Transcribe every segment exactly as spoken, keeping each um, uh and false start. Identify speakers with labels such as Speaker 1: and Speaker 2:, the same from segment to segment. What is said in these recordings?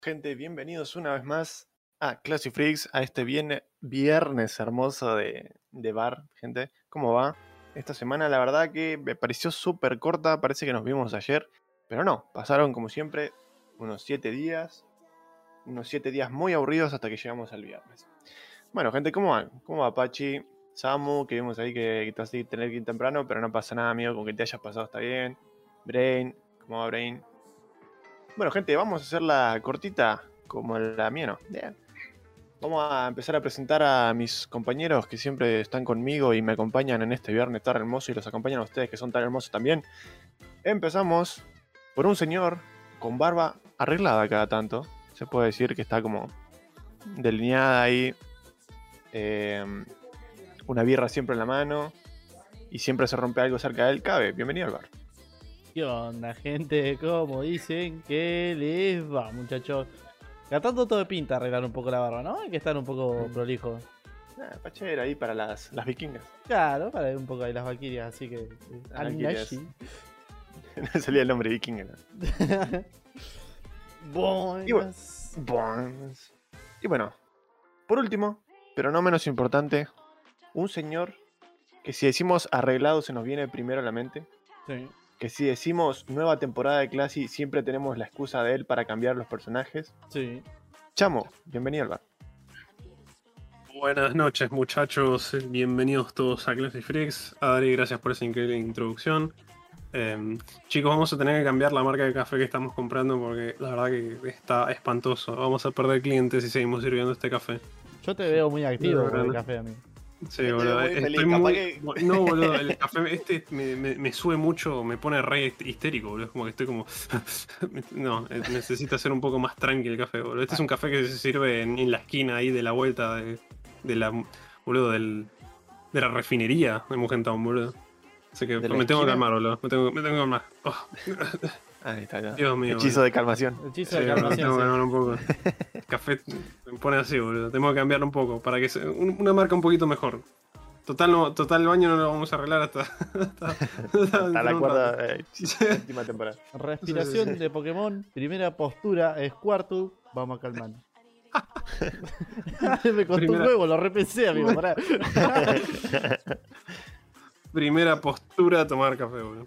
Speaker 1: Gente, bienvenidos una vez más a Classic Freaks, a este viene- viernes hermoso de, de bar, gente. ¿Cómo va? Esta semana la verdad que me pareció súper corta, parece que nos vimos ayer, pero no, pasaron como siempre unos siete días, unos siete días muy aburridos hasta que llegamos al viernes. Bueno, gente, ¿cómo van? ¿Cómo va Pachi? Samu, que vimos ahí que, que te vas a tener que ir temprano, pero no pasa nada, amigo, con que te hayas pasado está bien. Brain, ¿cómo va Brain? Bueno, gente, vamos a hacerla cortita, como la mía, ¿no? Bien. Vamos a empezar a presentar a mis compañeros que siempre están conmigo y me acompañan en este viernes tan hermoso y los acompañan a ustedes que son tan hermosos también. Empezamos por un señor con barba arreglada cada tanto. Se puede decir que está como delineada ahí. eh, una birra siempre en la mano. Y siempre se rompe algo cerca de él. Cabe, bienvenido al bar.
Speaker 2: ¿Qué onda, gente? ¿Cómo dicen que les va, muchachos? Tratando todo de pinta arreglar un poco la barba, ¿no? Hay que estar un poco prolijo.
Speaker 1: Ah, pachera ahí para las, las vikingas.
Speaker 2: Claro, para ver un poco ahí las valquirias, así que...
Speaker 1: Las valquirias.
Speaker 2: Anashi.
Speaker 1: No salía el nombre vikinga, ¿no?
Speaker 2: Buenas.
Speaker 1: Buenas. Y bueno, por último, pero no menos importante, un señor que si decimos arreglado se nos viene primero a la mente.
Speaker 2: Sí.
Speaker 1: Que si decimos nueva temporada de Classy siempre tenemos la excusa de él para cambiar los personajes.
Speaker 2: Sí.
Speaker 1: Chamo, bienvenido al bar.
Speaker 3: Buenas noches, muchachos. Bienvenidos todos a Classic Freaks. Adri, gracias por esa increíble introducción. Eh, chicos, vamos a tener que cambiar la marca de café que estamos comprando porque la verdad que está espantoso. Vamos a perder clientes si seguimos sirviendo este café.
Speaker 2: Yo te veo muy activo
Speaker 3: No,
Speaker 2: con el
Speaker 3: no.
Speaker 2: café, amigo.
Speaker 3: Sí,
Speaker 1: Estoy
Speaker 3: boludo.
Speaker 1: muy
Speaker 3: Estoy
Speaker 1: feliz,
Speaker 3: muy...
Speaker 1: capaz que-
Speaker 3: No, boludo, el café este me, me, me sube mucho, me pone re histérico, boludo. Es como que estoy como... No, necesita ser un poco más tranquilo el café, boludo. Este es un café que se sirve en, en la esquina ahí de la vuelta de, de la... Boludo, del, de la refinería de Mugentown, boludo. Así que
Speaker 1: ¿De la
Speaker 3: me tengo que
Speaker 1: esquina?
Speaker 3: calmar, boludo. Me tengo, me tengo que calmar. Oh,
Speaker 1: Ahí está, ya.
Speaker 3: Dios mío.
Speaker 1: Hechizo
Speaker 3: boludo.
Speaker 1: de calmación.
Speaker 2: El hechizo
Speaker 3: Sí,
Speaker 2: de
Speaker 3: boludo, tengo que
Speaker 2: calmación,
Speaker 3: calmar un poco. El café me pone así, boludo. Tengo que cambiarlo un poco para que sea un- una marca un poquito mejor. Total, no, total el baño no lo vamos a arreglar hasta, hasta, hasta
Speaker 1: Está la
Speaker 3: dentro de un
Speaker 1: cuarta
Speaker 3: rato.
Speaker 1: eh,
Speaker 3: Sí.
Speaker 1: última temporada.
Speaker 2: sí. Respiración
Speaker 3: Sí, sí, sí.
Speaker 2: de Pokémon. Primera postura, Squirtle. Vamos a calmar. Me costó
Speaker 3: Primera-
Speaker 2: un huevo, lo repensé, amigo. Pará.
Speaker 3: Primera postura, tomar café, boludo.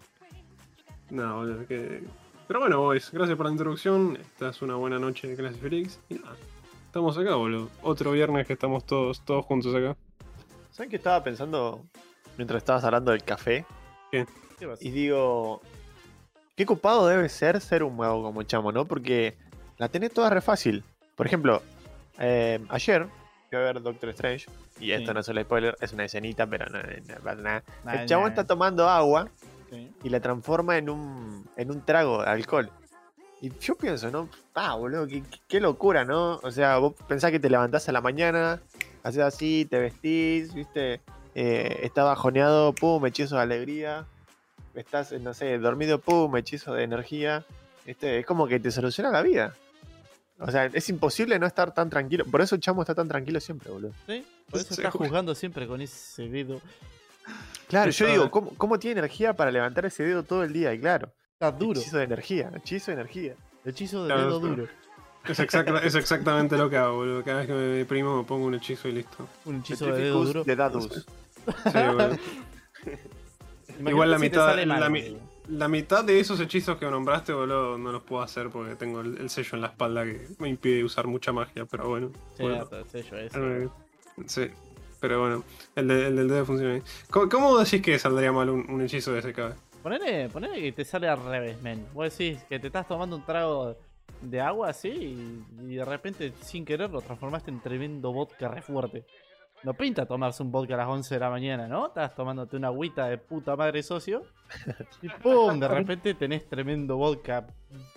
Speaker 3: No, boludo, que... Pero bueno, boys, gracias por la introducción. Esta es una buena noche de Classic Freaks. Y nada, estamos acá, boludo. Otro viernes que estamos todos, todos juntos acá.
Speaker 1: ¿Saben qué estaba pensando mientras estabas hablando del café?
Speaker 2: ¿Qué pasa?
Speaker 1: Y digo, qué copado debe ser ser un mago como Chamo, ¿no? Porque la tenés toda re fácil. Por ejemplo, eh, ayer fui a ver Doctor Strange, y esto
Speaker 2: Sí.
Speaker 1: no es un spoiler, es una escenita, pero no, no pasa nada.
Speaker 2: Nah,
Speaker 1: El chabón
Speaker 2: nah.
Speaker 1: está tomando agua
Speaker 2: Sí.
Speaker 1: y la transforma en un, en un trago de alcohol. Y yo pienso, ¿no? Ah, boludo, qué, qué- qué locura, ¿no? O sea, vos pensás que te levantás a la mañana, haces así, te vestís, ¿viste? Eh, estás bajoneado, pum, hechizo de alegría. Estás, no sé, dormido, pum, hechizo de energía. ¿Viste? Es como que te soluciona la vida. O sea, es imposible no estar tan tranquilo. Por eso Chamo está tan tranquilo siempre, boludo.
Speaker 2: ¿Sí? Por eso
Speaker 3: Sí,
Speaker 2: está
Speaker 3: güey.
Speaker 2: juzgando siempre con ese dedo.
Speaker 1: Claro, yo
Speaker 3: Está-
Speaker 1: digo, ¿cómo, ¿cómo tiene energía para levantar ese dedo todo el día? Y claro,
Speaker 2: Está duro.
Speaker 1: hechizo de energía, hechizo de energía.
Speaker 2: Hechizo de
Speaker 3: Claro,
Speaker 2: dedo
Speaker 3: claro.
Speaker 2: duro.
Speaker 3: Es, exacta- es exactamente lo que hago, boludo. Cada vez que me deprimo me pongo un hechizo y listo.
Speaker 2: Un hechizo de dedo
Speaker 1: Petrificus
Speaker 2: duro.
Speaker 1: de Dadus.
Speaker 3: Sí, boludo.
Speaker 2: Imagínate
Speaker 3: Igual la
Speaker 2: si te
Speaker 3: mitad,
Speaker 2: sale mal,
Speaker 3: la, mi-
Speaker 2: boludo.
Speaker 3: la mitad de esos hechizos que nombraste, boludo, no los puedo hacer porque tengo el, el sello en la espalda que me impide usar mucha magia, pero bueno. bueno,
Speaker 2: Cierto, el sello ese.
Speaker 3: eh, sí, pero bueno, el, de- el del dedo funciona bien. ¿Cómo, cómo decís que saldría mal un, un hechizo de ese cabe?
Speaker 2: Ponele, ponele que te sale al revés, men. Vos decís que te estás tomando un trago de agua así y, y de repente sin querer lo transformaste en tremendo vodka re fuerte. No pinta tomarse un vodka a las once de la mañana, ¿no? Estás tomándote una agüita de puta madre socio y ¡pum! De repente tenés tremendo vodka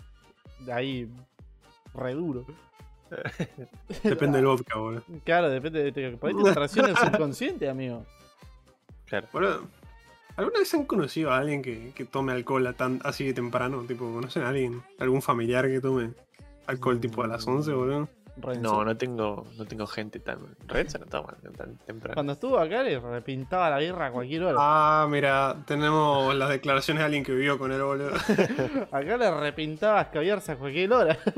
Speaker 2: de ahí re duro.
Speaker 3: Depende del vodka, boludo.
Speaker 2: Claro, depende de por ahí te tracciona el subconsciente, amigo.
Speaker 1: Claro.
Speaker 3: Boludo, ¿alguna vez han conocido a alguien que, que tome alcohol a tan, así de temprano? Tipo, ¿conocen a alguien? ¿Algún familiar que tome alcohol tipo a las once, boludo?
Speaker 2: Renzo.
Speaker 1: No, no tengo, no tengo gente tan. Renzo no toma tan temprano.
Speaker 2: Cuando estuvo acá le repintaba la birra a cualquier hora.
Speaker 3: Ah, mira, tenemos las declaraciones de alguien que vivió con él, boludo.
Speaker 2: Acá le repintaba escabiarse a cualquier hora.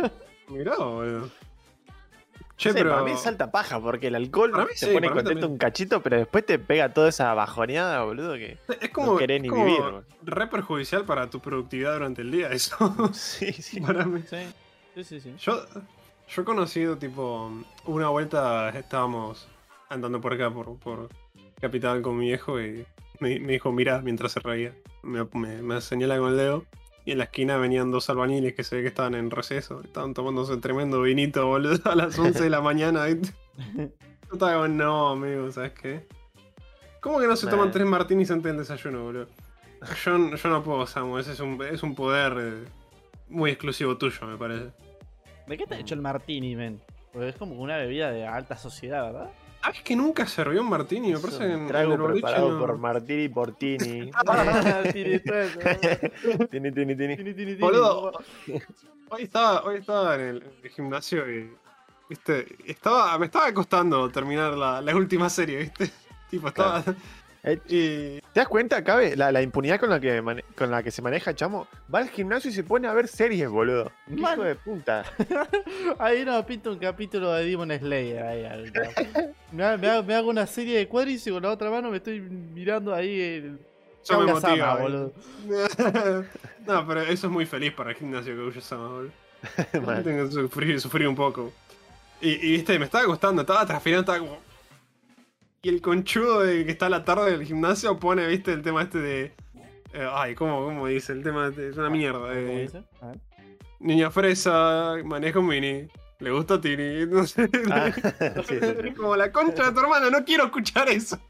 Speaker 3: Mirá, boludo.
Speaker 1: Che,
Speaker 3: Che, pero.
Speaker 1: Para mí es alta paja, porque el alcohol
Speaker 3: Para mí
Speaker 1: te
Speaker 3: sí,
Speaker 1: pone
Speaker 3: para mí
Speaker 1: contento
Speaker 3: también.
Speaker 1: un cachito, pero después te pega toda esa bajoneada, boludo, que
Speaker 3: Es como,
Speaker 1: no querés
Speaker 3: es
Speaker 1: ni
Speaker 3: como
Speaker 1: vivir. boludo.
Speaker 3: re perjudicial para tu productividad durante el día, eso.
Speaker 1: Sí, sí.
Speaker 3: Para mí.
Speaker 2: Sí, sí, sí. sí.
Speaker 3: Yo, yo he conocido, tipo, una vuelta estábamos andando por acá, por, por Capital con mi viejo, y me, me dijo, mira, mientras se reía. Me, me, me señala con el dedo. Y en la esquina venían dos albañiles que se ve que estaban en receso. Estaban tomándose un tremendo vinito, boludo, a las once de la mañana. ¿Viste? Yo estaba como, no, amigo, ¿sabes qué? ¿Cómo que no se
Speaker 1: Nah.
Speaker 3: toman tres martinis antes del desayuno, boludo? Yo, yo no puedo, Samu. Ese es un, es un poder eh, muy exclusivo tuyo, me parece.
Speaker 2: ¿De qué está hecho el martini, men? Porque es como una bebida de alta sociedad, ¿verdad?
Speaker 3: ¿Sabes que nunca servió un martini? Me
Speaker 1: Es
Speaker 3: parece
Speaker 1: un
Speaker 3: que en, en
Speaker 1: trago
Speaker 3: el boliche
Speaker 1: preparado
Speaker 3: no-
Speaker 1: por Martini Portini.
Speaker 2: Martini, todo eso.
Speaker 1: Tini, tini, tini.
Speaker 2: Tini, tini, tini.
Speaker 3: Boludo, hoy estaba, hoy estaba en el, en el gimnasio y, viste, estaba, me estaba costando terminar la, la última serie, viste. Tipo, estaba...
Speaker 1: Eh,
Speaker 3: Y...
Speaker 1: ¿Te das cuenta, Cabe? La, la impunidad con la, que mane- con la que se maneja, chamo. Va al gimnasio y se pone a ver series, boludo. ¿Qué
Speaker 2: Man.
Speaker 1: hijo de puta?
Speaker 2: Ahí nos pinta un capítulo de Demon Slayer. Ahí, ahí, ahí. Me, ha- me hago, me hago una serie de cuadris y con la otra mano me estoy mirando ahí el.
Speaker 3: Yo me
Speaker 2: Kaguya-sama,
Speaker 3: motiva,
Speaker 2: boludo.
Speaker 3: No, pero eso es muy feliz para el gimnasio que yo sama, boludo.
Speaker 1: Mal.
Speaker 3: Tengo que sufrir, sufrir un poco. Y, y, viste, me estaba costando, estaba transpirando, estaba como... Y el conchudo de que está a la tarde del gimnasio pone, viste, el tema este de... eh, ay, ¿cómo, ¿cómo dice? El tema este, es una mierda.
Speaker 2: ¿Cómo
Speaker 3: eh,
Speaker 2: dice? A ver.
Speaker 3: Niña fresa, maneja un mini, le gusta a Tini, no sé.
Speaker 1: Ah, sí, sí, sí.
Speaker 3: Como la concha de tu hermana, no quiero escuchar eso.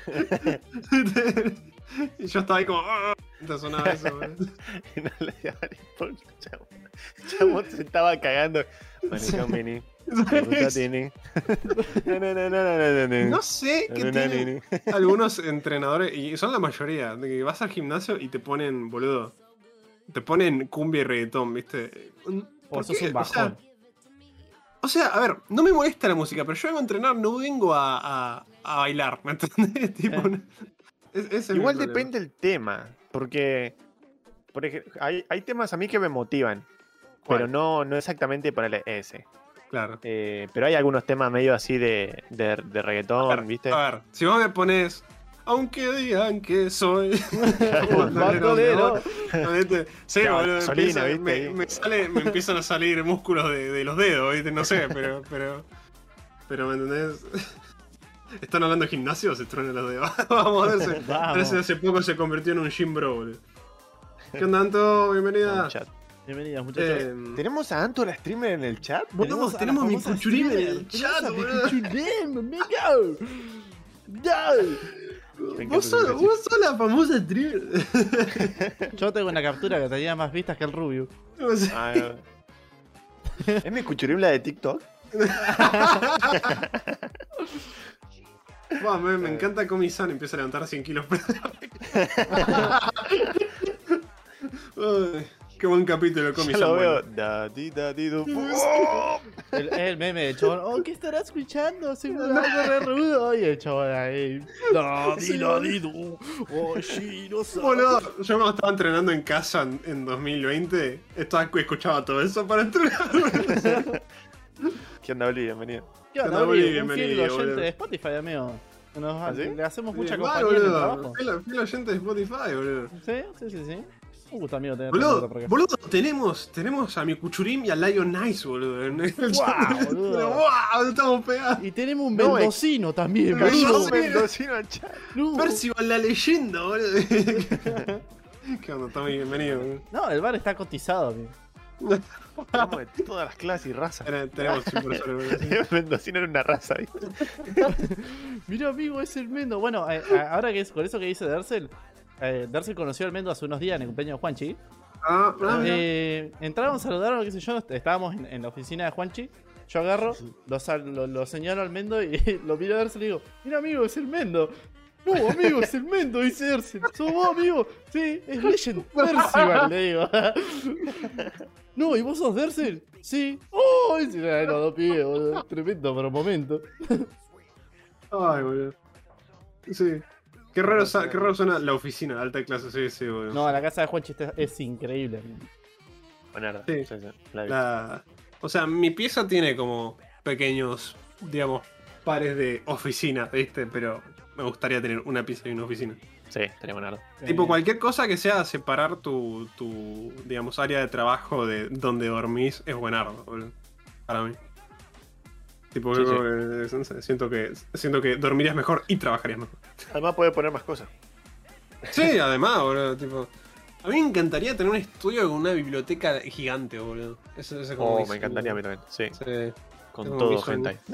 Speaker 3: Y yo estaba ahí como... "Ah", mientras sonaba eso, boludo.
Speaker 1: Y no le daba ni por chamo. Chamo se estaba cagando. Maneja un mini. Me gusta Tini. No, no, no, no, no, no, no.
Speaker 3: No sé qué
Speaker 1: No, no,
Speaker 3: tienen
Speaker 1: no, no.
Speaker 3: algunos entrenadores, y son la mayoría, de que vas al gimnasio y te ponen, boludo, te ponen cumbia y reggaetón, ¿viste?
Speaker 2: Por
Speaker 3: ¿Por
Speaker 2: eso es
Speaker 3: qué?
Speaker 2: un
Speaker 3: O sea,
Speaker 2: bajón.
Speaker 3: O sea, a ver, no me molesta la música, pero yo vengo a entrenar, no vengo a, a, a bailar, ¿me entendés? Tipo,
Speaker 2: Eh.
Speaker 3: no- es- ese es mi
Speaker 1: Igual
Speaker 3: problema.
Speaker 1: depende del tema. Porque, por ejemplo, hay, hay temas a mí que me motivan.
Speaker 3: ¿Cuál?
Speaker 1: Pero no, no exactamente para el ese.
Speaker 3: Claro.
Speaker 1: Eh, pero hay algunos temas medio así de, de, de reggaetón,
Speaker 3: A ver,
Speaker 1: ¿viste?
Speaker 3: a ver, si vos me pones, aunque digan que soy
Speaker 2: Un bandolero.
Speaker 3: ¿viste? Sí,
Speaker 1: Claro,
Speaker 3: boludo,
Speaker 1: gasolina,
Speaker 3: empieza-
Speaker 1: ¿viste?
Speaker 3: me,
Speaker 1: Ahí.
Speaker 3: me sale, me empiezan a salir músculos de, de los dedos, ¿viste? No sé, pero, pero, pero, ¿me entendés? ¿Están hablando de gimnasio o se truenan los dedos? Vamos a ver si, a ver si
Speaker 2: Vamos.
Speaker 3: hace poco se convirtió en un gym bro, boludo. ¿Qué onda, Anto? Bienvenida.
Speaker 1: Un chat.
Speaker 2: Bienvenidos, muchachos.
Speaker 3: Eh,
Speaker 1: ¿Tenemos a Anto la streamer en el chat?
Speaker 3: Boludo,
Speaker 2: a la
Speaker 3: tenemos mi
Speaker 2: famosa
Speaker 3: cuchurín en el
Speaker 2: streamer.
Speaker 3: chat,
Speaker 2: Tenemos a mi
Speaker 3: boludo.
Speaker 2: cuchurín, amigo. Dale.
Speaker 1: Me encanta
Speaker 3: Vos sos,
Speaker 1: ese
Speaker 3: vos sos la famosa streamer.
Speaker 2: Yo tengo una captura que tenía más vistas que el Rubio.
Speaker 3: No sé.
Speaker 1: Ah, no. ¿Es mi cuchurim la de TikTok?
Speaker 3: Buah, me, me encanta cómo Isan empieza a levantar cien kilos. Ay, qué buen capítulo, Comi
Speaker 1: Yo
Speaker 3: San.
Speaker 1: lo veo.
Speaker 3: bueno.
Speaker 1: Da, di, da, di, du.
Speaker 2: El, el meme del chabón. Oh, ¿qué estará escuchando? Se me va a re rudo. Y el chabón ahí. No, dilo, dilo. Oh, sí, no sabes.
Speaker 3: Boludo, yo cuando estaba entrenando en casa en, en dos mil veinte, estaba, escuchaba todo eso para entrenar.
Speaker 1: ¿Qué onda, Oli? Bienvenido.
Speaker 2: ¿Qué onda,
Speaker 3: Hola,
Speaker 2: Uri?
Speaker 3: Uri,
Speaker 2: Un
Speaker 3: bienvenido,
Speaker 2: fiel oyente
Speaker 3: boludo.
Speaker 2: de Spotify, amigo. Nos,
Speaker 1: ¿Ah, sí?
Speaker 2: Le hacemos mucha
Speaker 3: Bien,
Speaker 2: compañía
Speaker 3: mal,
Speaker 2: en el
Speaker 3: boludo.
Speaker 2: trabajo.
Speaker 3: Fiel, fiel oyente de Spotify, boludo.
Speaker 2: Sí, sí, sí, sí. Un gusto, amigo, tener
Speaker 3: Boludo,
Speaker 2: por acá.
Speaker 3: boludo, tenemos, tenemos a mi Cuchurín y a Lion Nice, boludo. En el
Speaker 2: Guau,
Speaker 3: chat.
Speaker 2: boludo.
Speaker 3: ¡Wow! Estamos pegados.
Speaker 2: Y tenemos un
Speaker 1: No,
Speaker 2: mendocino también,
Speaker 3: Cayó
Speaker 2: boludo.
Speaker 3: un
Speaker 1: mendocino al chat.
Speaker 2: No.
Speaker 3: Percival la leyenda, boludo. ¿Qué onda, Tommy? Bienvenido, boludo.
Speaker 2: No, el bar está cotizado, amigo.
Speaker 1: Tenemos de todas las clases y razas.
Speaker 3: Ten- Tenemos un profesor, boludo.
Speaker 1: Mendocino era una raza, ¿viste?
Speaker 2: Mira, amigo, es el Mendo. Bueno, eh, eh, ahora que es con eso que dice Dersel, eh, Dersel conoció al Mendo hace unos días en el cumpleaños de Juanchi.
Speaker 3: Ah, ah, mira.
Speaker 2: Eh, entraron, saludaron, qué sé yo, estábamos en, en la oficina de Juanchi. Yo agarro, lo, sal- lo, lo señalo al Mendo y lo miro a Dersel y digo, mira, amigo, es el Mendo. No, amigo, es el Mendo, dice Dersel. ¿Sos vos, amigo? Sí, es Legend Percival, le digo. No, ¿y vos sos Dersel? Sí. Oh, dice, "Ay, los dos pibes, boludo. Tremendo por un momento.
Speaker 3: Ay, boludo. Sí. Qué raro, sa- qué raro suena la oficina, alta clase, sí, sí, boludo.
Speaker 2: No, la casa de Juanchi está- es increíble.
Speaker 1: Buenarda.
Speaker 3: Sí.
Speaker 1: Sí, sí, la vi.
Speaker 3: La... O sea, mi pieza tiene como pequeños, digamos, pares de oficina, ¿viste? Pero me gustaría tener una pieza y una oficina.
Speaker 1: Sí, estaría buenardo.
Speaker 3: Tipo,
Speaker 2: Eh,
Speaker 3: cualquier cosa que sea separar tu, tu, digamos, área de trabajo de donde dormís es buenardo, boludo. Para mí. Tipo,
Speaker 1: Sí,
Speaker 3: eh, siento que siento que dormirías mejor y trabajarías mejor.
Speaker 1: Además puede poner más cosas.
Speaker 3: Sí, además, boludo, tipo... A mí me encantaría tener un estudio con una biblioteca gigante, boludo. Eso, eso es como
Speaker 1: Oh,
Speaker 3: mi
Speaker 1: me
Speaker 3: sueño.
Speaker 1: encantaría a mí también. Sí,
Speaker 3: Sí.
Speaker 1: con
Speaker 3: tengo
Speaker 1: todo
Speaker 3: mi sueño.
Speaker 1: hentai.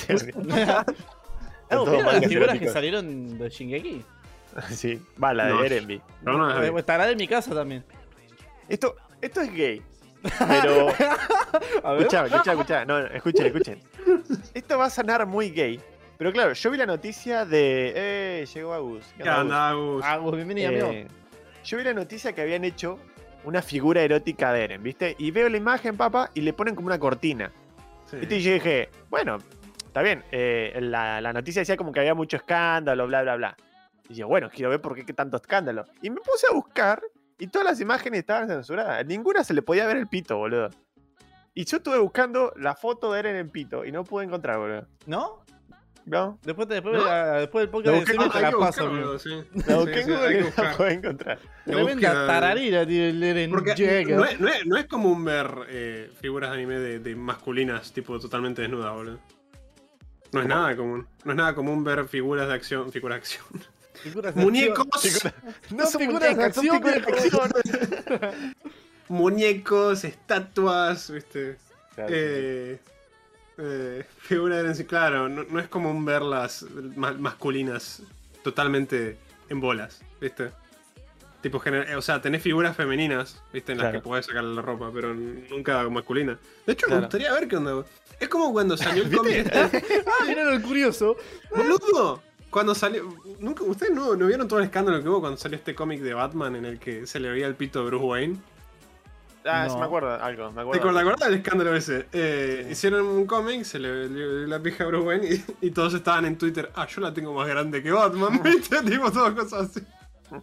Speaker 2: Oh,
Speaker 1: todo
Speaker 2: ¿vieron las
Speaker 1: mangas
Speaker 2: figuras que
Speaker 1: eróticos.
Speaker 2: salieron de Shingeki?
Speaker 1: Sí, va, la de
Speaker 3: No,
Speaker 1: Erenby.
Speaker 3: No, no,
Speaker 2: Eh,
Speaker 3: no,
Speaker 2: Estará de mi casa también.
Speaker 1: Esto, esto es gay. Pero.
Speaker 2: A ver.
Speaker 1: Escuchá, escuchá, escuchá. No, no, escuchen, escuchen. Esto va a sonar muy gay. Pero claro, yo vi la noticia de. ¡Eh! Llegó Agus. ¿Qué
Speaker 3: ¿Qué
Speaker 1: onda,
Speaker 3: onda, Agus?
Speaker 2: Agus, bienvenido,
Speaker 1: Eh,
Speaker 2: amigo.
Speaker 1: yo vi la noticia que habían hecho una figura erótica de Eren, ¿viste? Y veo la imagen, papá, y le ponen como una cortina.
Speaker 3: Sí.
Speaker 1: ¿Viste? Y yo dije, bueno, está bien. eh, la, la noticia decía como que había mucho escándalo, bla, bla, bla. Y yo, bueno, quiero ver por qué, qué tanto escándalo. Y me puse a buscar y todas las imágenes estaban censuradas. En ninguna se le podía ver el pito, boludo. Y yo estuve buscando la foto de Eren en pito y no pude encontrar, boludo.
Speaker 2: ¿No?
Speaker 1: ¿No?
Speaker 2: Después, después,
Speaker 3: ¿No?
Speaker 2: ah, después del
Speaker 1: Lo
Speaker 2: podcast
Speaker 1: busqué-
Speaker 2: decime
Speaker 3: Ah,
Speaker 2: te
Speaker 3: hay
Speaker 2: la
Speaker 3: que
Speaker 2: paso,
Speaker 3: buscarlo,
Speaker 2: amigo.
Speaker 3: sí.
Speaker 1: La
Speaker 3: Sí,
Speaker 1: busqué
Speaker 3: sí,
Speaker 1: en
Speaker 3: hay
Speaker 1: Google
Speaker 3: que
Speaker 1: y no la
Speaker 3: buscar.
Speaker 1: pude encontrar.
Speaker 3: La
Speaker 2: Tremenda
Speaker 3: búsqueda-
Speaker 2: tararira, tío, el Eren
Speaker 3: Porque
Speaker 2: Jaeger.
Speaker 3: no es, no, es, no es común ver eh, figuras de anime de, de masculinas, tipo totalmente desnudas, boludo. No es
Speaker 1: ¿Cómo?
Speaker 3: nada común. No es nada común ver figuras de acción. Figuras de acción.
Speaker 2: Figuras de
Speaker 3: Muñecos.
Speaker 1: No son
Speaker 2: figuras de
Speaker 1: muñecas, son
Speaker 2: acción,
Speaker 1: figuras de acción.
Speaker 3: Muñecos, estatuas, viste.
Speaker 1: Claro,
Speaker 3: Eh, eh, figuras de sí, claro, no, no es común verlas ma- masculinas totalmente en bolas, ¿viste? Tipo, gener- o sea, tenés figuras femeninas, ¿viste? En las
Speaker 1: Claro.
Speaker 3: que podés sacarle la ropa, pero nunca masculina. De hecho,
Speaker 1: Claro.
Speaker 3: me gustaría ver qué onda. Es como cuando salió el
Speaker 1: ¿Viste?
Speaker 3: cómic.
Speaker 2: Ah, mirá lo curioso.
Speaker 3: ¡Boludo! Cuando salió. Nunca, ¿Ustedes no, no vieron todo el escándalo que hubo cuando salió este cómic de Batman en el que se le veía el pito de Bruce Wayne?
Speaker 1: Ah,
Speaker 2: No.
Speaker 1: sí me acuerdo algo, me
Speaker 3: ¿Te
Speaker 1: acuerdo.
Speaker 3: acuerdas, ¿te acuerdas del escándalo ese? Eh,
Speaker 1: Sí.
Speaker 3: Hicieron un cómic, se le dio la pija a Bruce Wayne y, y todos estaban en Twitter. Ah, yo la tengo más grande que Batman, ¿viste? Tipo, todas cosas así.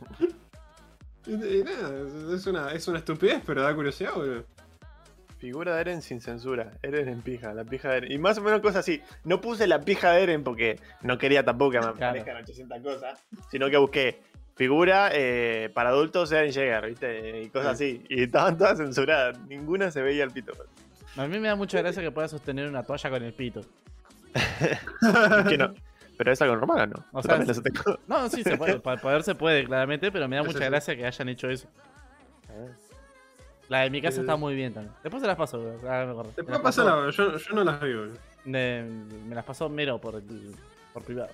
Speaker 3: Y, y nada, es una, es una estupidez, pero da curiosidad, boludo.
Speaker 1: Figura de Eren sin censura. Eren en pija, la pija de Eren. Y más o menos cosas así. No puse la pija de Eren porque no quería tampoco que me
Speaker 2: Claro.
Speaker 1: aparezcan ochocientas cosas. Sino que busqué figura eh, para adultos Eren Jaeger, ¿viste? Y cosas así. Y estaban todas censuradas. Ninguna se veía el pito.
Speaker 2: A mí me da mucha gracia que puedas sostener una toalla con el pito.
Speaker 1: Que no. Pero es algo normal, ¿o no?
Speaker 2: O
Speaker 1: Yo
Speaker 2: sea,
Speaker 1: también lo sostengo.
Speaker 2: No, sí se puede. Para poder se puede, claramente, pero me da
Speaker 3: Sí,
Speaker 2: mucha
Speaker 3: sí, sí.
Speaker 2: gracia que hayan hecho eso. La de mi casa
Speaker 3: Eh.
Speaker 2: está muy bien también. Después se las paso, bro. Ahora me acuerdo. Me
Speaker 3: Después
Speaker 2: las
Speaker 3: pasa
Speaker 2: pasó-
Speaker 3: la. Yo, yo no las vi, boludo.
Speaker 2: de- me las pasó Mero por, el- por privado.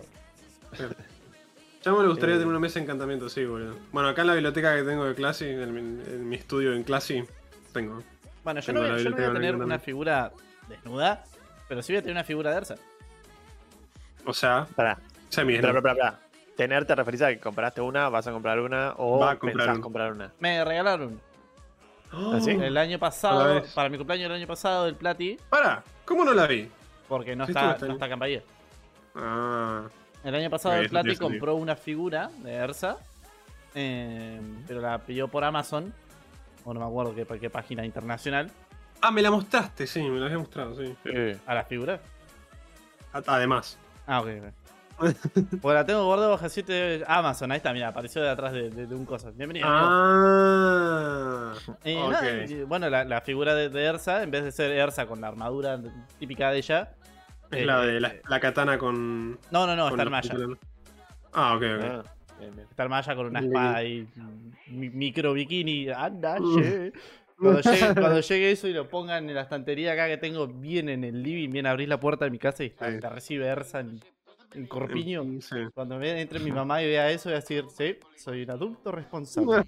Speaker 3: Ya me gustaría
Speaker 1: Eh.
Speaker 3: tener una mesa de encantamiento, sí, boludo. Bueno, acá en la biblioteca que tengo de Classy, en mi, en mi estudio en Classy, tengo.
Speaker 2: Bueno, yo
Speaker 3: Tengo
Speaker 2: no, voy,
Speaker 3: la
Speaker 2: yo no voy a
Speaker 3: biblioteca
Speaker 2: tener
Speaker 3: grande.
Speaker 2: una figura desnuda, pero sí voy a tener una figura de Ersa.
Speaker 3: O sea,
Speaker 1: Pará,
Speaker 3: semi
Speaker 1: pará, pará, pará. Tener te referís a que compraste una, vas a comprar una o
Speaker 3: Va a comprar
Speaker 1: pensás
Speaker 3: una.
Speaker 1: comprar una.
Speaker 2: Me regalaron
Speaker 1: ¿Ah, sí?
Speaker 2: el año
Speaker 3: A la
Speaker 2: pasado,
Speaker 3: vez.
Speaker 2: para mi cumpleaños del año pasado, el Plati,
Speaker 3: Para, ¿cómo no la vi?
Speaker 2: porque no
Speaker 3: Sí,
Speaker 2: está,
Speaker 3: estuvo
Speaker 2: no está acá en Bahía.
Speaker 3: Ah,
Speaker 2: El año pasado
Speaker 3: Ok,
Speaker 2: el
Speaker 3: eso
Speaker 2: Plati
Speaker 3: tiene sentido.
Speaker 2: compró una figura de Ersa, eh, pero la pidió por Amazon, o no me acuerdo qué, qué página internacional,
Speaker 3: ah, me la mostraste, sí, me la había mostrado, sí.
Speaker 1: Eh,
Speaker 2: a la figura.
Speaker 3: A- Además.
Speaker 2: Ah, ok, ok. Porque la tengo guardada bajo siete Amazon, ahí está, mira, apareció de atrás de, de- de un coso. Bienvenido. amigo.
Speaker 3: Ah,
Speaker 2: Eh,
Speaker 3: ok.
Speaker 2: nada, y, bueno, la, la figura de, de Ersa, en vez de ser Ersa con la armadura típica de ella.
Speaker 3: Es la
Speaker 2: eh,
Speaker 3: de la, la katana con.
Speaker 2: No, no, no,
Speaker 3: con
Speaker 2: está
Speaker 3: los
Speaker 2: Armaya.
Speaker 3: pantalones. Ah, ok, ok.
Speaker 1: ah, bien, bien.
Speaker 2: Está Armaya con una
Speaker 3: Bien,
Speaker 2: espada ahí, mi- micro bikini. Anda, che. Cuando llegue, cuando llegue eso y lo pongan en la estantería acá que tengo bien en el living, bien abrís la puerta de mi casa y está-
Speaker 3: Sí.
Speaker 2: te recibe Ersa en, en corpiño.
Speaker 3: Sí.
Speaker 2: Cuando ve- entre mi mamá y vea eso, voy a decir, sí, soy un adulto responsable.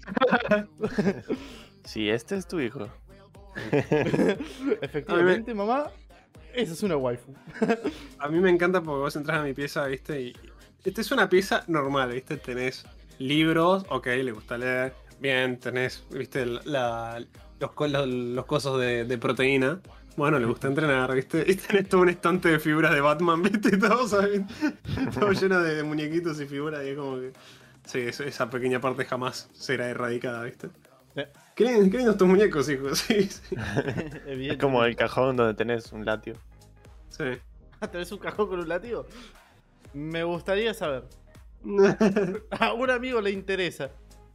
Speaker 1: Si este es tu hijo.
Speaker 2: Efectivamente, mamá, esa es una waifu.
Speaker 3: A mí me encanta porque vos entras a mi pieza, viste, y. Esta es una pieza normal, viste, tenés libros, ok, le gusta leer. Bien, tenés, viste, la, los, co- los, los cosos de, de proteína. Bueno, le gusta entrenar, viste. Y tenés todo un estante de figuras de Batman, viste, y todo, ¿sabes? Todo lleno de muñequitos y figuras, y es como que. Sí, eso- esa pequeña parte jamás será erradicada, viste.
Speaker 2: Sí.
Speaker 3: Qué, lindo, qué lindos tus muñecos, hijo. Sí, sí.
Speaker 1: Es como el cajón donde tenés un látigo.
Speaker 3: Sí.
Speaker 2: ¿Tenés un cajón con un látigo? Me gustaría saber. A un amigo le interesa.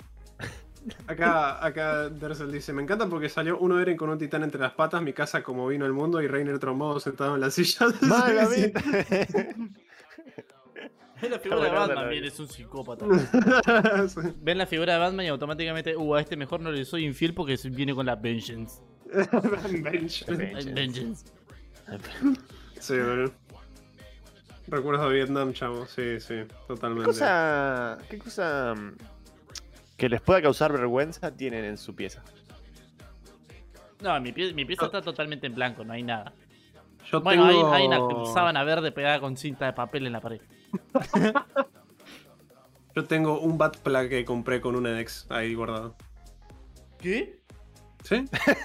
Speaker 3: Acá, acá Dersel dice, me encanta porque salió uno Eren con un titán entre las patas, mi casa como vino el mundo y Reiner trombado sentado en la silla.
Speaker 1: Malamente.
Speaker 2: Ven la figura de
Speaker 1: buena
Speaker 2: Batman,
Speaker 1: la
Speaker 2: bien,
Speaker 1: vida.
Speaker 2: es un psicópata.
Speaker 3: Sí.
Speaker 2: Ven la figura de Batman y automáticamente, uh, a este mejor no le soy infiel porque viene con la vengeance.
Speaker 3: Bench.
Speaker 1: Vengeance.
Speaker 2: Vengeance.
Speaker 3: Sí, bueno. Recuerdos de Vietnam, chavo. Sí, sí,
Speaker 1: ¿Qué
Speaker 3: totalmente.
Speaker 1: cosa, ¿Qué cosa mm, que les pueda causar vergüenza tienen en su pieza?
Speaker 2: No, mi, pie- mi pieza está totalmente en blanco, no hay nada.
Speaker 3: Yo
Speaker 2: Bueno,
Speaker 3: tengo...
Speaker 2: hay, hay una sábana verde pegada con cinta de papel en la pared.
Speaker 3: Yo tengo un bat plug que compré con una ex ahí guardado.
Speaker 2: ¿Qué?
Speaker 3: ¿Sí?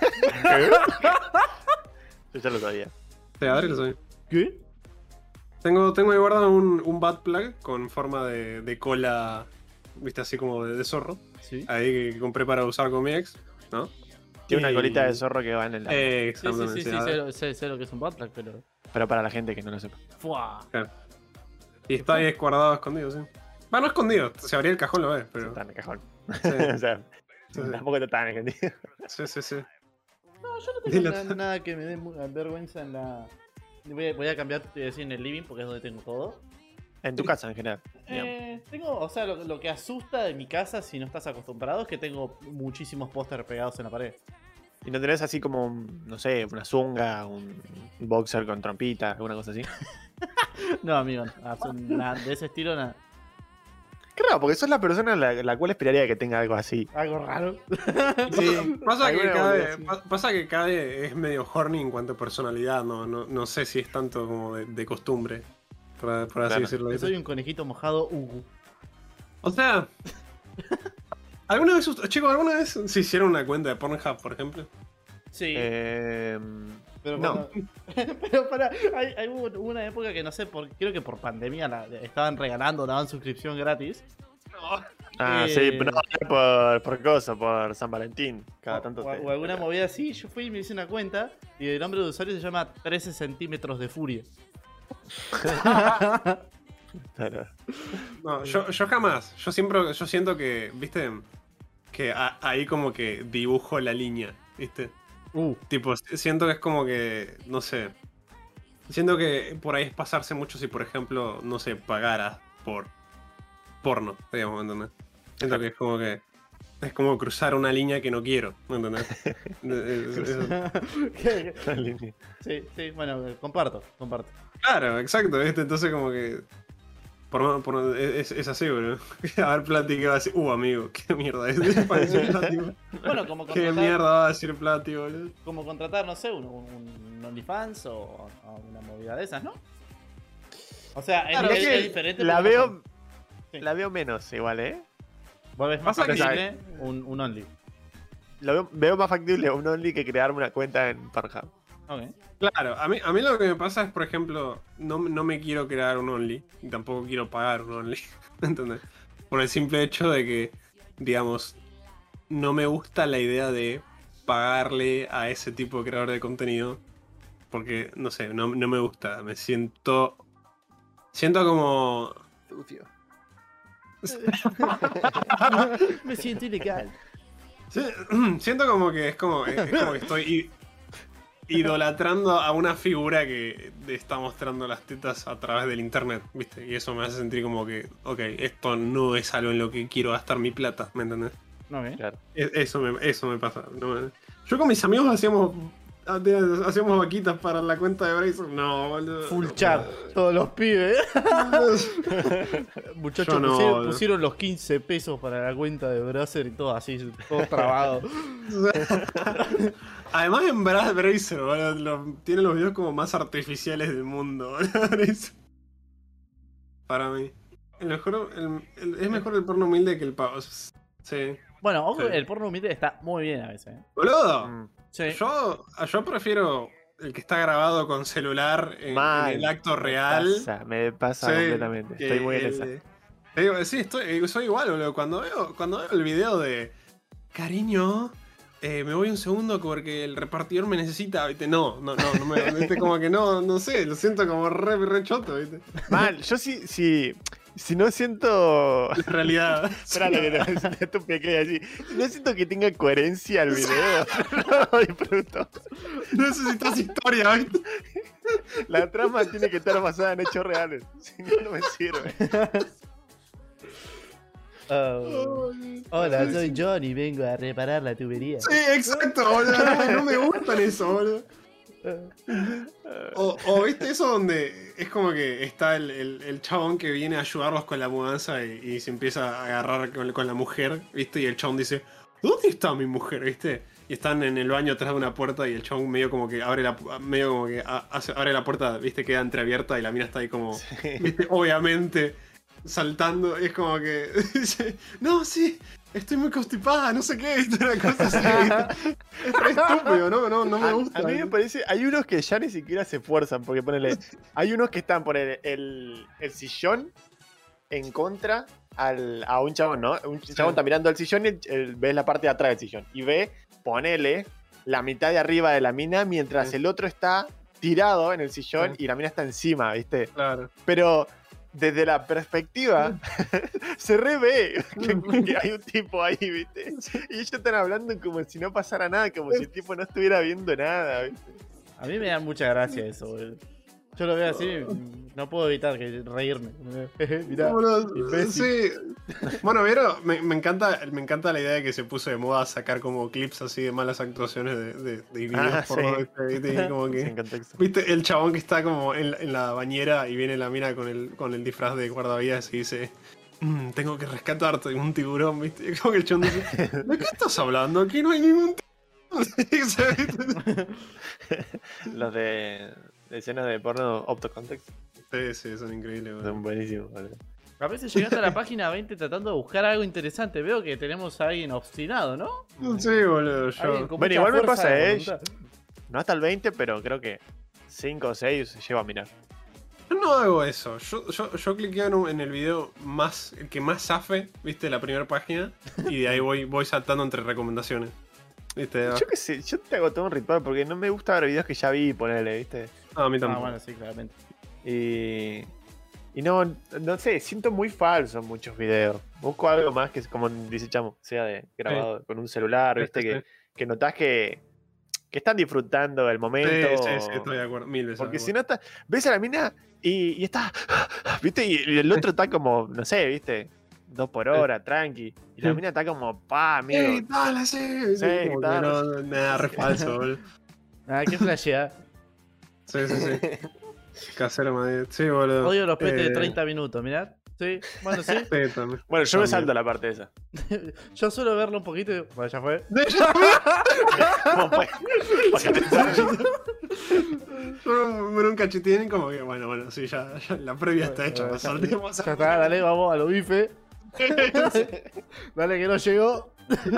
Speaker 1: Yo ya lo sabía.
Speaker 3: Sí, Adri lo soy.
Speaker 2: ¿Qué?
Speaker 3: Tengo, tengo ahí guardado un, un bat plug con forma de, de cola, viste, así como de, de zorro.
Speaker 2: Sí.
Speaker 3: Ahí que compré para usar con mi ex, ¿no?
Speaker 1: Tiene una
Speaker 3: Y-
Speaker 1: colita de zorro que va en el lado.
Speaker 3: Eh,
Speaker 2: Sí, sí,
Speaker 3: exactamente.
Speaker 2: sí, sí,
Speaker 3: a
Speaker 2: sé,
Speaker 3: ver.
Speaker 2: lo- sé- sé lo que es un botlag, pero.
Speaker 1: Pero para la gente que no lo sepa.
Speaker 2: ¡Fua!
Speaker 3: Y está ahí guardado escondido, sí. Va, no escondido, si abría el cajón lo ves, pero.
Speaker 1: Está en el cajón.
Speaker 3: Sí,
Speaker 1: O sea,
Speaker 3: sí, sí.
Speaker 1: tampoco está tan escondido.
Speaker 3: sí, sí, sí.
Speaker 2: No, yo no
Speaker 3: Dile-
Speaker 2: tengo na- nada que me dé mu- vergüenza en la. Voy a, voy a cambiar, te voy a decir, en el living porque es donde tengo todo.
Speaker 1: En tu casa en general. digamos.
Speaker 2: Eh, tengo, o sea, lo, lo que asusta de mi casa si no estás acostumbrado es que tengo muchísimos pósters pegados en la pared.
Speaker 1: ¿Y no tenés así como, un, no sé, una zunga, un boxer con trompita, alguna cosa así?
Speaker 2: No, amigo, no, nada, de ese estilo nada.
Speaker 1: Qué raro, porque sos la persona a la, la cual esperaría que tenga algo así.
Speaker 2: Algo raro.
Speaker 1: Sí,
Speaker 3: Pasa que,
Speaker 1: alguna
Speaker 3: Cade,
Speaker 1: boludez así.
Speaker 3: pa- pasa que Cade es medio horny en cuanto a personalidad, no, no, no sé si es tanto como de, de costumbre, por, por así
Speaker 1: Claro.
Speaker 3: decirlo.
Speaker 2: Yo soy un conejito mojado, Ugu.
Speaker 3: O sea, ¿alguna vez, ust- chicos, alguna vez se hicieron una cuenta de Pornhub, por ejemplo?
Speaker 2: Sí.
Speaker 1: Eh,
Speaker 2: Pero,
Speaker 1: no.
Speaker 2: cuando- pero para, hay, hay hubo una época que no sé, por, creo que por pandemia la, estaban regalando, daban suscripción gratis.
Speaker 1: Ah,
Speaker 2: Eh,
Speaker 1: sí, pero no, por, por cosa, por San Valentín. Cada
Speaker 2: o,
Speaker 1: tanto
Speaker 2: o-
Speaker 1: te-
Speaker 2: o alguna movida así. Yo fui y me hice una cuenta y el nombre de usuario se llama trece centímetros de furia.
Speaker 1: Claro.
Speaker 3: No, yo, yo jamás. Yo siempre, yo siento que, viste, que a- ahí como que dibujo la línea, viste.
Speaker 2: Uh,
Speaker 3: Tipo, siento que es como que, no sé. Siento que por ahí es pasarse mucho si, por ejemplo, no sé, pagaras por porno, digamos, ¿me entendés? Siento que es como que. Es como cruzar una línea que no quiero, ¿me entendés? Es- es- es-
Speaker 1: La línea.
Speaker 2: sí, sí, bueno, eh, comparto, comparto.
Speaker 3: Claro, exacto, ¿viste? Entonces como que... Por, por- es, es así, bro. A ver, Plati que va a decir... Uh, amigo, qué mierda es. Va a decir Plati, bro.
Speaker 2: Bueno, como
Speaker 3: Qué
Speaker 2: contratar,
Speaker 3: mierda va a decir Plati, boludo.
Speaker 2: como contratar, no sé, un, un, un OnlyFans o, o una movida de esas, ¿no? O sea, es,
Speaker 1: Claro,
Speaker 2: es-
Speaker 1: es que
Speaker 2: es diferente.
Speaker 1: la
Speaker 2: pero no
Speaker 1: veo,
Speaker 2: Sí.
Speaker 1: la veo menos igual, ¿eh?
Speaker 2: Vos ves más
Speaker 3: Pasa que-
Speaker 2: factible un, un Only.
Speaker 1: Lo veo, veo más factible un Only que crearme una cuenta en Pornhub.
Speaker 2: Ok.
Speaker 3: Claro, a mí, a mí lo que me pasa es, por ejemplo, no, no me quiero crear un Only. Y tampoco quiero pagar un Only. ¿Entendés? Por el simple hecho de que, digamos, no me gusta la idea de pagarle a ese tipo de creador de contenido. Porque, no sé, no, no me gusta. Me siento... Siento como...
Speaker 2: Me siento ilegal.
Speaker 3: Sí, siento como que es como, es como que estoy i- idolatrando a una figura que está mostrando las tetas a través del internet, ¿viste? Y eso me hace sentir como que, ok, esto no es algo en lo que quiero gastar mi plata, ¿me entendés?
Speaker 2: Ok.
Speaker 1: Claro.
Speaker 3: E- Eso me, eso me pasa. no me- Yo con mis amigos hacíamos hacíamos vaquitas para la cuenta de Bracer. No, boludo.
Speaker 2: Full chat, todos los pibes. Muchachos,
Speaker 3: Yo no,
Speaker 2: pusieron,
Speaker 3: boludo.
Speaker 2: pusieron los quince pesos para la cuenta de Browser y todo así, todo trabado.
Speaker 3: Además en Bra- Bracer, boludo, lo- tiene los videos como más artificiales del mundo, boludo, Bracer. Para mí. El mejor, el- el- es mejor el porno humilde que el pavo. Sí.
Speaker 2: Bueno, ojo,
Speaker 3: Sí.
Speaker 2: el porno humilde está muy bien a veces. ¿eh?
Speaker 3: Boludo,
Speaker 1: Mm.
Speaker 2: Sí.
Speaker 3: yo, yo prefiero el que está grabado con celular en,
Speaker 1: Mal.
Speaker 3: en el acto
Speaker 1: Me
Speaker 3: real.
Speaker 1: pasa, me pasa
Speaker 3: Sí,
Speaker 1: completamente.
Speaker 3: que
Speaker 1: Estoy muy en
Speaker 3: el-
Speaker 1: esa.
Speaker 3: Te digo, sí, estoy, soy igual, boludo. Cuando veo, cuando veo el video de cariño, eh, me voy un segundo porque el repartidor me necesita, ¿viste? No, no, no, no me, ¿viste? Como que no, no sé, lo siento como re, re choto, ¿viste?
Speaker 1: Mal, yo sí, sí, si no siento...
Speaker 3: En realidad.
Speaker 1: Espera, lo que te voy a decir, tu pequeña así. Si no siento que tenga coherencia el video, no lo disfruto.
Speaker 3: Necesitas historia, ¿viste?
Speaker 1: La trama tiene que estar basada en hechos reales. Si no, no me sirve.
Speaker 2: Oh. Hola, soy John y vengo a reparar la tubería.
Speaker 3: Sí, exacto, boludo. No, me- no me gustan eso, boludo. O, o viste eso donde es como que está el, el, el chabón que viene a ayudarlos con la mudanza y, y se empieza a agarrar con, con la mujer, ¿viste? Y el chabón dice, ¿dónde está mi mujer? ¿Viste? Y están en el baño atrás de una puerta y el chabón medio como que abre la, medio como que hace, abre la puerta, ¿viste? Queda entreabierta y la mina está ahí como,
Speaker 1: Sí.
Speaker 3: ¿viste? Obviamente saltando. Es como que dice, no, sí, estoy muy constipada, no sé qué, ¿viste? Una cosa así, ¿viste? Es re estúpido, ¿no? No, no me
Speaker 1: A,
Speaker 3: gusta.
Speaker 1: a mí me parece, hay unos que ya ni siquiera se esfuerzan, porque ponele, hay unos que están por el, el, el sillón en contra al, a un chabón, ¿no? Un chabón está mirando el sillón y el, el- ves la parte de atrás del sillón. Y ve, ponele, la mitad de arriba de la mina, mientras
Speaker 3: Sí.
Speaker 1: el otro está tirado en el sillón
Speaker 3: Sí.
Speaker 1: y la mina está encima, ¿viste?
Speaker 3: Claro.
Speaker 1: Pero desde la perspectiva, se re ve que, que hay un tipo ahí, ¿viste? Y ellos están hablando como si no pasara nada, como si el tipo no estuviera viendo nada, ¿viste?
Speaker 2: A mí me da mucha gracia eso, boludo. Yo lo veo así, no puedo evitar que reírme. Mirá,
Speaker 3: Bueno,
Speaker 2: imbécil.
Speaker 3: sí. Bueno, ¿vieron? Me, me encanta, me encanta la idea de que se puso de moda sacar como clips así de malas actuaciones de, de, de videos
Speaker 1: Ah,
Speaker 3: porno,
Speaker 1: sí.
Speaker 3: ¿viste? ¿Viste? Y como que-
Speaker 1: Sin contexto.
Speaker 3: ¿Viste? El chabón que está como en, la- en la bañera y viene la mina con el, con el disfraz de guardavidas y dice, "Mm, tengo que rescatarte de un tiburón, ¿viste? Y como que el chabón dice, ¿de qué estás hablando? Aquí no hay ningún tiburón.
Speaker 1: Los de, de escenas de porno autocontext
Speaker 3: Sí, sí, son increíbles, boludo.
Speaker 1: son buenísimos, boludo.
Speaker 2: A veces llegaste a la página veinte tratando de buscar algo interesante. Veo que tenemos a alguien obstinado, ¿no?
Speaker 3: Sí, boludo, yo...
Speaker 2: Alguien con
Speaker 1: Bueno,
Speaker 2: mucha
Speaker 1: igual me
Speaker 2: fuerza
Speaker 1: pasa,
Speaker 2: de
Speaker 1: ¿eh?
Speaker 2: voluntad.
Speaker 1: No hasta el veinte, pero creo que cinco o seis llevo a mirar.
Speaker 3: Yo no hago eso. Yo, yo, yo cliqueo en, un- en el video más, el que más zafe, viste, la primera página, y de ahí voy, voy saltando entre recomendaciones. Viste,
Speaker 1: Yo qué sé, yo te hago todo un ritual porque no me gusta ver videos que ya vi, ponerle, ¿viste?
Speaker 3: no, a mí
Speaker 2: Ah,
Speaker 3: tampoco.
Speaker 2: bueno, sí, claramente.
Speaker 1: Y. Y no, no sé, siento muy falso muchos videos. Busco algo más que, como dice Chamo, sea de grabado con un celular,
Speaker 3: Sí,
Speaker 1: ¿viste?
Speaker 3: sí,
Speaker 1: Que,
Speaker 3: sí.
Speaker 1: que notás que, que están disfrutando el
Speaker 3: Sí,
Speaker 1: momento.
Speaker 3: sí, sí, estoy de acuerdo, mil veces.
Speaker 1: Porque
Speaker 3: de
Speaker 1: si no está. Ves a la mina y, y está. ¿Viste? Y, y el otro está como, no sé, ¿viste? Dos por hora, tranqui. Y la
Speaker 3: Sí.
Speaker 1: mina está como, pa, amigo.
Speaker 3: ¡Ey, dale, sí!
Speaker 1: Sí,
Speaker 3: como que
Speaker 1: dale.
Speaker 3: no, no, nada, re falso, boludo.
Speaker 2: Ah, qué flashea.
Speaker 3: Sí, sí, sí. Casero Madrid. Sí, boludo.
Speaker 2: Odio los petes
Speaker 3: Eh,
Speaker 2: de treinta minutos, mirad. Sí, bueno, sí.
Speaker 3: Sí, también.
Speaker 1: Bueno, yo me
Speaker 3: También.
Speaker 1: salto la parte esa.
Speaker 2: Yo suelo verlo un poquito y. Bueno, ya fue.
Speaker 1: Como pa- pa' que te salga.
Speaker 3: Yo me un cachetín como que, bueno, bueno, sí, ya, ya la previa está hecha.
Speaker 2: Ya,
Speaker 3: Saltemos
Speaker 2: ya está, dale, vamos a lo bife. Dale que no llegó.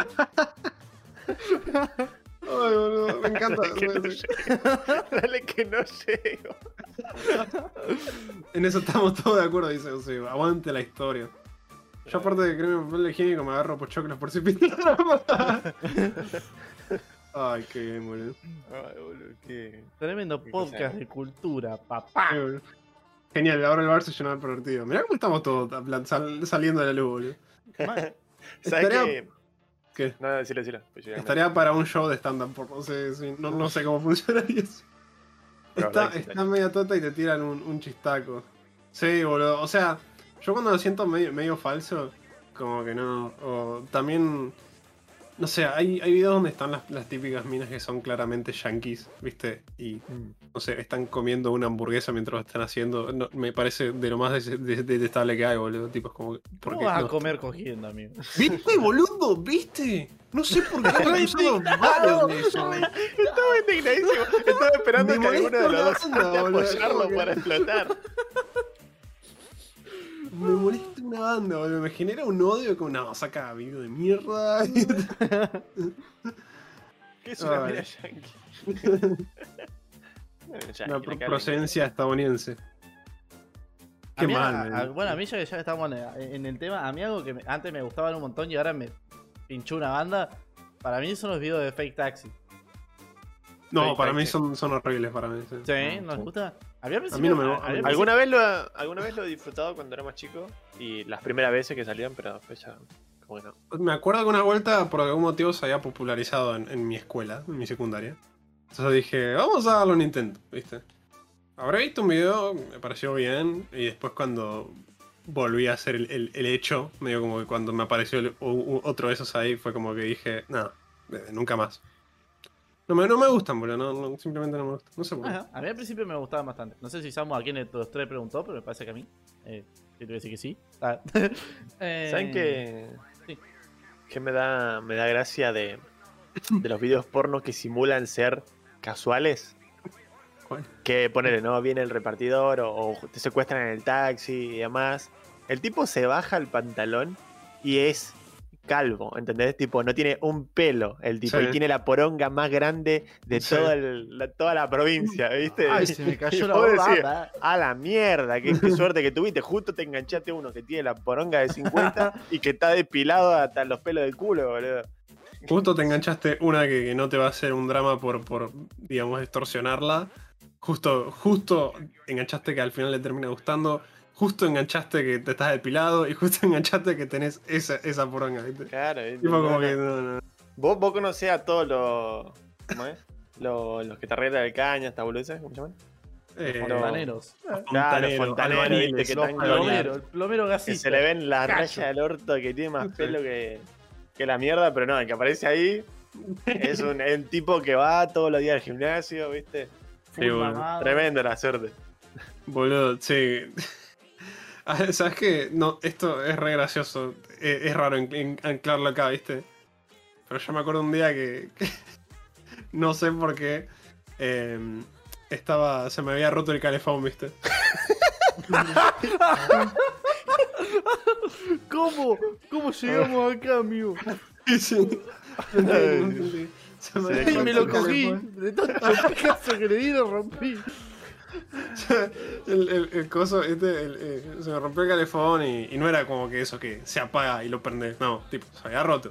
Speaker 3: Ay, boludo, me encanta.
Speaker 1: Dale que no llego. Dale que no llego.
Speaker 3: En eso estamos todos de acuerdo, dice José. Aguante la historia. Yo aparte de crema y papel higiénico me agarro pochoclos por si pinta. Ay, qué bien, boludo.
Speaker 1: Ay, boludo, qué.
Speaker 2: Tremendo
Speaker 1: Qué cosa,
Speaker 2: podcast
Speaker 1: ¿eh?
Speaker 2: de cultura, papá.
Speaker 3: Qué boludo. Genial, ahora el bar se llenó de pervertido. Mirá cómo estamos todos hablan- sal- saliendo de la luz, boludo.
Speaker 1: ¿Sabes
Speaker 3: Estaría-
Speaker 1: qué?
Speaker 3: ¿Qué?
Speaker 1: No, decilo, decilo. Pues yo ya me-
Speaker 3: Estaría para un show de stand-up, por- no sé, si- no, no sé cómo funcionaría eso.
Speaker 1: Pero
Speaker 3: Está,
Speaker 1: verdad que sí,
Speaker 3: está media tota y te tiran un, un chistaco. Sí, boludo. O sea, yo cuando lo siento medio, medio falso, como que no. O también. No sé, hay, hay videos donde están las, las típicas minas que son claramente yankees, ¿viste? Y,
Speaker 1: Mm.
Speaker 3: no sé, están comiendo una hamburguesa mientras lo están haciendo. No, me parece de lo más des- des- detestable que hay, boludo. Tipo, es como. que- ¿por
Speaker 2: ¿Cómo
Speaker 3: qué?
Speaker 2: vas a
Speaker 3: No.
Speaker 2: comer cogiendo, amigo?
Speaker 3: ¿Viste, boludo? ¿Viste? No sé por qué he usado varios de eso.
Speaker 1: Estaba indignadísimo. Estaba esperando
Speaker 3: Me
Speaker 1: que alguno de los dos
Speaker 3: molesta una banda,
Speaker 1: salte a
Speaker 3: boludo,
Speaker 1: apoyarlo
Speaker 3: como que-
Speaker 1: para explotar.
Speaker 3: Me molesta una banda, boludo. Me genera un odio como, no, saca video de mierda.
Speaker 1: ¿Qué es una
Speaker 3: Ay.
Speaker 1: mina yankee? Bueno, yankee,
Speaker 3: Una
Speaker 1: le
Speaker 3: pro-
Speaker 1: cae
Speaker 3: procedencia estadounidense.
Speaker 2: A
Speaker 3: Qué
Speaker 2: mí,
Speaker 3: mal,
Speaker 2: a-
Speaker 3: man.
Speaker 2: a- bueno, a mí ya que ya estamos en, en el tema, a mí algo que me- antes me gustaba un montón y ahora me pinchó una banda, Para mí son los videos de Fake Taxi.
Speaker 3: No,
Speaker 1: Sí,
Speaker 3: para
Speaker 1: sí,
Speaker 3: mí
Speaker 1: sí.
Speaker 3: son, son horribles para mí. Sí.
Speaker 2: ¿Sí? ¿No les gusta? Había al principio-
Speaker 3: mí no me-
Speaker 2: había al principio-
Speaker 1: ¿Alguna vez, lo, alguna vez lo he disfrutado cuando era más chico y las primeras veces que salían, pero después ya, como que no.
Speaker 3: Me acuerdo que una vuelta por algún motivo se había popularizado en, en mi escuela, en mi secundaria. Entonces dije, vamos a darle un intento, ¿viste? Habré visto un video, me pareció bien, y después cuando volví a hacer el, el- el hecho, medio como que cuando me apareció el- u- u- otro de esos ahí, fue como que dije, nada, nunca más. No me, no me gustan, boludo, no, no, simplemente no me gustan, no sé por qué.
Speaker 2: Ajá, a mí al principio me gustaba bastante. No sé si Samu a quién de los tres preguntó, pero me parece que a mí. Eh, yo te voy a decir que sí. Ah. Eh,
Speaker 1: ¿Saben qué?
Speaker 2: sí.
Speaker 1: Que me da, me da gracia de, de los videos porno que simulan ser casuales?
Speaker 3: ¿Cuál?
Speaker 1: Que ponele, ¿no? Viene el repartidor o, o te secuestran en el taxi y demás. El tipo se baja el pantalón y es calvo, ¿entendés? Tipo, no tiene un pelo el tipo
Speaker 3: Sí.
Speaker 1: y tiene la poronga más grande de
Speaker 3: Sí.
Speaker 1: toda, el- la, toda la provincia, ¿viste?
Speaker 2: Ay, se me cayó
Speaker 1: Y
Speaker 2: la
Speaker 1: vos decís,
Speaker 2: baba.
Speaker 1: a la mierda, qué, qué suerte que tuviste. Justo te enganchaste uno que tiene la poronga de cincuenta y que está depilado hasta los pelos del culo, boludo.
Speaker 3: Justo te enganchaste una que, que no te va a hacer un drama por, por digamos, distorsionarla. Justo, justo enganchaste que al final le termina gustando. Justo enganchaste que te estás depilado. Y justo enganchaste que tenés esa, esa poronga, ¿viste?
Speaker 1: Claro, ¿viste?
Speaker 3: Tipo como
Speaker 1: No,
Speaker 3: que
Speaker 1: no.
Speaker 3: no, no.
Speaker 1: ¿Vos, vos conocés a todos los. ¿Cómo es? Los, los que te arreglan el caña, esta boludeces, ¿cómo se llaman?
Speaker 3: Eh,
Speaker 2: Fontaneros.
Speaker 1: Claro,
Speaker 3: fontanero,
Speaker 1: fontanero,
Speaker 3: albañiles,
Speaker 1: viste, que
Speaker 3: los
Speaker 1: están
Speaker 3: albañiles.
Speaker 2: Plomero, el plomero
Speaker 1: Que
Speaker 2: gasista.
Speaker 1: se le ven la
Speaker 2: Cacho.
Speaker 1: raya del orto que tiene más
Speaker 3: Sí.
Speaker 1: pelo que, que la mierda, pero no, el que aparece ahí es un, es un tipo que va todos los días al gimnasio, ¿viste?
Speaker 2: Full
Speaker 3: Sí, bueno.
Speaker 2: mamado.
Speaker 1: Tremendo la suerte.
Speaker 3: Boludo, sí. Ah, ¿sabes qué? No, esto es re gracioso. Es, es raro en- en- anclarlo acá, ¿viste? Pero yo me acuerdo un día que. que no sé por qué. eh, estaba. Se me había roto el calefón, ¿viste?
Speaker 2: ¿Cómo? ¿Cómo llegamos acá, amigo?
Speaker 3: Y sí. No entendí, no entendí. Se me
Speaker 1: Sí,
Speaker 3: había
Speaker 2: Y me
Speaker 3: roto
Speaker 2: lo
Speaker 3: el
Speaker 2: cogí.
Speaker 3: calefón.
Speaker 2: De tanto picazo que le di, lo rompí.
Speaker 3: El, el, el coso, este, el- el- se me rompió el calefón y, y no era como que eso que se apaga y lo prendés. No, tipo, se había roto.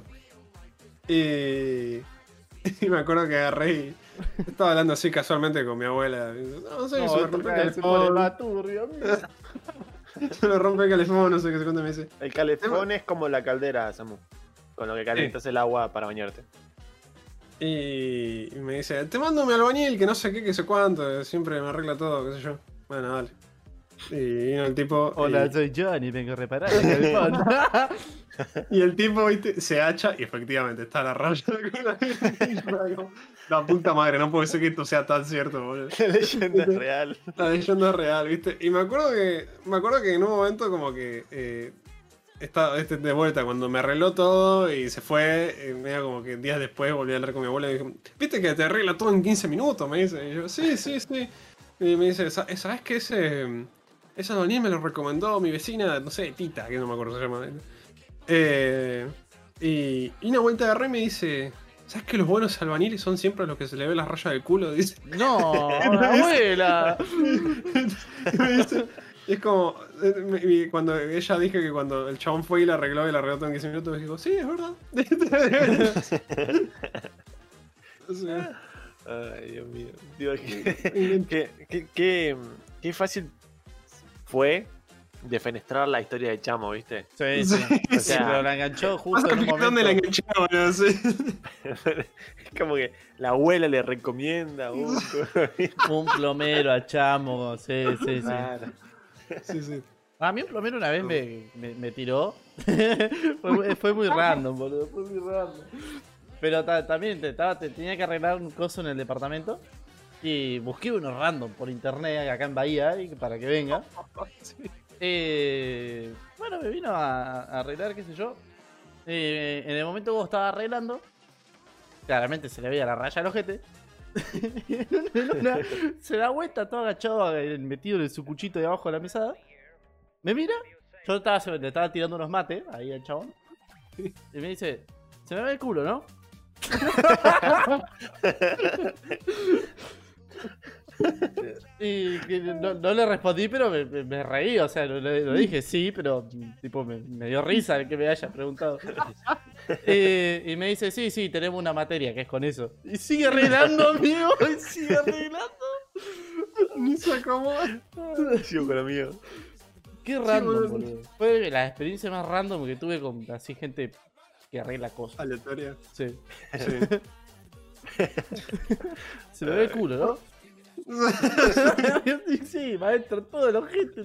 Speaker 3: Y, y me acuerdo que agarré y estaba hablando así casualmente con mi abuela. Y dice, No, no sé,
Speaker 2: No,
Speaker 3: se me
Speaker 2: otra
Speaker 3: rompió el
Speaker 2: vez se pone
Speaker 3: calefón.
Speaker 2: más turbio, amigo.
Speaker 3: Se me rompió el calefón, no sé qué se cuenta me dice.
Speaker 1: El calefón es como la caldera, Samu. Con lo que calientas el agua para bañarte.
Speaker 3: Y, y me dice, te mando mi albañil, que no sé qué, que sé cuánto, siempre me arregla todo, qué sé yo. Bueno, dale. Y vino el tipo.
Speaker 2: Hola,
Speaker 3: y-
Speaker 2: soy Johnny, vengo a reparar el calefón.
Speaker 3: Y el tipo, viste, se hacha y efectivamente está la raya con la... La puta madre, no puede ser que esto sea tan cierto, boludo.
Speaker 1: La leyenda es real.
Speaker 3: La leyenda es real, viste. Y me acuerdo que. Me acuerdo que en un momento como que. Eh, estaba este, de vuelta, cuando me arregló todo y se fue, eh, medio como que días después volví a hablar con mi abuela y dije, viste que te arregla todo en quince minutos, me dice. Y yo, sí, sí, sí. Y me dice, "Sa- ¿sabes qué? Ese. Ese albañil me lo recomendó mi vecina, no sé, Tita, que no me acuerdo se llama. Eh, y, y una vuelta agarré y me dice, ¿sabes que los buenos albañiles son siempre los que se le ve las rayas del culo? Dice.
Speaker 2: No, abuela.
Speaker 3: Y me dice- y es como, eh, me- y cuando ella dije que cuando el chabón fue y la arregló y la arregló todo en quince minutos, me dijo, sí, es verdad. O sea,
Speaker 1: Ay, Dios mío. Digo, qué, qué, qué, qué- qué fácil fue defenestrar la historia de Chamo, ¿viste?
Speaker 2: Sí, sí.
Speaker 3: Sí,
Speaker 2: O sea, pero la enganchó justo
Speaker 3: pasa
Speaker 2: en un
Speaker 3: que
Speaker 2: momento.
Speaker 3: ¿dónde la enganché, boludo? Sí.
Speaker 1: Es como que la abuela le recomienda un
Speaker 2: Un plomero a Chamo. Sí, sí, sí.
Speaker 1: Claro.
Speaker 3: Sí, sí.
Speaker 2: A mí un plomero una vez me, me, me tiró. fue, muy- fue muy random, boludo. Fue muy random. Pero ta- también te, estaba- te tenía que arreglar un coso en el departamento. Y busqué uno random por internet acá en Bahía y para que venga. Eh, bueno, me vino a, a arreglar, qué sé yo. Eh, en el momento que vos estaba arreglando, claramente se le veía la raya al ojete. En una- se da vuelta todo agachado, eh, metido en su cuchito de abajo de la mesada. Me mira, yo estaba, se- le estaba tirando unos mates ahí al chabón. Y me dice, se me ve el culo, ¿no? Y que no, no le respondí, pero me, me- me reí, o sea, lo, lo- lo dije sí, pero tipo me, me dio risa el que me haya preguntado. Eh, y me dice, sí, sí, tenemos una materia que es con eso. Y sigue arreglando, amigo, y sigue arreglando.
Speaker 3: Ni se acomoda.
Speaker 1: Sigo con amigo.
Speaker 2: Qué random,
Speaker 3: boludo.
Speaker 2: boludo. Fue la experiencia más random que tuve con así gente que arregla cosas.
Speaker 3: Aleatoria.
Speaker 2: Sí.
Speaker 3: Sí.
Speaker 2: Se me ve el culo, ¿no? sí, sí, maestro, todo el ojete.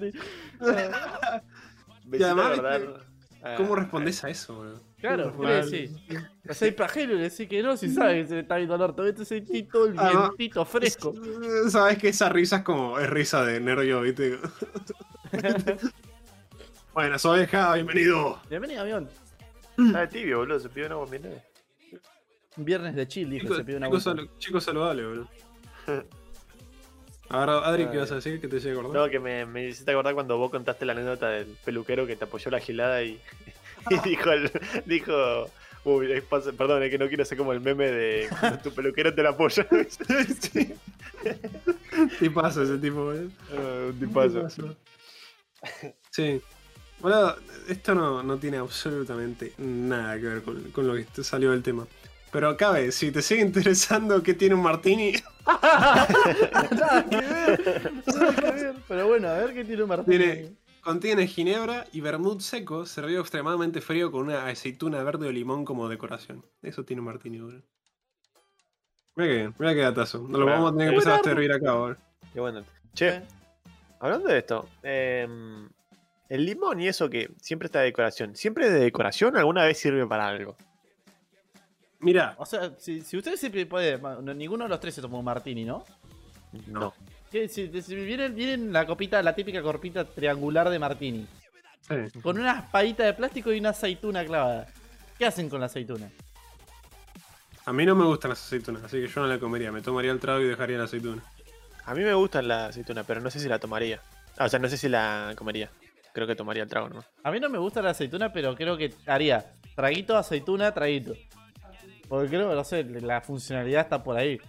Speaker 1: Me
Speaker 3: Y además,
Speaker 1: hiciste acordar a-
Speaker 3: ¿Cómo respondes a eso, boludo?
Speaker 2: Claro,
Speaker 3: ¿Cómo
Speaker 2: ¿qué le
Speaker 3: respondés?
Speaker 2: decís? O sea, hay pajero y le decís que no, si sabe que se le está viendo el orto. Vete ese tito, el
Speaker 3: Ah,
Speaker 2: vientito fresco.
Speaker 3: Sabes que esa risa es como. Es risa de nervio, ¿viste? Bueno, soy oveja, bienvenido.
Speaker 2: Bienvenido, avión.
Speaker 1: Está tibio, boludo. Se pidió una bombina.
Speaker 2: Un viernes de chill, dijo,
Speaker 3: Chicos,
Speaker 2: se pide una
Speaker 3: chicos,
Speaker 2: vuelta.
Speaker 3: salu- chicos saludables, boludo. Ahora, Adri, ¿qué
Speaker 1: Ay.
Speaker 3: vas a decir? ¿Qué te llega a acordar?
Speaker 1: No, que me, me hiciste acordar cuando vos contaste la anécdota del peluquero que te apoyó la gilada y, y dijo, el- dijo, uy, es pasa- perdón, es que no quiero ser como el meme de cuando tu peluquero te la apoya.
Speaker 3: Sí. Tipazo ese tipo, boludo.
Speaker 1: Ah, un tipazo.
Speaker 3: Sí. Bueno, esto no, no tiene absolutamente nada que ver con, con lo que te salió del tema. Pero cabe, si te sigue interesando qué tiene un martini,
Speaker 2: Nada que ver, nada que ver. Pero bueno, a ver qué tiene un Martín.
Speaker 3: Tiene- contiene ginebra y vermut seco servido extremadamente frío con una aceituna verde o limón como decoración. Eso tiene un martini, boludo. Mira que bien, mira qué datazo. Nos lo
Speaker 1: Bueno,
Speaker 3: vamos a tener que
Speaker 1: eh,
Speaker 3: empezar a servir acá, boludo.
Speaker 1: Qué bueno. Che, hablando de esto, em, el limón y eso que siempre está de decoración, ¿siempre de decoración o alguna vez sirve para algo?
Speaker 3: Mira,
Speaker 2: O sea, si, si ustedes siempre puede, no, ninguno de los tres se tomó un martini, ¿no?
Speaker 1: No.
Speaker 2: Que Si, si vienen, vienen la copita, la típica copita triangular de martini,
Speaker 3: sí.
Speaker 2: con una espadita de plástico y una aceituna clavada. ¿Qué hacen con la aceituna?
Speaker 3: A mí no me gustan las aceitunas, así que yo no la comería. Me tomaría el trago y dejaría la aceituna.
Speaker 1: A mí me gusta la aceituna, pero no sé si la tomaría. Ah, o sea, no sé si la comería. Creo que tomaría el trago, ¿no?
Speaker 2: A mí no me gusta la aceituna, pero creo que haría traguito, aceituna, traguito. Porque creo que, no sé, la funcionalidad está por ahí.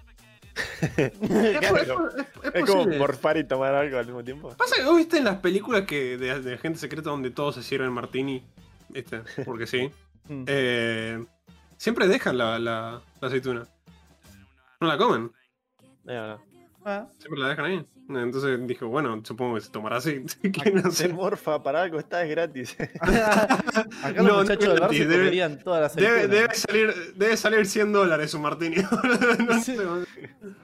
Speaker 1: Claro.
Speaker 3: Es, es
Speaker 1: Es como
Speaker 3: posible.
Speaker 1: morfar y tomar algo al mismo tiempo.
Speaker 3: Pasa que vos viste en las películas que de, de gente secreta donde todos se sirven martini, ¿viste? Porque sí.
Speaker 2: Mm.
Speaker 3: Eh, siempre dejan la, la, la aceituna. No la comen,
Speaker 1: Es verdad.
Speaker 2: Ah,
Speaker 3: siempre la dejan ahí. Entonces dije, bueno, supongo que se tomará así. Que no
Speaker 1: Se
Speaker 3: sé.
Speaker 1: morfa para algo, está es gratis.
Speaker 2: Acá
Speaker 3: No,
Speaker 2: los
Speaker 3: no
Speaker 2: muchachos del bar
Speaker 3: gratis,
Speaker 2: se
Speaker 3: debe-
Speaker 2: comerían todas las aceitunas.
Speaker 3: Debe, debe salir, debe salir cien dólares un martini. No
Speaker 2: Sí.
Speaker 3: sé, boludo.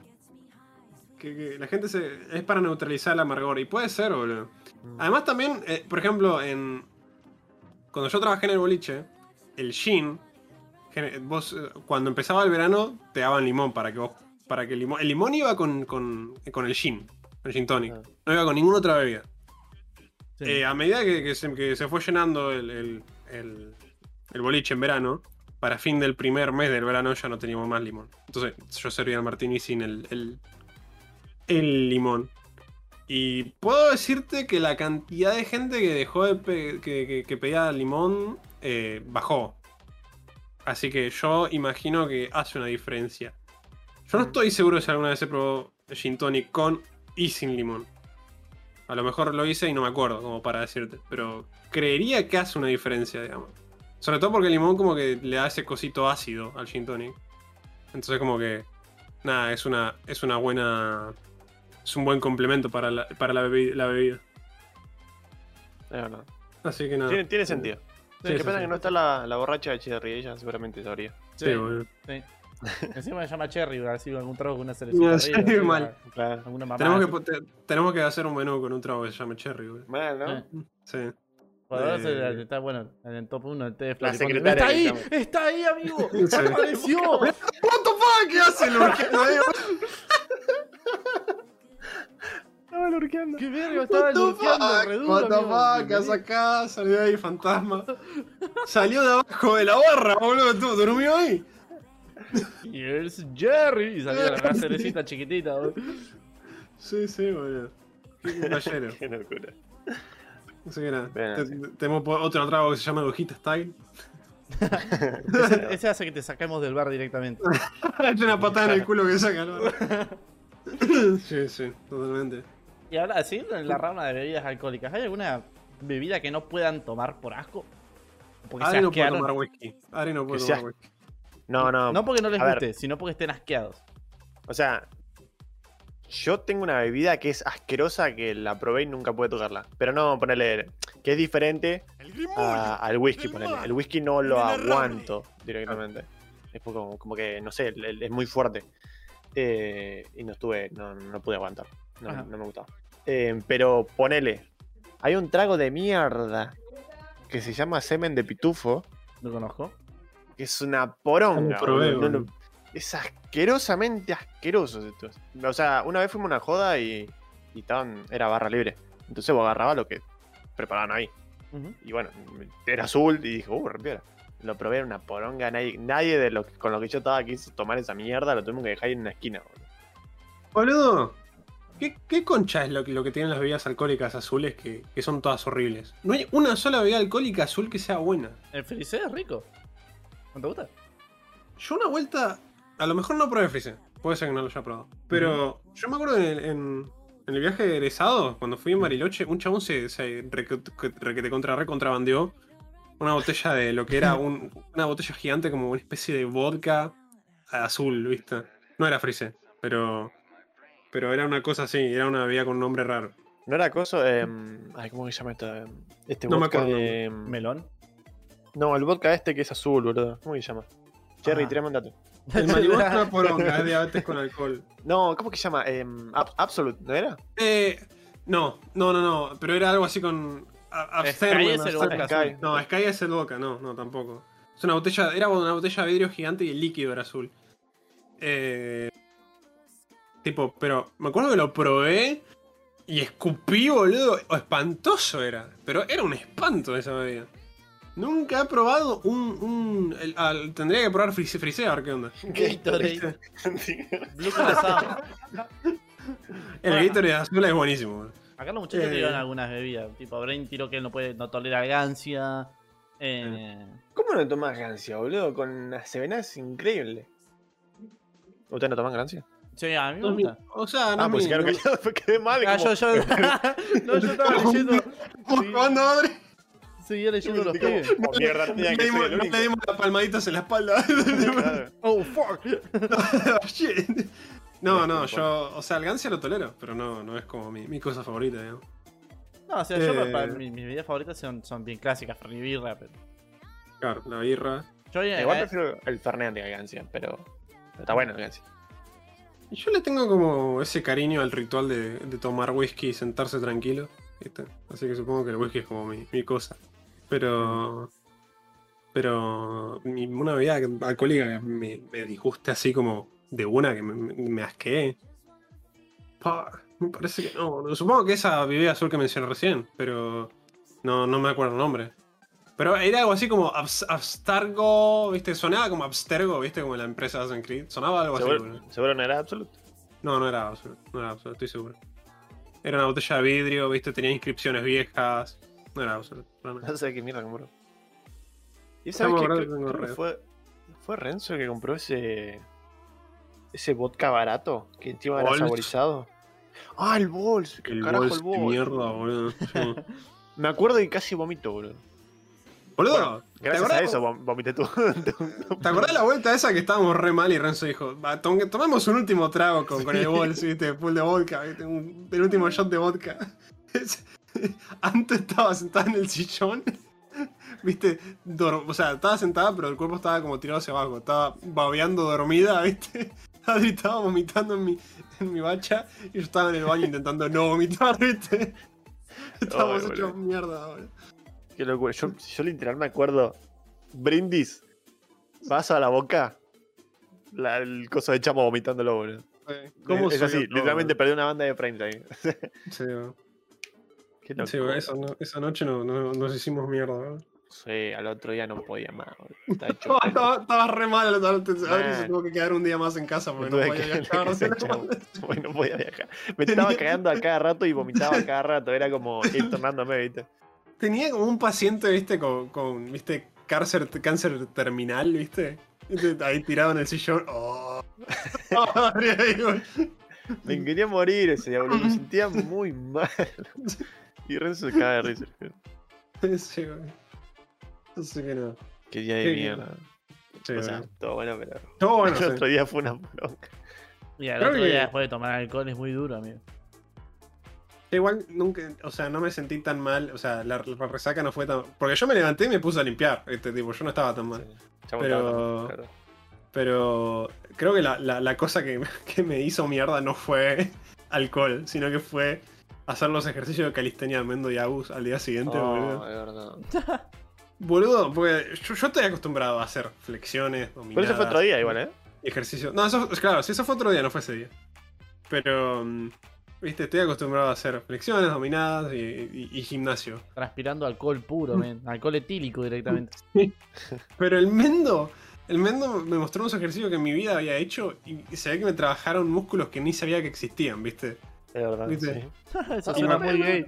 Speaker 3: que, que la gente se, es para neutralizar el amargor. Y puede ser, boludo. Además también, eh, por ejemplo, en cuando yo trabajé en el boliche, el gin, gen- vos eh, cuando empezaba el verano te daban limón para que vos, para que el limón, el limón iba con, con, con el gin, el gin tonic,
Speaker 1: Ah.
Speaker 3: no iba con ninguna otra bebida.
Speaker 2: Sí.
Speaker 3: Eh, a medida que, que se, que se fue llenando el, el, el- el boliche en verano, para fin del primer mes del verano ya no teníamos más limón. Entonces yo servía el martini sin el, el, el limón. Y puedo decirte que la cantidad de gente que dejó de pe- que, que- que pedía limón eh, bajó. Así que yo imagino que hace una diferencia. Yo no estoy seguro si alguna vez he probado gin tonic con y sin limón. A lo mejor lo hice y no me acuerdo, como para decirte. Pero creería que hace una diferencia, digamos. Sobre todo porque el limón como que le da ese cosito ácido al gin tonic. Entonces como que... Nada, es una, es una buena... Es un buen complemento para la, para la, bebi- la bebida.
Speaker 1: Es verdad.
Speaker 3: Así que nada.
Speaker 1: Tiene, tiene sentido.
Speaker 3: Sí,
Speaker 1: Qué
Speaker 3: sí,
Speaker 1: pena
Speaker 3: sí.
Speaker 1: que no está la, la borracha de Cherry, ella seguramente sabría.
Speaker 3: Sí,
Speaker 2: Sí,
Speaker 3: boludo.
Speaker 2: sí. Encima se llama Cherry, así algún trago con una cervecita
Speaker 3: No,
Speaker 2: arriba,
Speaker 3: sí,
Speaker 2: así,
Speaker 3: mal.
Speaker 1: Claro.
Speaker 2: alguna mamá.
Speaker 3: Tenemos que, po- te- tenemos que hacer un menú con un trago que se llame Cherry, boludo.
Speaker 1: Mal, ¿no?
Speaker 2: Sí.
Speaker 3: Sí.
Speaker 2: Por ahora
Speaker 3: Eh,
Speaker 2: se- está bueno, en el top uno el té de
Speaker 1: La
Speaker 2: Floripondio.
Speaker 1: secretaria
Speaker 2: ¡Está
Speaker 1: que
Speaker 2: ahí!
Speaker 1: llama.
Speaker 2: ¡Está ahí, amigo!
Speaker 3: Sí.
Speaker 2: ¡Apareció!
Speaker 3: What the fuck? ¿Qué hace el urgiendo ahí?
Speaker 1: Estaba lurqueando.
Speaker 2: ¡Qué verga! Estaba lurkeando re duro,
Speaker 3: What the
Speaker 2: amigo.
Speaker 3: fuck? ¿Qué hace acá? Salió de ahí fantasma. Salió de abajo de la barra, boludo. ¿Tú durmió ahí?
Speaker 2: Y es Jerry. Y salió una cervecita chiquitita, boludo.
Speaker 3: Sí, sí, boludo. Qué caballero.
Speaker 1: Qué locura.
Speaker 3: Así que nada.
Speaker 1: Bien,
Speaker 3: te-
Speaker 1: sí.
Speaker 3: te- Tenemos po- otro trago que se llama Hojita Style.
Speaker 2: Ese, ese hace que te saquemos del bar directamente.
Speaker 3: Es una patada en el culo que saca, ¿no? Sí, sí, totalmente.
Speaker 2: Y ahora, siguiendo en la rama de bebidas alcohólicas, ¿hay alguna bebida que no puedan tomar por asco? Porque se
Speaker 3: Adri no puede
Speaker 2: asquearon.
Speaker 3: tomar whisky. Adri no puede
Speaker 1: Que
Speaker 3: tomar
Speaker 1: sea-
Speaker 3: whisky.
Speaker 1: No, no.
Speaker 2: No porque no les
Speaker 1: a ver,
Speaker 2: guste, sino porque estén asqueados.
Speaker 1: O sea, yo tengo una bebida que es asquerosa que la probé y nunca pude tocarla. Pero no, ponerle que es diferente a- al whisky, ponele. El whisky no lo aguanto directamente. Es como, como que, no sé, el- el- es muy fuerte. Eh, y no estuve, no, no pude aguantar. No,
Speaker 2: Ajá.
Speaker 1: no me gustaba. Eh, pero ponele, hay un trago de mierda que se llama semen de pitufo,
Speaker 2: Lo conozco.
Speaker 1: que es una poronga.
Speaker 3: Lo probé,
Speaker 1: boludo. No, no,
Speaker 3: boludo.
Speaker 1: es asquerosamente asqueroso esto. O sea, una vez fuimos a una joda y, y estaban, era barra libre. Entonces vos agarrabas lo que preparaban ahí.
Speaker 2: Ujú.
Speaker 1: Y bueno, era azul y dije, uh, repiola. Lo probé, era una poronga. Nadie, nadie de lo, con lo que yo estaba quiso tomar esa mierda, lo tuvimos que dejar ahí en una esquina, boludo.
Speaker 3: Boludo, ¿qué, qué concha es lo, que- lo que tienen las bebidas alcohólicas azules que, que son todas horribles? No hay una sola bebida alcohólica azul que sea buena.
Speaker 2: El frisé es rico. ¿No te gusta?
Speaker 3: Yo una vuelta, a lo mejor no probé frisé, puede ser que no lo haya probado. Pero yo me acuerdo en el, en- en el viaje de egresado, cuando fui en Bariloche, un chabón se, se reque- requete contra recontrabandeó una botella de lo que era un- una botella gigante como una especie de vodka azul, ¿viste? No era frisé, pero, pero era una cosa así, era una bebida con un nombre raro.
Speaker 1: ¿No era acoso? Em, ay, ¿cómo se llama esto? Em, Este
Speaker 3: No me
Speaker 1: vodka
Speaker 3: acuerdo.
Speaker 1: de. em,
Speaker 2: Melón.
Speaker 1: No, el vodka este que es azul, boludo. ¿Cómo se llama? Cherry,
Speaker 2: Ah.
Speaker 1: tirame un dato.
Speaker 3: El Malibu es una poronga, es diabetes con alcohol.
Speaker 1: No, ¿cómo que se llama? Em, Ab- Absolute, ¿no era?
Speaker 3: Eh, no, no, no, no, pero era algo así con... a-
Speaker 2: Sky
Speaker 3: Abstergo,
Speaker 2: es
Speaker 3: no,
Speaker 2: el
Speaker 3: Abstergo.
Speaker 2: vodka
Speaker 1: Sky.
Speaker 2: azul.
Speaker 3: No, Sky es el vodka, no, no, tampoco. Es una botella, era una botella de vidrio gigante y el líquido era azul. Eh, tipo, pero me acuerdo que lo probé y escupí, boludo. O espantoso era, pero era un espanto esa bebida. Nunca he probado un... un el- al- tendría que probar frise, frise a ver qué onda.
Speaker 2: Gatorade. Blue colorado.
Speaker 3: El Gatorade azul es buenísimo, boludo.
Speaker 2: Acá los muchachos
Speaker 3: Eh.
Speaker 2: tiraron algunas bebidas. Tipo, Brain tiró que él no puede, no tolera gancia. Eh,
Speaker 1: ¿Cómo no tomás gancia, boludo? Con la Sevena es increíble. ¿Ustedes no toman gancia?
Speaker 2: sí, a mí me
Speaker 3: No es mi-
Speaker 2: gusta.
Speaker 3: O sea, no
Speaker 1: Ah,
Speaker 3: es
Speaker 1: pues
Speaker 3: mi-
Speaker 1: se quedaron
Speaker 3: no-
Speaker 1: callados, fue quedé mal.
Speaker 2: Ah,
Speaker 1: como-
Speaker 2: yo, yo. no, yo estaba leyendo.
Speaker 3: ¿Cómo
Speaker 2: Sí.
Speaker 3: jugando, Adri?
Speaker 2: Seguía leyendo los
Speaker 1: Como,
Speaker 2: pibes.
Speaker 1: oh, mierda,
Speaker 3: No
Speaker 1: tenía
Speaker 3: le
Speaker 1: que ser
Speaker 3: dimos,
Speaker 1: el
Speaker 3: no
Speaker 1: único.
Speaker 3: le dimos las palmaditas en la espalda.
Speaker 1: Claro.
Speaker 2: Oh, fuck.
Speaker 3: Shit. No, no, yo, o sea, el Gancia lo tolero, pero no, no es como mi, mi cosa favorita, digamos.
Speaker 2: No, o sea, yo
Speaker 3: Eh.
Speaker 2: para- mis, mis bebidas favoritas son, son bien clásicas, Fernet Birra, pero.
Speaker 3: Claro, la birra.
Speaker 2: Yo eh,
Speaker 1: Igual
Speaker 2: eh,
Speaker 1: prefiero el Fernet antes que el gancia, pero, pero está bueno el gancia.
Speaker 3: Y yo le tengo como ese cariño al ritual de, de tomar whisky y sentarse tranquilo, ¿viste? Así que supongo que el whisky es como mi, mi cosa. Pero... Pero... mi- una bebida alcohólica que me, me disguste así como de una, que me, me, me asqueé. Pa, me parece que no. Supongo que esa bebida azul que mencioné recién, pero... No, no me acuerdo el nombre. Pero era algo así como abs- Abstergo, ¿viste? Sonaba como Abstergo, ¿viste? Como la empresa Assassin's Creed. Sonaba algo así.
Speaker 1: ¿Seguro,
Speaker 3: boludo.
Speaker 1: seguro no era absoluto?
Speaker 3: No, no era Absolute, no era Absolute, estoy seguro. Era una botella de vidrio, ¿viste? Tenía inscripciones viejas. No era Absolute, no, no.
Speaker 1: No sé qué mierda compró. ¿Y
Speaker 3: Estamos
Speaker 1: sabes que
Speaker 3: hablando
Speaker 1: creo,
Speaker 3: de tengo
Speaker 1: creo que
Speaker 3: red.
Speaker 1: fue, fue Renzo el que compró ese ese vodka barato que encima era
Speaker 3: Bols.
Speaker 1: saborizado? Ah, el Bols, qué
Speaker 3: El
Speaker 1: carajo
Speaker 3: bols
Speaker 1: el
Speaker 3: de
Speaker 1: Bols.
Speaker 3: mierda, boludo. Sí.
Speaker 1: Me acuerdo y casi vomito, boludo.
Speaker 3: Boludo,
Speaker 1: Bueno,
Speaker 3: ¿te
Speaker 1: gracias
Speaker 3: acordás-
Speaker 1: a eso vom- vomité tú.
Speaker 3: ¿Te acordás de la vuelta esa que estábamos re mal y Renzo dijo, "Va, tom- tomemos un último trago con, con el bols, ¿viste? Full de vodka, ¿viste? Un- el último shot de vodka. Antes estaba sentada en el sillón, ¿viste? Dor- o sea, estaba sentada, pero el cuerpo estaba como tirado hacia abajo. Estaba babeando dormida, ¿viste? Adri estaba vomitando en mi, en mi bacha y yo estaba en el baño intentando no vomitar, ¿viste? Estábamos
Speaker 1: Ay,
Speaker 3: hechos
Speaker 1: boludo.
Speaker 3: mierda, boludo.
Speaker 1: Qué locura. Yo, yo literal me acuerdo. Brindis. Vaso a la boca. La- el coso de chamo vomitándolo, boludo.
Speaker 3: ¿Cómo
Speaker 1: es
Speaker 3: soy
Speaker 1: así,
Speaker 3: otro,
Speaker 1: literalmente
Speaker 3: boludo?
Speaker 1: perdí una banda de frames ahí.
Speaker 3: Sí, boludo.
Speaker 1: Qué
Speaker 3: Sí,
Speaker 1: locura.
Speaker 3: esa, no- esa noche no, no- nos hicimos mierda, boludo.
Speaker 1: Sí, al otro día no podía más, boludo. Estaba hecho
Speaker 3: No,
Speaker 1: pelo.
Speaker 3: estaba, estaba re mal. Adri se
Speaker 1: Man.
Speaker 3: tuvo que quedar un día más en casa
Speaker 1: Me
Speaker 3: porque no
Speaker 1: tuve
Speaker 3: podía
Speaker 1: que-
Speaker 3: viajar.
Speaker 1: que se echaba. Porque no podía viajar. Me estaba cagando a cada rato y vomitaba a cada rato. Era como ir tornándome, ¿viste?
Speaker 3: Tenía como un paciente, viste, con, con viste, cáncer, cáncer terminal, viste. Viste, ahí tirado en el sillón. Oh. Adri ahí, güey.
Speaker 1: Me quería morir ese día, boludo. Me sentía muy mal. Y Renzo se caga de risa.
Speaker 3: Sí, güey. No sé qué no.
Speaker 1: Qué día de
Speaker 3: Qué
Speaker 1: mierda.
Speaker 3: Sí,
Speaker 1: O sea,
Speaker 3: güey.
Speaker 1: todo bueno, pero.
Speaker 3: Todo bueno,
Speaker 1: El
Speaker 3: sí.
Speaker 1: otro día fue una bronca.
Speaker 2: Y al
Speaker 3: Creo
Speaker 2: otro
Speaker 3: que-
Speaker 2: día después de tomar alcohol es muy duro, amigo.
Speaker 3: Igual nunca, o sea, no me sentí tan mal, o sea, la, la resaca no fue tan... Porque yo me levanté y me puse a limpiar, este tipo, yo no estaba tan mal.
Speaker 1: Sí. Chamo,
Speaker 3: Pero-
Speaker 1: estaba tan- claro.
Speaker 3: Pero creo que la, la- la cosa que, que me hizo mierda no fue alcohol, sino que fue hacer los ejercicios de calistenia de Mendo y Agus al día siguiente,
Speaker 1: Oh,
Speaker 3: boludo.
Speaker 1: de verdad.
Speaker 3: Boludo, porque yo, yo estoy acostumbrado a hacer flexiones, dominadas...
Speaker 1: Pero eso fue otro día igual, ¿eh?
Speaker 3: Ejercicio. No, eso, claro, sí, eso fue otro día, no fue ese día. Pero, mm, viste, estoy acostumbrado a hacer flexiones, dominadas y, y- y gimnasio.
Speaker 2: Transpirando alcohol puro, men. Alcohol etílico directamente.
Speaker 3: Pero el Mendo, el Mendo me mostró unos ejercicios que en mi vida había hecho y se ve que me trabajaron músculos que ni sabía que existían, viste.
Speaker 1: De verdad,
Speaker 3: ¿Viste?
Speaker 1: sí.
Speaker 2: Eso suena muy gay.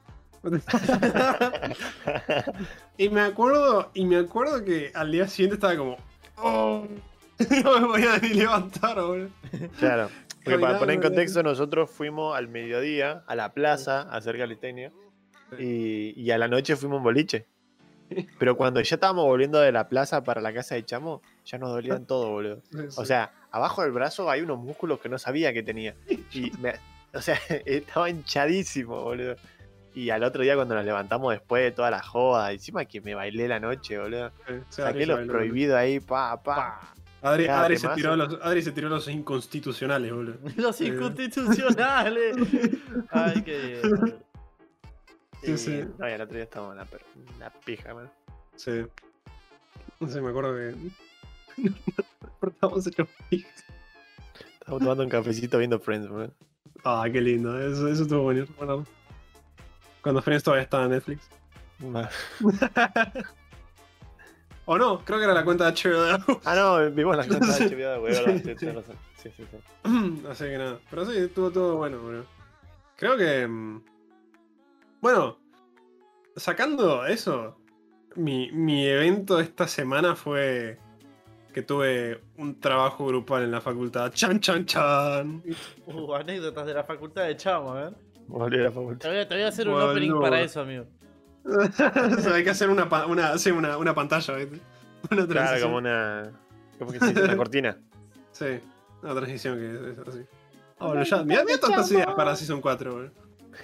Speaker 3: Y me acuerdo, y me acuerdo que al día siguiente estaba como, oh, no me voy a ni levantar, boludo.
Speaker 1: Claro. Porque para
Speaker 3: Caminaba,
Speaker 1: poner en
Speaker 3: boludo.
Speaker 1: contexto, nosotros fuimos al mediodía a la plaza a hacer calistenia y, y a la noche fuimos a un boliche. Pero cuando ya estábamos volviendo de la plaza para la casa de Chamo, ya nos dolían todo, boludo. O sea, abajo del brazo hay unos músculos que no sabía que tenía. Y me- o sea, estaba hinchadísimo, boludo. Y al otro día cuando nos levantamos después de toda la joda, encima que me bailé la noche, boludo. Saqué los prohibidos ahí, pa, pa.
Speaker 3: Adri,
Speaker 1: Cada
Speaker 3: Adri se
Speaker 1: temazo.
Speaker 3: tiró los, Adri se tiró los inconstitucionales, boludo.
Speaker 2: Los
Speaker 3: Eh.
Speaker 2: inconstitucionales. Ay, qué bien. boludo.
Speaker 3: Sí,
Speaker 1: Y-
Speaker 3: sí.
Speaker 1: No, y al otro día estábamos en la, per- en la pija, man.
Speaker 3: Sí. No sé, me acuerdo que. Estábamos hechos pijas.
Speaker 1: Estábamos tomando un cafecito viendo Friends, boludo.
Speaker 3: Ah, qué lindo. Eso, eso estuvo bonito. Bueno, cuando Friends todavía estaba en Netflix.
Speaker 1: Ma-
Speaker 3: O no, creo que era la cuenta de H B O de Agus.
Speaker 1: Ah, no, vimos la cuenta de H B O, güey,
Speaker 3: Sí,
Speaker 1: ¿verdad? Sí,
Speaker 3: sí.
Speaker 1: tenés razón. Sí, sí, sí.
Speaker 3: Así que nada. Pero sí, estuvo todo bueno, boludo. Creo que. mm, Bueno, sacando eso, mi, mi evento esta semana fue que tuve un trabajo grupal en la facultad. ¡Chan, chan, chan!
Speaker 2: Uh, anécdotas de la facultad de Chamo, ¿eh?
Speaker 1: Volví a la
Speaker 2: Te
Speaker 1: facultad.
Speaker 2: voy a, te voy a hacer un
Speaker 3: Boludo.
Speaker 2: opening para eso, amigo.
Speaker 3: O sea, hay que hacer una, pa- una, sí, una, una pantalla, ¿viste? Una
Speaker 1: Claro,
Speaker 3: transición.
Speaker 1: como una. ¿Cómo que se dice? Una cortina.
Speaker 3: Sí, una transición que es así. Ah, bueno, ya. Mira, mira tantas ideas para Season cuatro, boludo.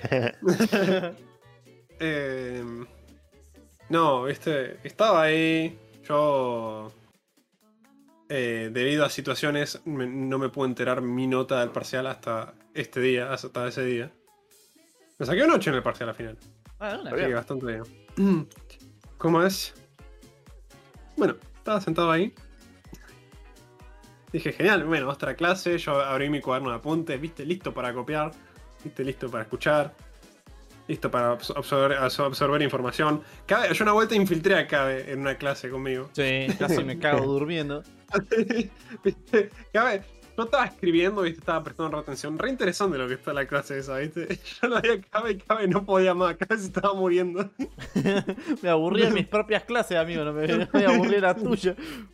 Speaker 3: Eh, no, viste, estaba ahí. Yo. eh, debido a situaciones, me- no me pude enterar mi nota del parcial hasta este día, hasta ese día. Me saqué un ocho en el parcial al final.
Speaker 2: Ah, de una.
Speaker 3: Así que bastante bien. ¿Cómo es? Bueno, estaba sentado ahí. Dije, genial, bueno, otra clase. Yo abrí mi cuaderno de apuntes, viste, listo para copiar, viste, listo para escuchar, listo para abs- absorber, absor- absorber información. Cabe, yo una vuelta infiltré a Cabe en una clase conmigo.
Speaker 2: Sí, casi me cago durmiendo.
Speaker 3: ¿Viste? Cabe, yo estaba escribiendo, viste, estaba prestando atención. Re interesante lo que está en la clase esa, viste. Yo lo veía a Cabe y Cabe no podía más, Cabe se estaba muriendo.
Speaker 2: Me aburrí en mis propias clases, amigo. No me, no me aburrí en la tuya.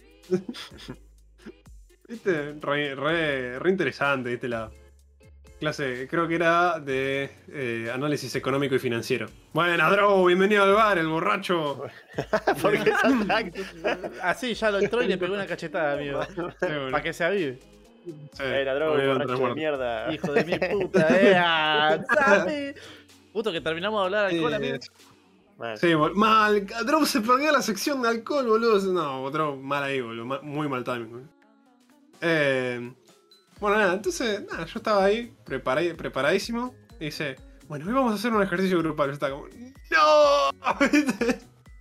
Speaker 3: Viste, re, re, re interesante, viste, la clase, creo que era de eh, análisis económico y financiero. Bueno, Drow, bienvenido al bar, el borracho.
Speaker 1: ¿Por qué esa ataque?
Speaker 2: Así ya lo entró y le pegó una cachetada, amigo.
Speaker 3: Sí, boludo.
Speaker 2: Para que se avive.
Speaker 3: Sí,
Speaker 1: Eh, ladrón,
Speaker 3: volvieron
Speaker 1: borracho
Speaker 3: tres
Speaker 1: de
Speaker 3: muertos.
Speaker 1: mierda.
Speaker 2: Hijo de mi puta, eh. ah, ¿sabe? Puto que terminamos de hablar de alcohol,
Speaker 3: Eh,
Speaker 2: amigo.
Speaker 1: Man,
Speaker 3: Sí, bol- mal, Drow se perdió la sección de alcohol, boludo. No, Drow, mal ahí, boludo, ma- muy mal timing, boludo. Eh, bueno, nada, entonces, nada, yo estaba ahí, preparé- preparadísimo, y dice, bueno, hoy vamos a hacer un ejercicio grupal. Yo estaba como, ¡no! ¿Viste?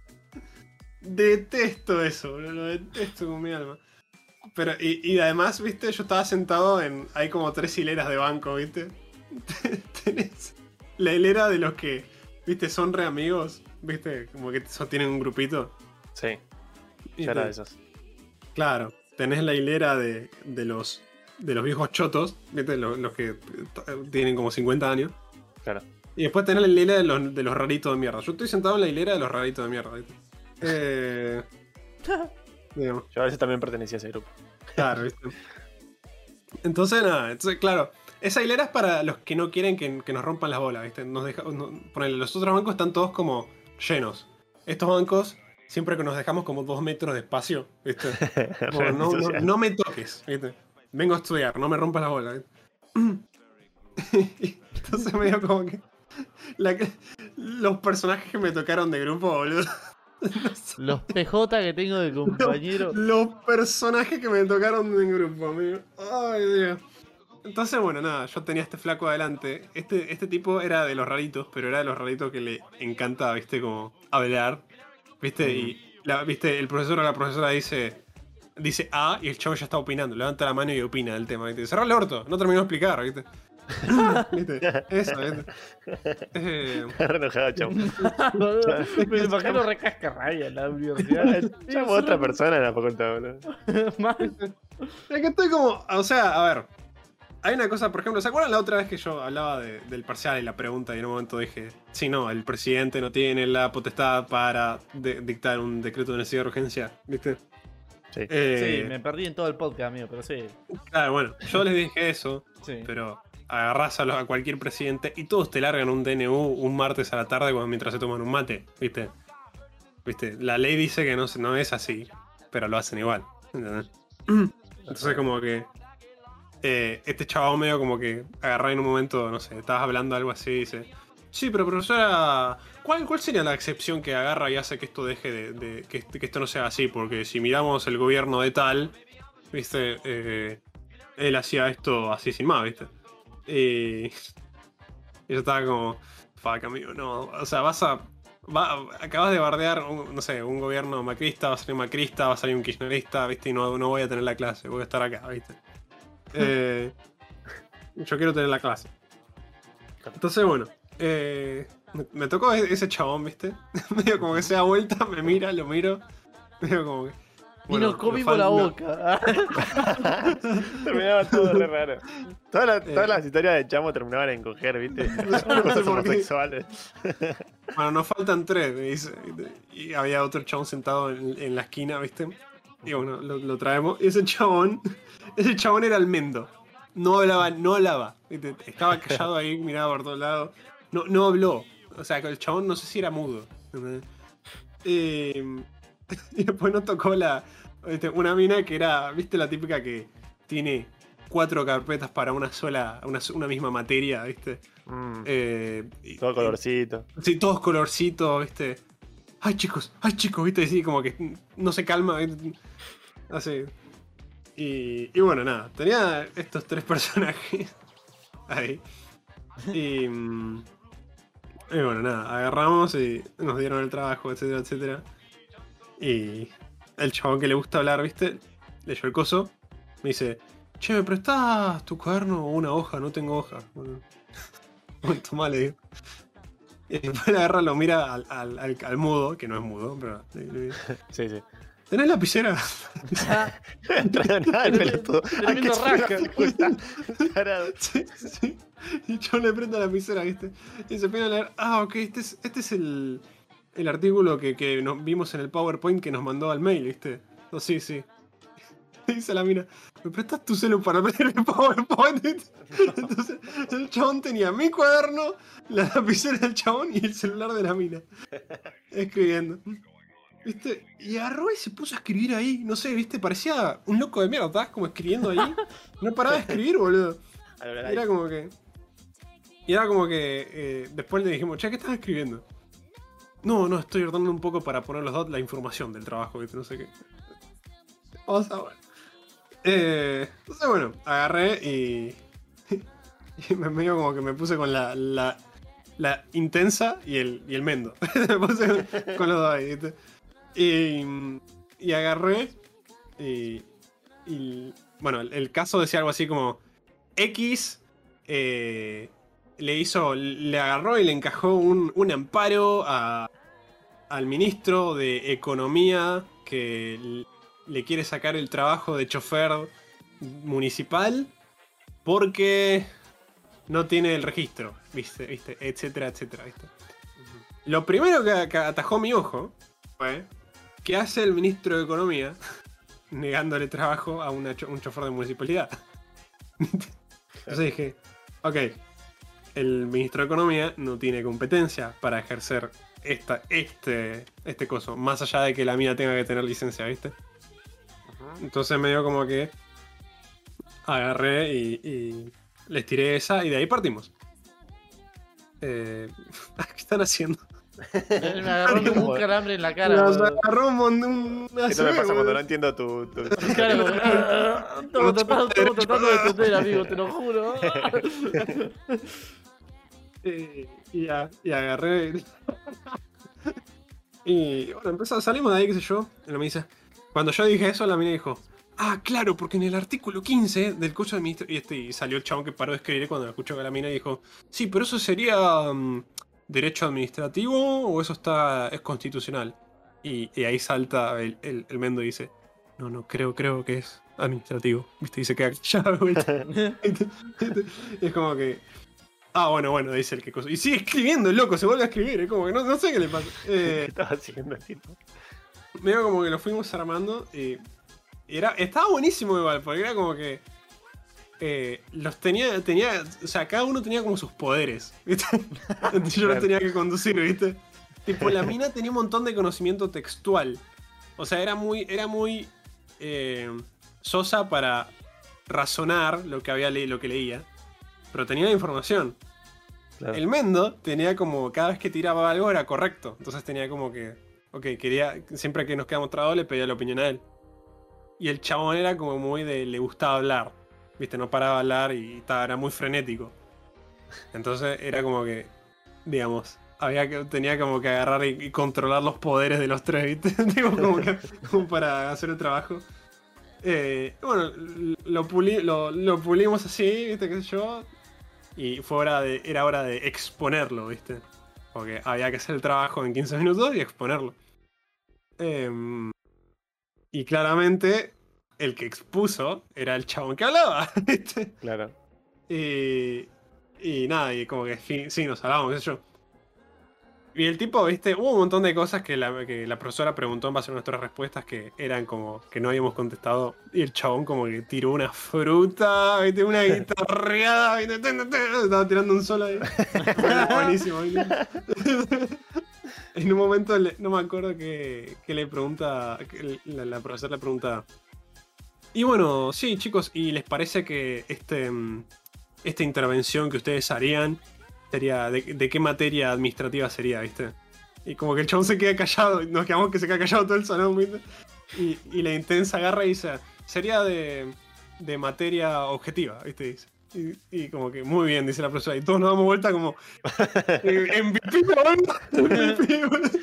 Speaker 3: Detesto eso, boludo, lo detesto con mi alma. Pero, y, y además, viste, yo estaba sentado en, hay como tres hileras de banco, viste. Tenés la hilera de los que, viste, son re amigos, viste, como que so- tienen un grupito.
Speaker 1: sí,
Speaker 3: Y
Speaker 1: ya era
Speaker 3: te-
Speaker 1: de esos.
Speaker 3: Claro, tenés la hilera de, de los de los viejos chotos, ¿viste? Los, los que t- tienen como cincuenta años.
Speaker 1: Claro.
Speaker 3: Y después tenés la hilera de los, de los raritos de mierda. Yo estoy sentado en la hilera de los raritos de mierda, ¿viste? Eh, digamos,
Speaker 1: Yo a veces también pertenecía a ese grupo.
Speaker 3: claro, ¿viste? Entonces, nada, entonces, claro, esa hilera es para los que no quieren que, que nos rompan las bolas, ¿viste? Nos deja, no, ponele, los otros bancos están todos como llenos. Estos bancos, siempre que nos dejamos como dos metros de espacio, ¿viste? Como, no, no, no me toques, ¿viste? Vengo a estudiar, no me rompas la bola, ¿viste? Entonces me dio como que, la, los personajes que me tocaron de grupo, boludo.
Speaker 2: Los P J que tengo de compañero.
Speaker 3: Los, los personajes que me tocaron de grupo, amigo. Ay, Dios. Entonces, bueno, nada, yo tenía este flaco adelante. Este, este tipo era de los raritos, pero era de los raritos que le encanta, viste, como hablar. Viste, mm. y la, viste, el profesor o la profesora dice dice A y el chavo ya está opinando. Levanta la mano y opina del tema, viste. Cerrá el orto, no terminó de explicar, viste. ¿Viste? Eso, ¿viste? Eh...
Speaker 1: Re enojado, chavo.
Speaker 2: Me imagino recasca raya en la universidad.
Speaker 1: Chamo otra persona en la facultad, boludo.
Speaker 3: Es que estoy como, o sea, a ver. Hay una cosa, por ejemplo, ¿se acuerdan la otra vez que yo hablaba de, del parcial y la pregunta y en un momento dije, sí, no, el presidente no tiene la potestad para de, dictar un decreto de necesidad de urgencia, ¿viste?
Speaker 2: Sí. Eh, sí, me perdí en todo el podcast, amigo, pero sí.
Speaker 3: Claro, bueno, yo les dije eso,
Speaker 2: sí.
Speaker 3: Pero agarrás a, los, a cualquier presidente y todos te largan un D N U un martes a la tarde cuando, mientras se toman un mate, ¿viste? ¿Viste? La ley dice que no, no es así, pero lo hacen igual, ¿entendés? Entonces como que... Eh, este chaval medio como que agarrá en un momento, no sé, estabas hablando algo así y dice, sí, pero profesora, ¿cuál, ¿cuál sería la excepción que agarra y hace que esto deje de, de que, que esto no sea así? Porque si miramos el gobierno de tal, viste, eh, él hacía esto así sin más, viste. Y, y yo estaba como, fuck, amigo, no, o sea, vas a, va, acabas de bardear, un, no sé, un gobierno macrista, va a salir un macrista, va a salir un kirchnerista, viste, y no, no voy a tener la clase, voy a estar acá, viste. Eh, yo quiero tener la clase. Entonces, bueno, eh, me, me tocó ese chabón, ¿viste? Medio como que se da vuelta, me mira, lo miro. Medio como que.
Speaker 2: Bueno, y nos comimos la boca.
Speaker 1: Terminaba todo re raro. Todas las, todas las historias de Chamo terminaban en coger, ¿viste? Cosas homosexuales.
Speaker 3: Bueno, nos faltan tres, me dice. Y había otro chabón sentado en, en la esquina, ¿viste? Y bueno, lo, lo traemos. Y ese chabón, ese chabón era Almendo. No hablaba, no hablaba. ¿Viste? Estaba callado ahí, miraba por todos lados. No, no habló. O sea, el chabón no sé si era mudo. Eh, y después nos tocó la, ¿viste? Una mina que era, ¿viste? La típica que tiene cuatro carpetas para una sola, una, una misma materia, ¿viste?
Speaker 1: Mm.
Speaker 3: Eh,
Speaker 1: Todo colorcito.
Speaker 3: Eh, sí, todos colorcitos, ¿viste? Ay, chicos, ay, chicos, ¿viste? Sí, como que no se calma, ¿viste? Así. Y, y bueno, nada, tenía estos tres personajes ahí. Y, y bueno, nada, agarramos y nos dieron el trabajo, etcétera, etcétera. Y el chabón que le gusta hablar, ¿viste? Leyó el coso, me dice, che, ¿me prestás tu cuaderno o una hoja? No tengo hoja. Bueno, tomá, le digo. Y después la agarra, lo mira al, al, al, al mudo, que no es mudo, pero...
Speaker 1: Sí, sí.
Speaker 3: ¿Tenés lapicera?
Speaker 1: No, nada, el pelotudo.
Speaker 2: Tremendo rasca.
Speaker 3: Sí, sí. Y yo le prendo la lapicera, ¿viste? Y se pone a leer, ah, ok, este es, este es el, el artículo que, que nos vimos en el PowerPoint que nos mandó al mail, ¿viste? Oh, sí, sí. Dice la mina, ¿me prestas tu celu para ver el PowerPoint? Entonces, el chabón tenía mi cuaderno, la lapicera del chabón y el celular de la mina. Escribiendo. ¿Viste? Y agarró y se puso a escribir ahí. No sé, ¿viste? Parecía un loco de mierda, ¿estás? Como escribiendo ahí. No paraba de escribir, boludo. Era como que... Y era como que... Eh, después le dijimos, che, ¿qué estás escribiendo? No, no, estoy ordenando un poco para poner los datos, la información del trabajo, ¿viste? No sé qué. Vamos a ver. Eh, entonces, bueno, agarré y... y me medio como que me puse con la... la, la intensa y el, y el mendo. Me puse con, con los dos ahí, ¿viste? Y, y agarré y, y bueno, el, el caso decía algo así como X eh, le hizo, le agarró y le encajó un, un amparo a, al ministro de Economía que le quiere sacar el trabajo de chofer municipal porque no tiene el registro, ¿viste? ¿Viste? Etcétera, etcétera, ¿viste? Lo primero que, que atajó mi ojo fue ¿qué hace el ministro de Economía negándole trabajo a una, un chofer de municipalidad? Entonces dije, ok, el ministro de Economía no tiene competencia para ejercer esta, este, este coso, más allá de que la mina tenga que tener licencia, ¿viste?
Speaker 4: Ajá.
Speaker 3: Entonces medio como que agarré y, y les tiré esa y de ahí partimos. Eh, ¿Qué están haciendo?
Speaker 2: Me agarró como un calambre en la cara.
Speaker 3: Nos
Speaker 2: boludo.
Speaker 3: agarró un montón.
Speaker 1: Esto me pasa cuando no entiendo tu... tu- tu-
Speaker 2: Claro, estamos tratando, estamos tratando de entender, amigo, te lo juro.
Speaker 3: Eh, y, a- y agarré. Y bueno, empezó, salimos de ahí, qué sé yo. Y me dice. Cuando yo dije eso, la mina dijo. Ah, claro, porque en el artículo quince del curso de ministro. Y, este, y salió el chabón que paró de escribir cuando lo escuchó que la mina y dijo. Sí, pero eso sería mm, derecho administrativo o eso está es constitucional. Y, y ahí salta el, el, el Mendo y dice. No, no, creo, creo que es administrativo. ¿Viste? Y se queda callado de vuelta. Y es como que. Ah, bueno, bueno, dice el que cosa. Y sigue escribiendo, el loco, se vuelve a escribir. Es como que no, no sé qué le pasa.
Speaker 1: ¿Qué
Speaker 3: Eh,
Speaker 1: estaba haciendo el tipo?
Speaker 3: medio como que lo fuimos armando y. y era, estaba buenísimo igual, porque era como que. eh, los tenía, tenía. O sea, cada uno tenía como sus poderes. ¿Viste? Entonces yo los
Speaker 1: Claro.
Speaker 3: tenía que conducir, ¿viste? Tipo, la mina tenía un montón de conocimiento textual. O sea, era muy. Era muy. eh, sosa para razonar lo que había le- lo que leía. Pero tenía la información.
Speaker 1: Claro.
Speaker 3: El Mendo tenía como, cada vez que tiraba algo era correcto. Entonces tenía como que, ok, quería, siempre que nos quedamos trabados le pedía la opinión a él. Y el chabón era como muy de, le gustaba hablar. Viste, no paraba de hablar y estaba, era muy frenético. Entonces era como que, digamos, había que, tenía como que agarrar y, y controlar los poderes de los tres, ¿viste? Digo, como, que, como para hacer el trabajo. Eh, bueno, lo, puli- lo, lo pulimos así, ¿viste? ¿Qué sé yo? Y fue hora de, era hora de exponerlo, ¿viste? Porque había que hacer el trabajo en quince minutos y exponerlo. Em, y claramente el que expuso era el chabón que hablaba, ¿viste?
Speaker 1: Claro.
Speaker 3: Y, y nada, y como que sí, sí, nos hablábamos, qué sé yo. Y el tipo, viste, hubo un montón de cosas que la, que la profesora preguntó en base a nuestras respuestas que eran como que no habíamos contestado. Y el chabón como que tiró una fruta, viste, una guitarreada, viste, ten, ten, ten, estaba tirando un solo ahí. Era buenísimo, viste. En un momento, le- no me acuerdo que, que le pregunta, que la, la profesora le pregunta. Y bueno, sí, chicos, ¿y les parece que este, mm, esta intervención que ustedes harían sería, de, de qué materia administrativa sería, viste? Y como que el chabón se queda callado, y nos quedamos que se queda callado todo el salón, viste. Y, y la intensa agarra y dice, sería de, de materia objetiva, viste, dice. Y, y como que muy bien, dice la profesora, y todos nos damos vuelta como eh, M V P, boludo. M V P, boludo.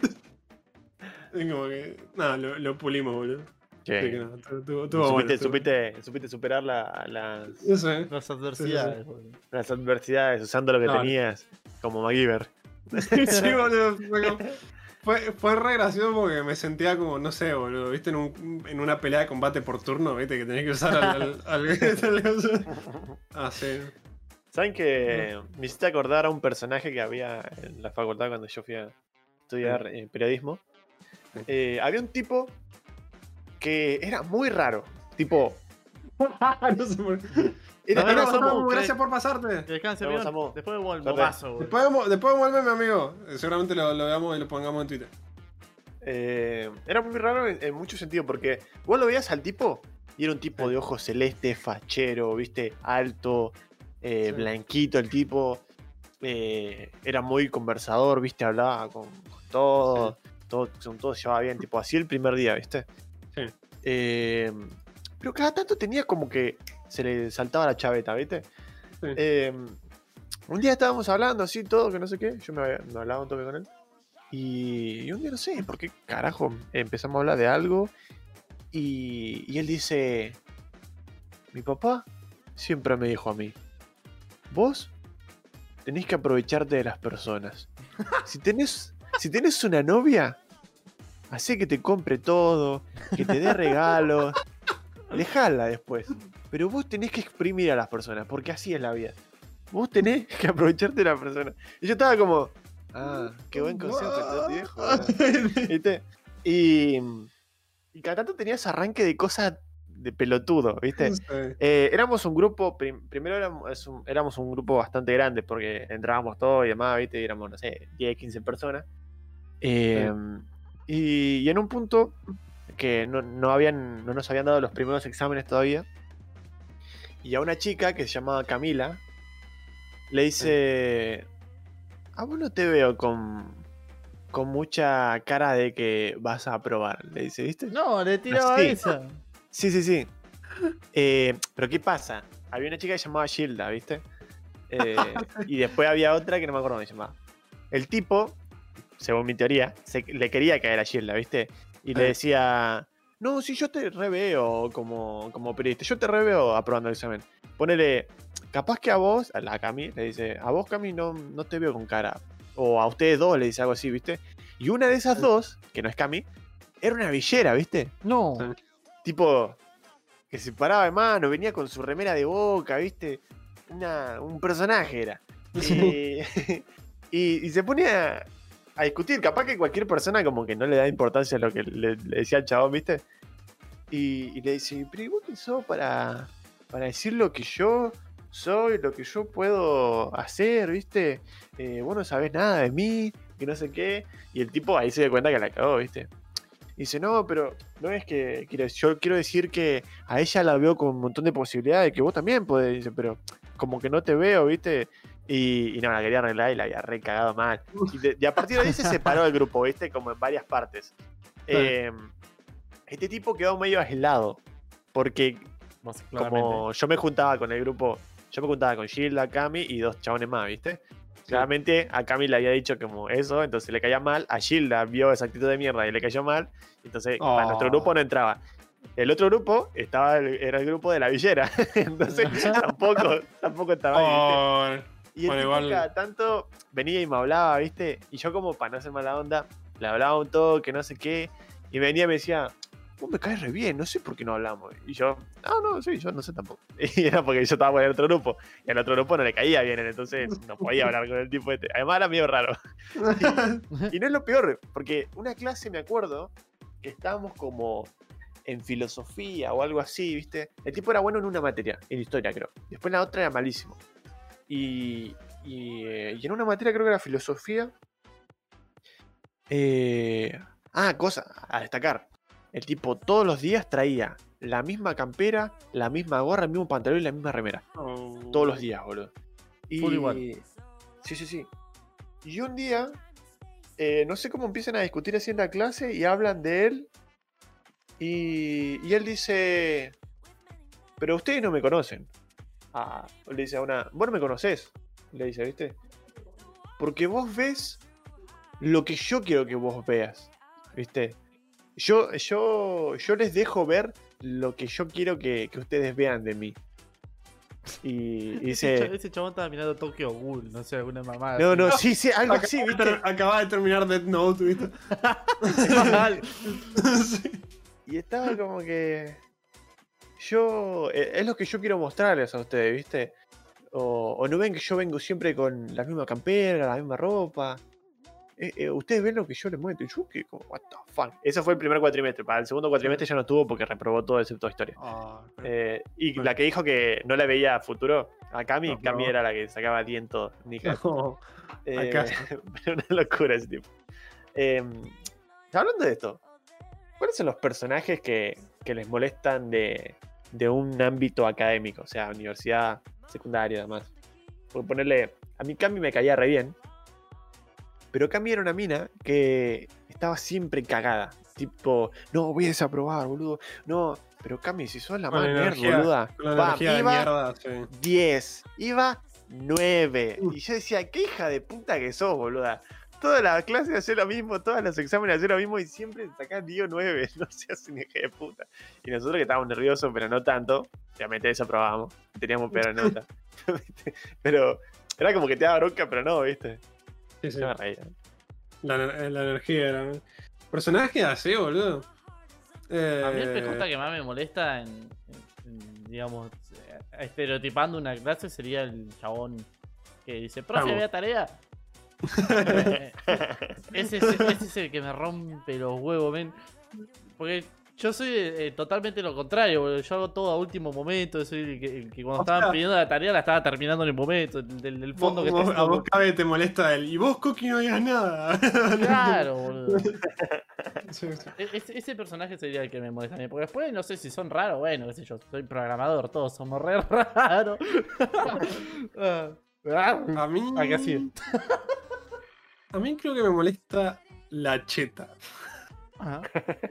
Speaker 3: Y como que, nada, lo, lo pulimos, boludo.
Speaker 1: Che,
Speaker 3: Así que nada, estuvo- estuvo- estuvo
Speaker 1: supiste,
Speaker 3: bueno, estuvo-
Speaker 1: supiste, supiste superar la- las,
Speaker 3: No sé.
Speaker 2: Las adversidades, boludo.
Speaker 1: las adversidades usando lo que
Speaker 3: No,
Speaker 1: tenías, como MacGyver.
Speaker 3: Sí, boludo. Fue, como- fue, fue re gracioso porque me sentía como, no sé, boludo, viste, en, un, en una pelea de combate por turno, viste, que tenés que usar al... al, al- ah, sí.
Speaker 1: ¿Saben que me hiciste acordar a un personaje que había en la facultad cuando yo fui a estudiar eh, periodismo?
Speaker 3: Sí.
Speaker 1: Eh, había un tipo que era muy raro. Tipo,
Speaker 3: no sé por qué.
Speaker 1: era,
Speaker 2: No,
Speaker 1: era
Speaker 2: no,
Speaker 1: como-
Speaker 2: Samu, ¿qué?
Speaker 3: Gracias por pasarte.
Speaker 2: Que descanse
Speaker 1: Vamos,
Speaker 2: bien.
Speaker 1: Samu.
Speaker 2: Después vuelvo el
Speaker 1: Corre.
Speaker 2: bobazo, boludo.
Speaker 3: Después, vemos- después vuelve mi amigo. Eh, Seguramente lo, lo veamos y lo pongamos en Twitter.
Speaker 1: eh, era muy raro en, en muchos sentidos porque vos lo veías al tipo y era un tipo
Speaker 3: Sí.
Speaker 1: de ojos celestes, fachero, viste, alto, eh,
Speaker 3: Sí.
Speaker 1: blanquito el tipo. eh, era muy conversador, viste, hablaba con, con todo, todo, con todo se llevaba bien, tipo así el primer día, viste.
Speaker 3: Sí.
Speaker 1: Eh, pero cada tanto tenía como que se le saltaba la chaveta, ¿viste?
Speaker 3: Sí.
Speaker 1: Eh, un día estábamos hablando así, todo, que no sé qué. Yo me, había- me hablaba un toque con él. Y, y un día no sé por qué carajo empezamos a hablar de algo. Y, y él dice: Mi papá siempre me dijo a mí: Vos tenés que aprovecharte de las personas. Si tenés, si tenés una novia, hacé que te compre todo, que te dé regalos. Dejala después. Pero vos tenés que exprimir a las personas, porque así es la vida. Vos tenés que aprovecharte de la persona. Y yo estaba como, ah, qué buen concepto que te da tu viejo. ¿Viste? Y, y cada tanto tenía ese arranque de cosas de pelotudo, ¿viste?
Speaker 3: Sí.
Speaker 1: Eh, éramos un grupo, prim- primero éramos, es un, éramos un grupo bastante grande porque entrábamos todos y demás, ¿viste? Y éramos, no sé, diez, quince personas. Eh, y, y en un punto que no, no, habían, no nos habían dado los primeros exámenes todavía, y a una chica que se llamaba Camila le dice: a vos no te veo con, con mucha cara de que vas a aprobar, le dice, ¿viste?
Speaker 2: No, le tiraba
Speaker 1: Así.
Speaker 2: esa.
Speaker 1: Sí, sí, sí. Eh, pero ¿qué pasa? Había una chica que se llamaba Gilda, ¿viste? Eh, y después había otra que no me acuerdo cómo se llamaba. El tipo, según mi teoría, se, le quería caer a Gilda, ¿viste? Y le decía: no, si yo te reveo como, como periodista, yo te reveo aprobando el examen. Ponele, capaz que a vos, a la Cami, le dice: a vos, Cami, no, no te veo con cara. O a ustedes dos, le dice algo así, ¿viste? Y una de esas dos, que no es Cami, era una villera, ¿viste?
Speaker 2: No.
Speaker 3: Sí.
Speaker 1: Tipo, que se paraba de mano, venía con su remera de Boca, ¿viste? Una, un personaje era. Y, y, y se ponía a discutir. Capaz que cualquier persona como que no le da importancia a lo que le, le decía al chabón, ¿viste? Y, y le dice: pero ¿y vos qué sos para, para decir lo que yo soy, lo que yo puedo hacer, ¿viste? Eh, vos no sabés nada de mí, que no sé qué. Y el tipo ahí se da cuenta que la cagó, ¿viste? Y dice: no, pero no es que quiero, yo quiero decir que a ella la veo con un montón de posibilidades, que vos también podés, dice, pero como que no te veo, ¿viste? Y, y no, la quería arreglar y la había re cagado mal. Y, de, y a partir de ahí se separó el grupo, ¿viste? Como en varias partes. Eh, este tipo quedó medio aislado, porque
Speaker 2: Vos, claramente.
Speaker 1: como yo me juntaba con el grupo, yo me juntaba con Gilda, Cami y dos chabones más, ¿viste? Claramente a Cami le había dicho como eso, entonces le caía mal. A Gilda vio esa actitud de mierda y le cayó mal. Entonces
Speaker 3: Oh.
Speaker 1: para nuestro grupo no entraba. El otro grupo estaba era el grupo de la villera. Entonces tampoco, tampoco estaba ahí, ¿viste?
Speaker 3: Oh,
Speaker 1: Y el
Speaker 3: bueno,
Speaker 1: tipo
Speaker 3: igual-
Speaker 1: cada tanto venía y me hablaba, ¿viste? Y yo como para no hacer mala onda, le hablaba un toque, no sé qué. Y venía y me decía: vos me caes re bien, no sé por qué no hablamos. Y yo: no, no, sí, yo no sé tampoco. Y era porque yo estaba con el otro grupo. Y al otro grupo no le caía bien, entonces no podía hablar con el tipo este. Además era medio raro. Y, y no es lo peor, porque una clase me acuerdo que estábamos como en filosofía o algo así, ¿viste? El tipo era bueno en una materia, en historia creo. Después la otra era malísimo. Y, y, eh, y en una materia creo que era filosofía. Eh, ah, cosa a destacar. El tipo todos los días traía la misma campera, la misma gorra, el mismo pantalón y la misma remera.
Speaker 3: Oh.
Speaker 1: Todos los días, boludo. Y,
Speaker 2: Full igual.
Speaker 1: Sí, sí, sí. Y un día, eh, no sé cómo empiezan a discutir así en la clase y hablan de él. Y, y él dice: pero ustedes no me conocen. Ah, le dice a una: vos no me conocés. Le dice, ¿viste? Porque vos ves lo que yo quiero que vos veas. ¿Viste? Yo, yo, yo les dejo ver lo que yo quiero que, que ustedes vean de mí. Y, y
Speaker 2: Ese, cha-
Speaker 1: dice:
Speaker 2: ese chabón estaba mirando Tokyo Ghoul, no sé, alguna mamada.
Speaker 1: no,
Speaker 2: así.
Speaker 1: no, sí, sí, algo
Speaker 3: Acaba,
Speaker 1: así,
Speaker 3: de
Speaker 1: ¿viste?
Speaker 3: ter- acaba de terminar Death Note, ¿viste?
Speaker 2: Mal.
Speaker 3: Sí.
Speaker 1: Y estaba como que... Yo... eh, Es lo que yo quiero mostrarles a ustedes, ¿viste? O, o no ven que yo vengo siempre con la misma campera, la misma ropa. Eh, eh, ustedes ven lo que yo les muestro. Y yo, que como, what the fuck. Ese fue el primer cuatrimestre. Para el segundo cuatrimestre ya no estuvo porque reprobó todo excepto historia.
Speaker 3: Ah, pero-
Speaker 1: Eh, y
Speaker 3: Bueno.
Speaker 1: la que dijo que no la veía a futuro, a Cami,
Speaker 3: No,
Speaker 1: Cami
Speaker 3: no.
Speaker 1: era la que sacaba diez en todo. Ni ca-
Speaker 3: No.
Speaker 1: Eh,
Speaker 3: Acá.
Speaker 1: pero una locura ese tipo. Eh, hablando de esto, ¿cuáles son los personajes que, que les molestan de, de un ámbito académico? O sea, universidad, secundaria, además. Por ponerle, a mí Cami me caía re bien, pero Cami era una mina que estaba siempre cagada. Tipo, no, voy a desaprobar, boludo. No, pero Cami, si sos la
Speaker 3: Con
Speaker 1: más
Speaker 3: la
Speaker 1: nerd,
Speaker 3: energía-
Speaker 1: boluda.
Speaker 3: Con la
Speaker 1: Pam,
Speaker 3: energía de
Speaker 1: iba
Speaker 3: mierda, sí.
Speaker 1: diez, iba nueve. Y yo decía: qué hija de puta que sos, boluda. Todas las clases hacía lo mismo, todos los exámenes hacía lo mismo y siempre sacás diez o nueve. No seas un hija de puta. Y nosotros que estábamos nerviosos, pero no tanto, obviamente desaprobábamos. Teníamos peor nota. Pero era como que te daba bronca, pero no, ¿viste?
Speaker 3: Sí, sí.
Speaker 1: Yo me reía.
Speaker 3: La, ener- la energía era. Personaje así, boludo. Eh,
Speaker 2: A mí el P J que más me molesta en, en- en, digamos, eh, estereotipando una clase sería el chabón que dice: profe,
Speaker 3: Vamos.
Speaker 2: ¿había tarea? Eh, ese, es- ese es el que me rompe los huevos, men. Porque Yo soy eh, totalmente lo contrario, boludo. Yo hago todo a último momento. Soy el que, el que cuando
Speaker 3: O
Speaker 2: estaban
Speaker 3: sea-
Speaker 2: pidiendo la tarea la estaba terminando en el momento. El del, del fondo que
Speaker 3: Vos-
Speaker 2: está
Speaker 3: vos- a vos
Speaker 2: haciendo-
Speaker 3: cabe te molesta el. Y vos, Coqui, no digas nada.
Speaker 2: Claro, boludo.
Speaker 3: Sí, sí.
Speaker 2: E- Ese, ese personaje sería el que me molesta a mí. Porque después no sé si son raros. Bueno, qué sé yo. Soy programador, todos somos re raros. Ah, ah,
Speaker 3: A mí.
Speaker 2: ¿a qué así?
Speaker 3: A mí creo que me molesta la cheta.
Speaker 2: Ajá.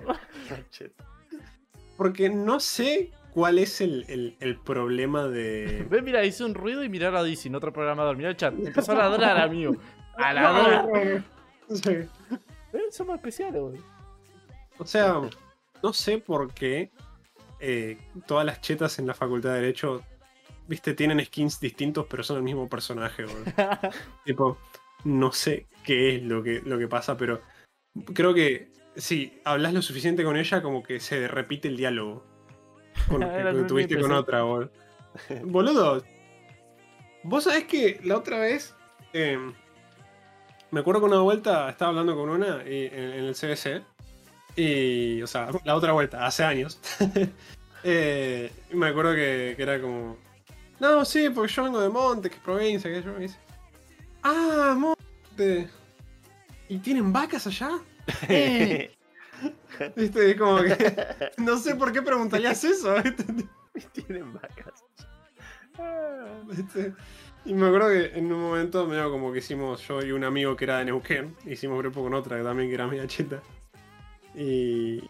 Speaker 3: Porque no sé cuál es el, el- el problema de.
Speaker 2: Ve, mira, hice un ruido y mirar a Dizzy, otro programador. Mira el chat. Empezó a ladrar, amigo. A ladrar.
Speaker 3: Sí.
Speaker 2: Eh, Somos especiales, boludo.
Speaker 3: O sea, no sé por qué eh, todas las chetas en la facultad de Derecho, viste, tienen skins distintos, pero son el mismo personaje, boludo. Tipo, no sé qué es lo que, lo que pasa, pero creo que si hablas lo suficiente con ella, como que se repite el diálogo. Con,
Speaker 2: Era
Speaker 3: que
Speaker 2: el
Speaker 3: tuviste
Speaker 2: N P C.
Speaker 3: con otra, boludo. Boludo, vos sabés que la otra vez, eh, me acuerdo que una vuelta estaba hablando con una y- en, en el C B C, y, o sea, la otra vuelta, hace años. eh, y me acuerdo que, que era como, no, sí, porque yo vengo de Monte, que es provincia, que yo me dice, ah, Monte. ¿Y tienen vacas allá? Eh. Viste, es como que, no sé por qué preguntarías eso, ¿viste?
Speaker 1: Tienen vacas. Ah.
Speaker 3: Este, y me acuerdo que en un momento, medio como que hicimos yo y un amigo que era de Neuquén, hicimos grupo con otra que también que era media cheta. Y.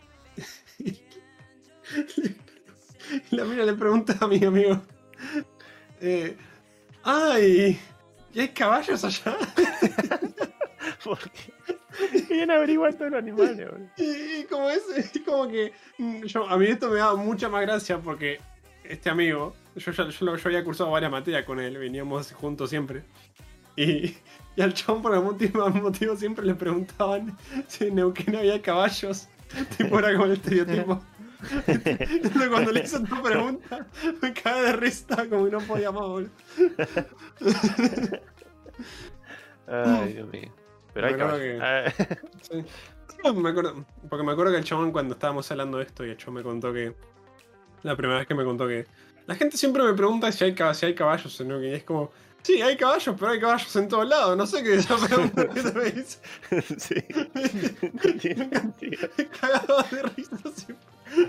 Speaker 3: y la mina le pregunta a mi amigo: eh, ¡Ay! ¿Y hay caballos allá?
Speaker 1: Porque vienen a averiguar todos los animales, boludo.
Speaker 3: Y, y como es, y como que mm, yo, a mí esto me da mucha más gracia porque este amigo, yo, ya- yo, lo- yo había cursado varias materias con él, veníamos juntos siempre. Y, y al chabón por algún motivo, motivo siempre le preguntaban si en Neuquén había caballos. Tipo era como el estereotipo. Entonces cuando le hizo esta pregunta, me cae de risa como que no podía más, boludo.
Speaker 1: Ay, Dios mío. Pero hay
Speaker 3: Me acuerdo
Speaker 1: caballos. Ah,
Speaker 3: Sí. Me acuerdo, porque me acuerdo que el chabón cuando estábamos hablando de esto y el chabón me contó que la primera vez que me contó que la gente siempre me pregunta si hay, cab- si hay caballos en Neuquén y es como, sí, hay caballos, pero hay caballos en todos lados, no sé qué es esa pregunta que te me dice.
Speaker 1: sí. No tiene sentido.
Speaker 3: Cagado de risa siempre.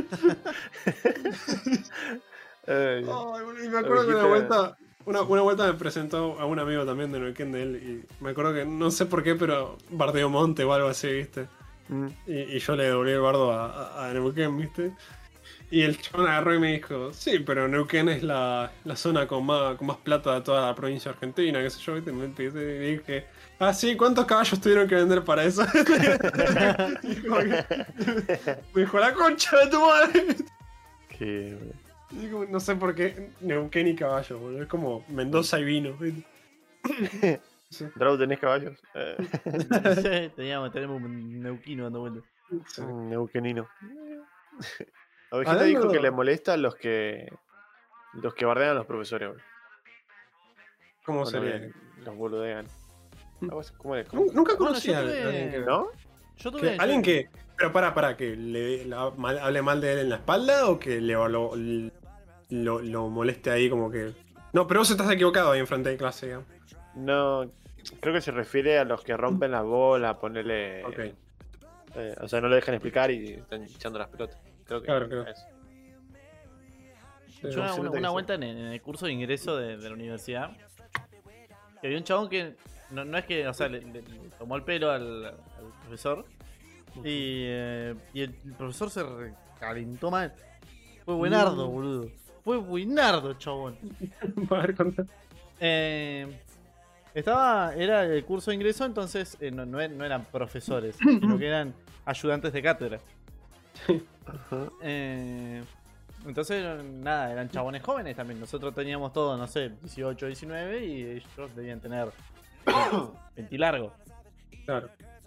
Speaker 1: Ay,
Speaker 3: Ay, boludo, y me acuerdo que una
Speaker 1: Ovejita.
Speaker 3: vuelta, una, una vuelta me presentó a un amigo también de Neuquén de él y me acuerdo que no sé por qué, pero bardeó Monte o algo así, ¿viste?
Speaker 1: mm.
Speaker 3: Y, y yo le devolví el bardo a, a, a Neuquén, ¿viste? Y el chabón agarró y me dijo, sí, pero Neuquén es la, la zona con más, con más plata de toda la provincia argentina, qué sé yo, ¿viste? Me empecé y dije, ah, sí, ¿cuántos caballos tuvieron que vender para eso? Y como que- me dijo, la concha de tu madre.
Speaker 1: Qué-
Speaker 3: Y como, no sé por qué Neuquén y caballos, boludo. Es como Mendoza y vino, ¿viste? Sí,
Speaker 1: Drau, ¿tenés caballos? Eh,
Speaker 2: Sí, teníamos, tenemos un neuquino dando vueltas.
Speaker 3: sí.
Speaker 1: un neuquenino. Ovejita
Speaker 3: Hablando-
Speaker 1: dijo que le molesta a los que los que bardean a los profesores, boludo.
Speaker 3: ¿Cómo
Speaker 1: O
Speaker 3: sería?
Speaker 1: los, los boludean. Algo así, ¿cómo es?
Speaker 3: Nu- Nunca
Speaker 2: Bueno,
Speaker 3: conocí
Speaker 2: yo
Speaker 3: a
Speaker 2: tuve-
Speaker 3: alguien que...
Speaker 1: ¿No?
Speaker 2: Yo
Speaker 3: que-
Speaker 2: tuve.
Speaker 3: ¿Alguien
Speaker 2: yo-
Speaker 3: que... Pero para, para, que le, la- mal- hable mal de él en la espalda o que le, lo, lo, lo moleste ahí como que... No, pero vos estás equivocado ahí enfrente de clase, digamos.
Speaker 1: No, creo que se refiere a los que rompen la bola, ponerle.
Speaker 3: Ok.
Speaker 1: eh, o sea, no le dejan explicar y están echando las pelotas. Creo que
Speaker 3: Claro, creo.
Speaker 1: es.
Speaker 2: Yo
Speaker 1: Sí,
Speaker 2: una,
Speaker 1: sí,
Speaker 2: una-
Speaker 1: sí.
Speaker 2: una vuelta en, en el curso de ingreso de, de la universidad. Que había un chabón que no, no es que, o sea, le, le- le tomó el pelo al, al profesor. Y, eh, y el, el profesor se calentó mal. Fue buenardo,
Speaker 3: Mm.
Speaker 2: boludo. Fue buenardo, chabón.
Speaker 3: A ver, contá.
Speaker 2: Eh, estaba, era el curso de ingreso, entonces eh, no, no er- no eran profesores, sino que eran ayudantes de cátedra.
Speaker 1: Ajá.
Speaker 2: Eh, entonces, nada, eran chabones jóvenes también. Nosotros teníamos todos, no sé, dieciocho, diecinueve y ellos debían tener veinte largo.
Speaker 3: Claro.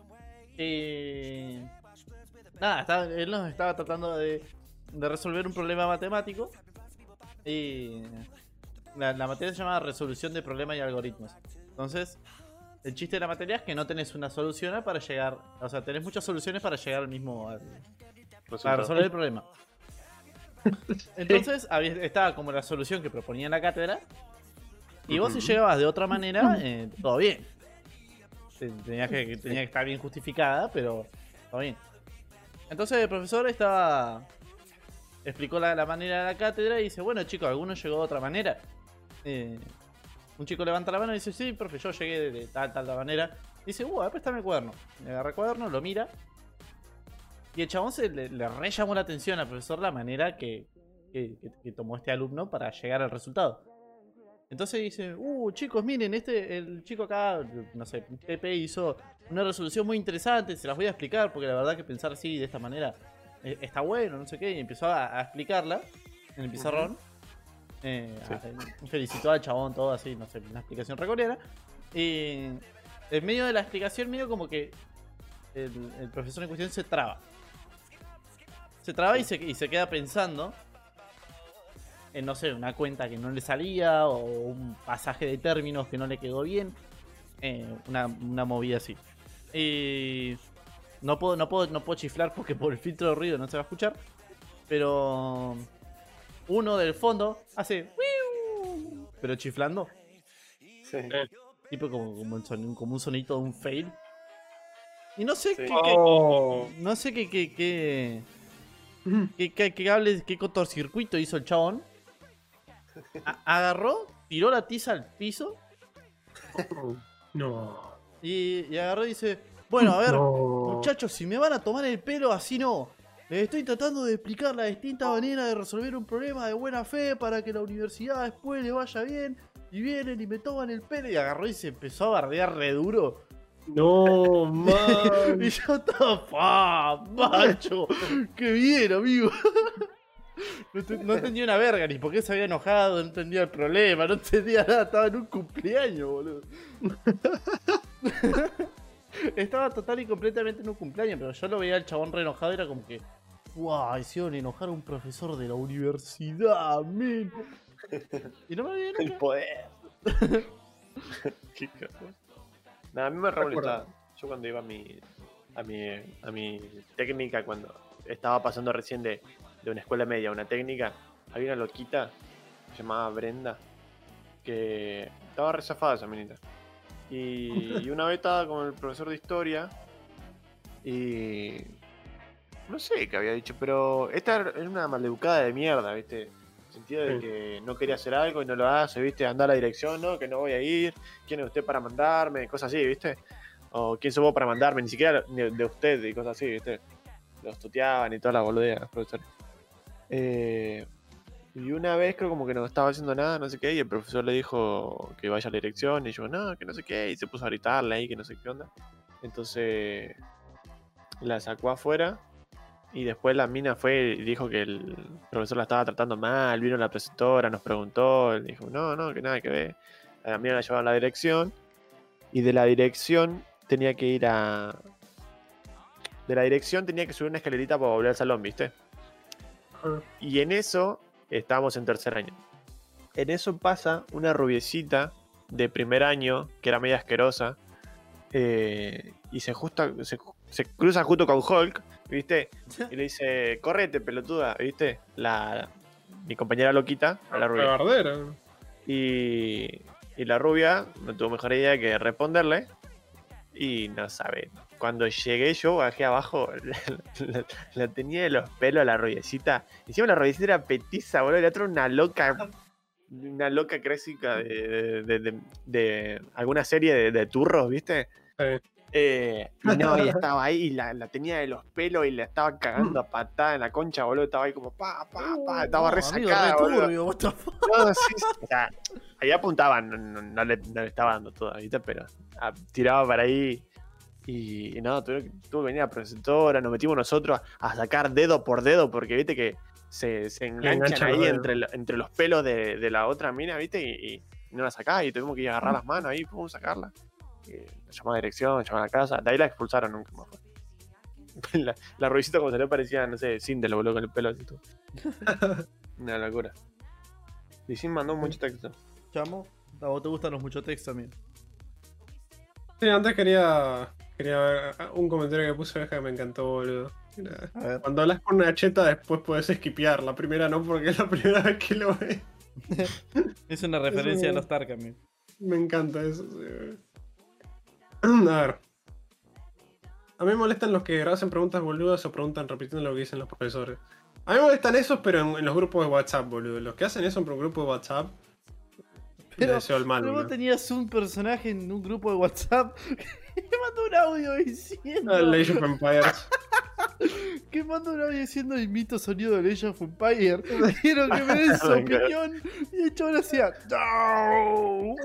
Speaker 2: Y nada, estaba- él nos estaba tratando de, de resolver un problema matemático. Y la, la materia se llama resolución de problemas y algoritmos. Entonces, el chiste de la materia es que no tenés una solución para llegar. O sea, tenés muchas soluciones para llegar al mismo. Al, Para
Speaker 1: resultado.
Speaker 2: resolver el problema. Entonces había, estaba como la solución que proponía la cátedra. Y vos si
Speaker 3: Ujú.
Speaker 2: llegabas de otra manera, eh, todo bien. Te- Tenías que, tenía que estar bien justificada, pero todo bien. Entonces el profesor estaba... explicó la, la manera de la cátedra y dice, bueno chicos, ¿alguno llegó de otra manera? Eh, un chico levanta la mano y dice, sí, profe, yo llegué de, de tal, tal, tal manera. Dice, uh, préstame el cuaderno. Le agarra el cuaderno, lo mira. Y el chabón se le, le re llamó la atención al profesor la manera que, que, que- que tomó este alumno para llegar al resultado. Entonces dice, uh, chicos, miren, este, el chico acá, no sé, Pepe hizo una resolución muy interesante, se las voy a explicar, porque la verdad que pensar así, de esta manera, eh, está bueno, no sé qué, y empezó a, a explicarla en el pizarrón. Eh,
Speaker 1: Sí.
Speaker 2: a- felicitó al chabón, todo así, no sé, una explicación recoreana. Y en medio de la explicación, medio como que el, el profesor en cuestión se traba. Se traba y, se, y se queda pensando en, no sé, una cuenta que no le salía o un pasaje de términos que no le quedó bien. Eh, una, una movida así. Y no puedo, no, puedo, no puedo chiflar porque por el filtro de ruido no se va a escuchar. Pero uno del fondo hace... "Wiu", pero chiflando.
Speaker 1: Sí.
Speaker 3: Eh.
Speaker 2: Tipo como, como, un son- como un sonito de un fail. Y no sé
Speaker 1: Sí.
Speaker 2: qué... qué-
Speaker 3: Oh.
Speaker 2: no sé qué... qué, qué ¿Qué, qué, qué cable- qué cortocircuito hizo el chabón? A- agarró, tiró la tiza al piso
Speaker 3: No.
Speaker 2: y, y agarró y dice: Bueno, a ver,
Speaker 3: No.
Speaker 2: muchachos, si me van a tomar el pelo así no. Les estoy tratando de explicar la distinta manera de resolver un problema de buena fe para que la universidad después le vaya bien. Y vienen y me toman el pelo. Y agarró y se empezó a bardear re duro.
Speaker 3: No, man.
Speaker 2: Y yo estaba, ¡fa! ¡Macho! ¡Qué bien, amigo! No, te- no entendía una verga, ni por qué se había enojado, no entendía el problema, no entendía nada, estaba en un cumpleaños, boludo. Estaba total y completamente en un cumpleaños, pero yo lo veía al chabón re enojado y era como que, ¡guau! Hicieron enojar a un profesor de la universidad, men. Y no me olvidé
Speaker 1: El
Speaker 2: nunca.
Speaker 1: poder. Qué cago. Nada, a mí me re molestaba. Yo cuando iba a mi, a mi, a mi técnica, cuando estaba pasando recién de, de una escuela media a una técnica, había una loquita que se llamaba Brenda, que estaba rezafada esa minita. Y, y una vez estaba con el profesor de historia y no sé qué había dicho, pero esta era una maleducada de mierda, ¿viste? En el sentido de
Speaker 3: Sí.
Speaker 1: que no quería hacer algo y no lo hace, ¿viste? Anda a la dirección, no, que no voy a ir. ¿Quién es usted para mandarme? Cosas así, ¿viste? O ¿quién sos vos para mandarme? Ni siquiera de, de usted y cosas así, ¿viste? Los tuteaban y todas las boludeas, los profesores. Eh, y una vez creo como que no estaba haciendo nada, no sé qué, y el profesor le dijo que vaya a la dirección, y yo, no, que no sé qué, y se puso a gritarle ahí, que no sé qué onda. Entonces la sacó afuera. Y después la mina fue y dijo que el profesor la estaba tratando mal, vino la preceptora, nos preguntó, le dijo, no, no, que nada que ver. A la mina la llevaron a la dirección y de la dirección tenía que ir a... De la dirección tenía que subir una escalerita para volver al salón, ¿viste?
Speaker 3: Ajá.
Speaker 1: Y en eso estábamos en tercer año. En eso pasa una rubiecita de primer año, que era media asquerosa, eh, y se, justa, se, se cruza justo con Hulk, ¿viste? Y le dice, correte, pelotuda, ¿viste? La, mi compañera loquita, a la
Speaker 3: La
Speaker 1: rubia.
Speaker 3: bardera.
Speaker 1: Y, y la rubia no tuvo mejor idea que responderle. Y no sabe. Cuando llegué yo, bajé abajo, la, la- la tenía de los pelos a la rubiecita. Encima la rubiecita era petiza, boludo. La otra era una loca. Una loca clásica de, de, de- de alguna serie de, de turros, ¿viste?
Speaker 3: Sí.
Speaker 1: Eh, y no, y estaba ahí y la, la tenía de los pelos y la estaba cagando a patada en la concha, boludo. Estaba ahí como pa, pa, pa. Estaba
Speaker 2: No,
Speaker 1: re
Speaker 2: amigo,
Speaker 1: sacada,
Speaker 2: re
Speaker 1: boludo.
Speaker 2: turbio, what the fuck.
Speaker 1: No, sí, sí, o sea, ahí apuntaban, no, no- no le, no le estaba dando todo, ¿viste? Pero ah, tiraba para ahí y, y no, tuvo, que- tuvo que venir la preceptora, nos metimos nosotros a, a sacar dedo por dedo porque, viste, que se, se enganchan
Speaker 3: enganchan
Speaker 1: ahí
Speaker 3: los dedos.
Speaker 1: entre, lo- entre los pelos de, de la otra mina, viste, y, y no la sacás y tuvimos que ir a agarrar las manos ahí, pum, sacarla. Y la llamó a dirección, llamó a la casa, de ahí la expulsaron nunca más. fue. La, la rubiecita como se le parecía, no sé, Sindel, boludo, con el pelo así todo. Una locura. Y sin mandó mucho texto.
Speaker 2: Chamo, a vos te gustan los muchos textos, amigo.
Speaker 3: Sí, antes quería Quería ver un comentario que puse Oveja que me encantó, boludo. Era,
Speaker 1: A ver.
Speaker 3: cuando hablas con una cheta, después puedes esquipear. La primera no, porque es la primera vez que lo ves.
Speaker 2: Es una referencia
Speaker 3: Eso-
Speaker 2: a los Tarkam.
Speaker 3: Me encanta eso. Sí. A ver. A mí me molestan los que hacen preguntas boludas o preguntan repitiendo lo que dicen los profesores. A mí me molestan esos, pero en, en los grupos de WhatsApp, boludo. Los que hacen eso en un grupo de WhatsApp,
Speaker 2: Pero,
Speaker 3: le deseo el mal,
Speaker 2: pero vos
Speaker 3: boludo.
Speaker 2: tenías un personaje en un grupo de WhatsApp que mandó un audio diciendo.
Speaker 3: Ah, el Age of Empires.
Speaker 2: Que manda un audio diciendo imito sonido de Age of Empire. Quiero que me den su opinión. Y el chabón hacía. ¡No!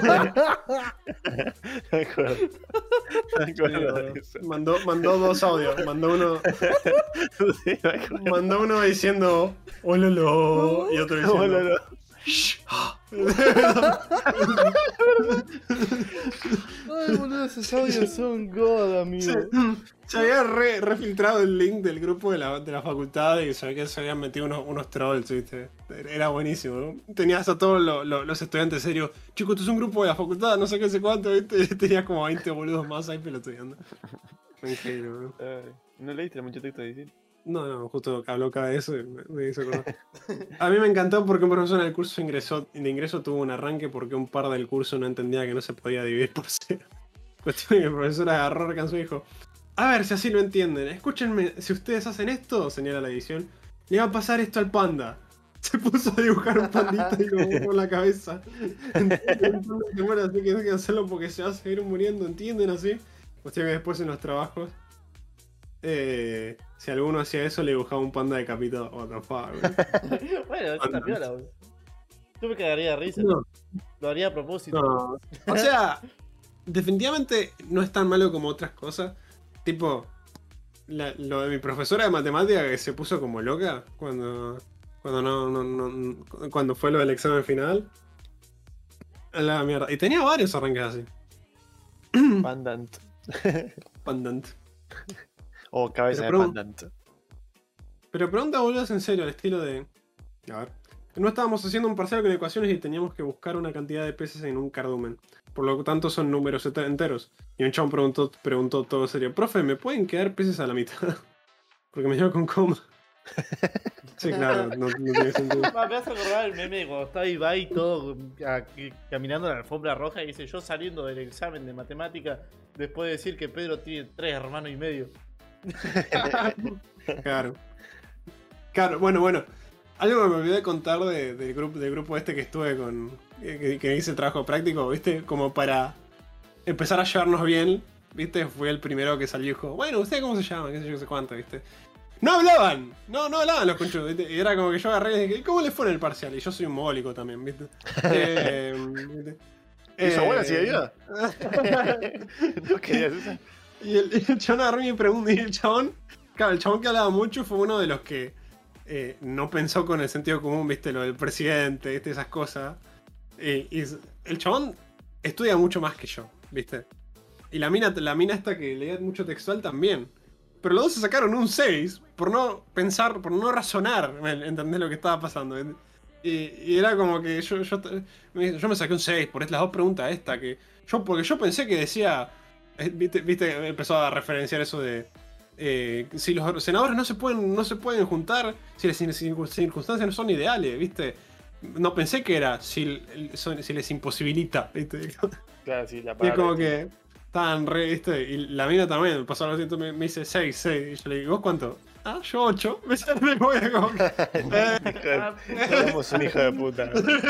Speaker 1: Me acuerdo. Me acuerdo de
Speaker 3: Sí,
Speaker 1: eso.
Speaker 3: mandó, mandó dos audios. Mandó uno,
Speaker 1: Sí, me acuerdo.
Speaker 3: mandó uno diciendo ¡Ololo! Y otro diciendo
Speaker 1: No, no, no.
Speaker 3: "Shh, ah".
Speaker 2: Ay, boludo, esos audios son God, amigo.
Speaker 3: Se había re, refiltrado el link del grupo de la, de la facultad y se, había- se habían metido unos, unos trolls, ¿viste? Era buenísimo, ¿no? Tenías a todos lo- lo- los estudiantes serios. Chicos, esto es un grupo de la facultad, no sé qué sé cuánto, ¿viste? Y tenías como veinte boludos más ahí pelotudeando. Fue increíble, ¿no?
Speaker 1: Ay, ¿no leíste mucho texto de decir?
Speaker 3: No, no, justo habló cada de eso y me, me hizo acordar. A mí me encantó porque un profesor en el curso ingresó, de ingreso tuvo un arranque porque un par del curso no entendía que no se podía dividir por cero. Cuestión que el profesor agarró, recansó y dijo: a ver si así lo entienden, escúchenme, si ustedes hacen esto, señala la edición, le va a pasar esto al panda. Se puso a dibujar un pandita y lo movió con la cabeza. Entonces, bueno, así que hay que hacerlo porque se va a seguir muriendo, ¿entienden así? Cuestión que después en los trabajos, eh, si alguno hacía eso, le dibujaba un panda decapitado. What the fuck, güey.
Speaker 2: Bueno, eso está piola, boludo. Yo me cagaría de risa.
Speaker 3: No,
Speaker 2: Lo haría a propósito.
Speaker 3: no. O sea, definitivamente no es tan malo como otras cosas. Tipo, la- lo de mi profesora de matemática que se puso como loca cuando cuando no, no, no- cuando fue lo del examen final. A la mierda. Y tenía varios arranques así.
Speaker 1: Pandant.
Speaker 3: Pandant.
Speaker 1: O cabeza
Speaker 3: Pero
Speaker 1: de
Speaker 3: pregun-
Speaker 1: Pandant.
Speaker 3: Pero pregunta boludas en serio, al estilo de. A ver. No estábamos haciendo un parcial con ecuaciones y teníamos que buscar una cantidad de peces en un cardumen. Por lo tanto son números ete- enteros. Y un chabón preguntó, preguntó todo serio: profe, ¿me pueden quedar peces a la mitad? Porque me llevo con coma. Sí, claro, no, no tiene sentido.
Speaker 2: Ah, me vas a acordar el meme de cuando estaba Ibai todo aquí, caminando en la alfombra roja y dice yo saliendo del examen de matemática después de decir que Pedro tiene tres hermanos y medio.
Speaker 3: Claro. Claro, bueno, bueno. Algo que me olvidé de contar de- del, grupo, del grupo este que estuve con. Que, que hice trabajo práctico, ¿viste? Como para empezar a llevarnos bien, ¿viste? Fui el primero que salió y dijo: bueno, ¿usted cómo se llama? ¿Qué sé yo, qué sé cuánto, ¿viste? ¡No hablaban! No, no hablaban los conchudos, ¿viste? Y era como que yo agarré y dije: ¿cómo le fue en el parcial? Y yo soy un mogólico también, ¿viste? eh, ¿viste?
Speaker 1: ¿Y su abuela
Speaker 3: Eh,
Speaker 1: sigue viva? ¿No querías esa?
Speaker 3: Y el, y el chabón agarró mi pregunta y el chabón, claro, el chabón que hablaba mucho fue uno de los que eh, no pensó con el sentido común, viste, lo del presidente, viste, esas cosas. Y, y el chabón estudia mucho más que yo, viste. Y la mina, la mina esta que leía mucho textual también. Pero los dos se sacaron un seis por no pensar, por no razonar, ¿entendés lo que estaba pasando? Y, y era como que yo, yo, yo me saqué un seis por las dos preguntas esta, que yo, porque yo pensé que decía... Eh, Viste, viste, empezó a referenciar eso de eh, si los senadores no se pueden, no se pueden juntar, si las circunstancias no son ideales, viste. No pensé que era si, son- si les imposibilita, viste.
Speaker 1: Claro, sí, la
Speaker 3: Y es
Speaker 1: palabra.
Speaker 3: como que estaban re, viste, y la mina también, me pasó lo me, me dice seis, seis, y yo le digo: ¿vos cuánto? Ah, yo ocho. Me sale me voy a como que, eh.
Speaker 1: Somos un hijo de puta.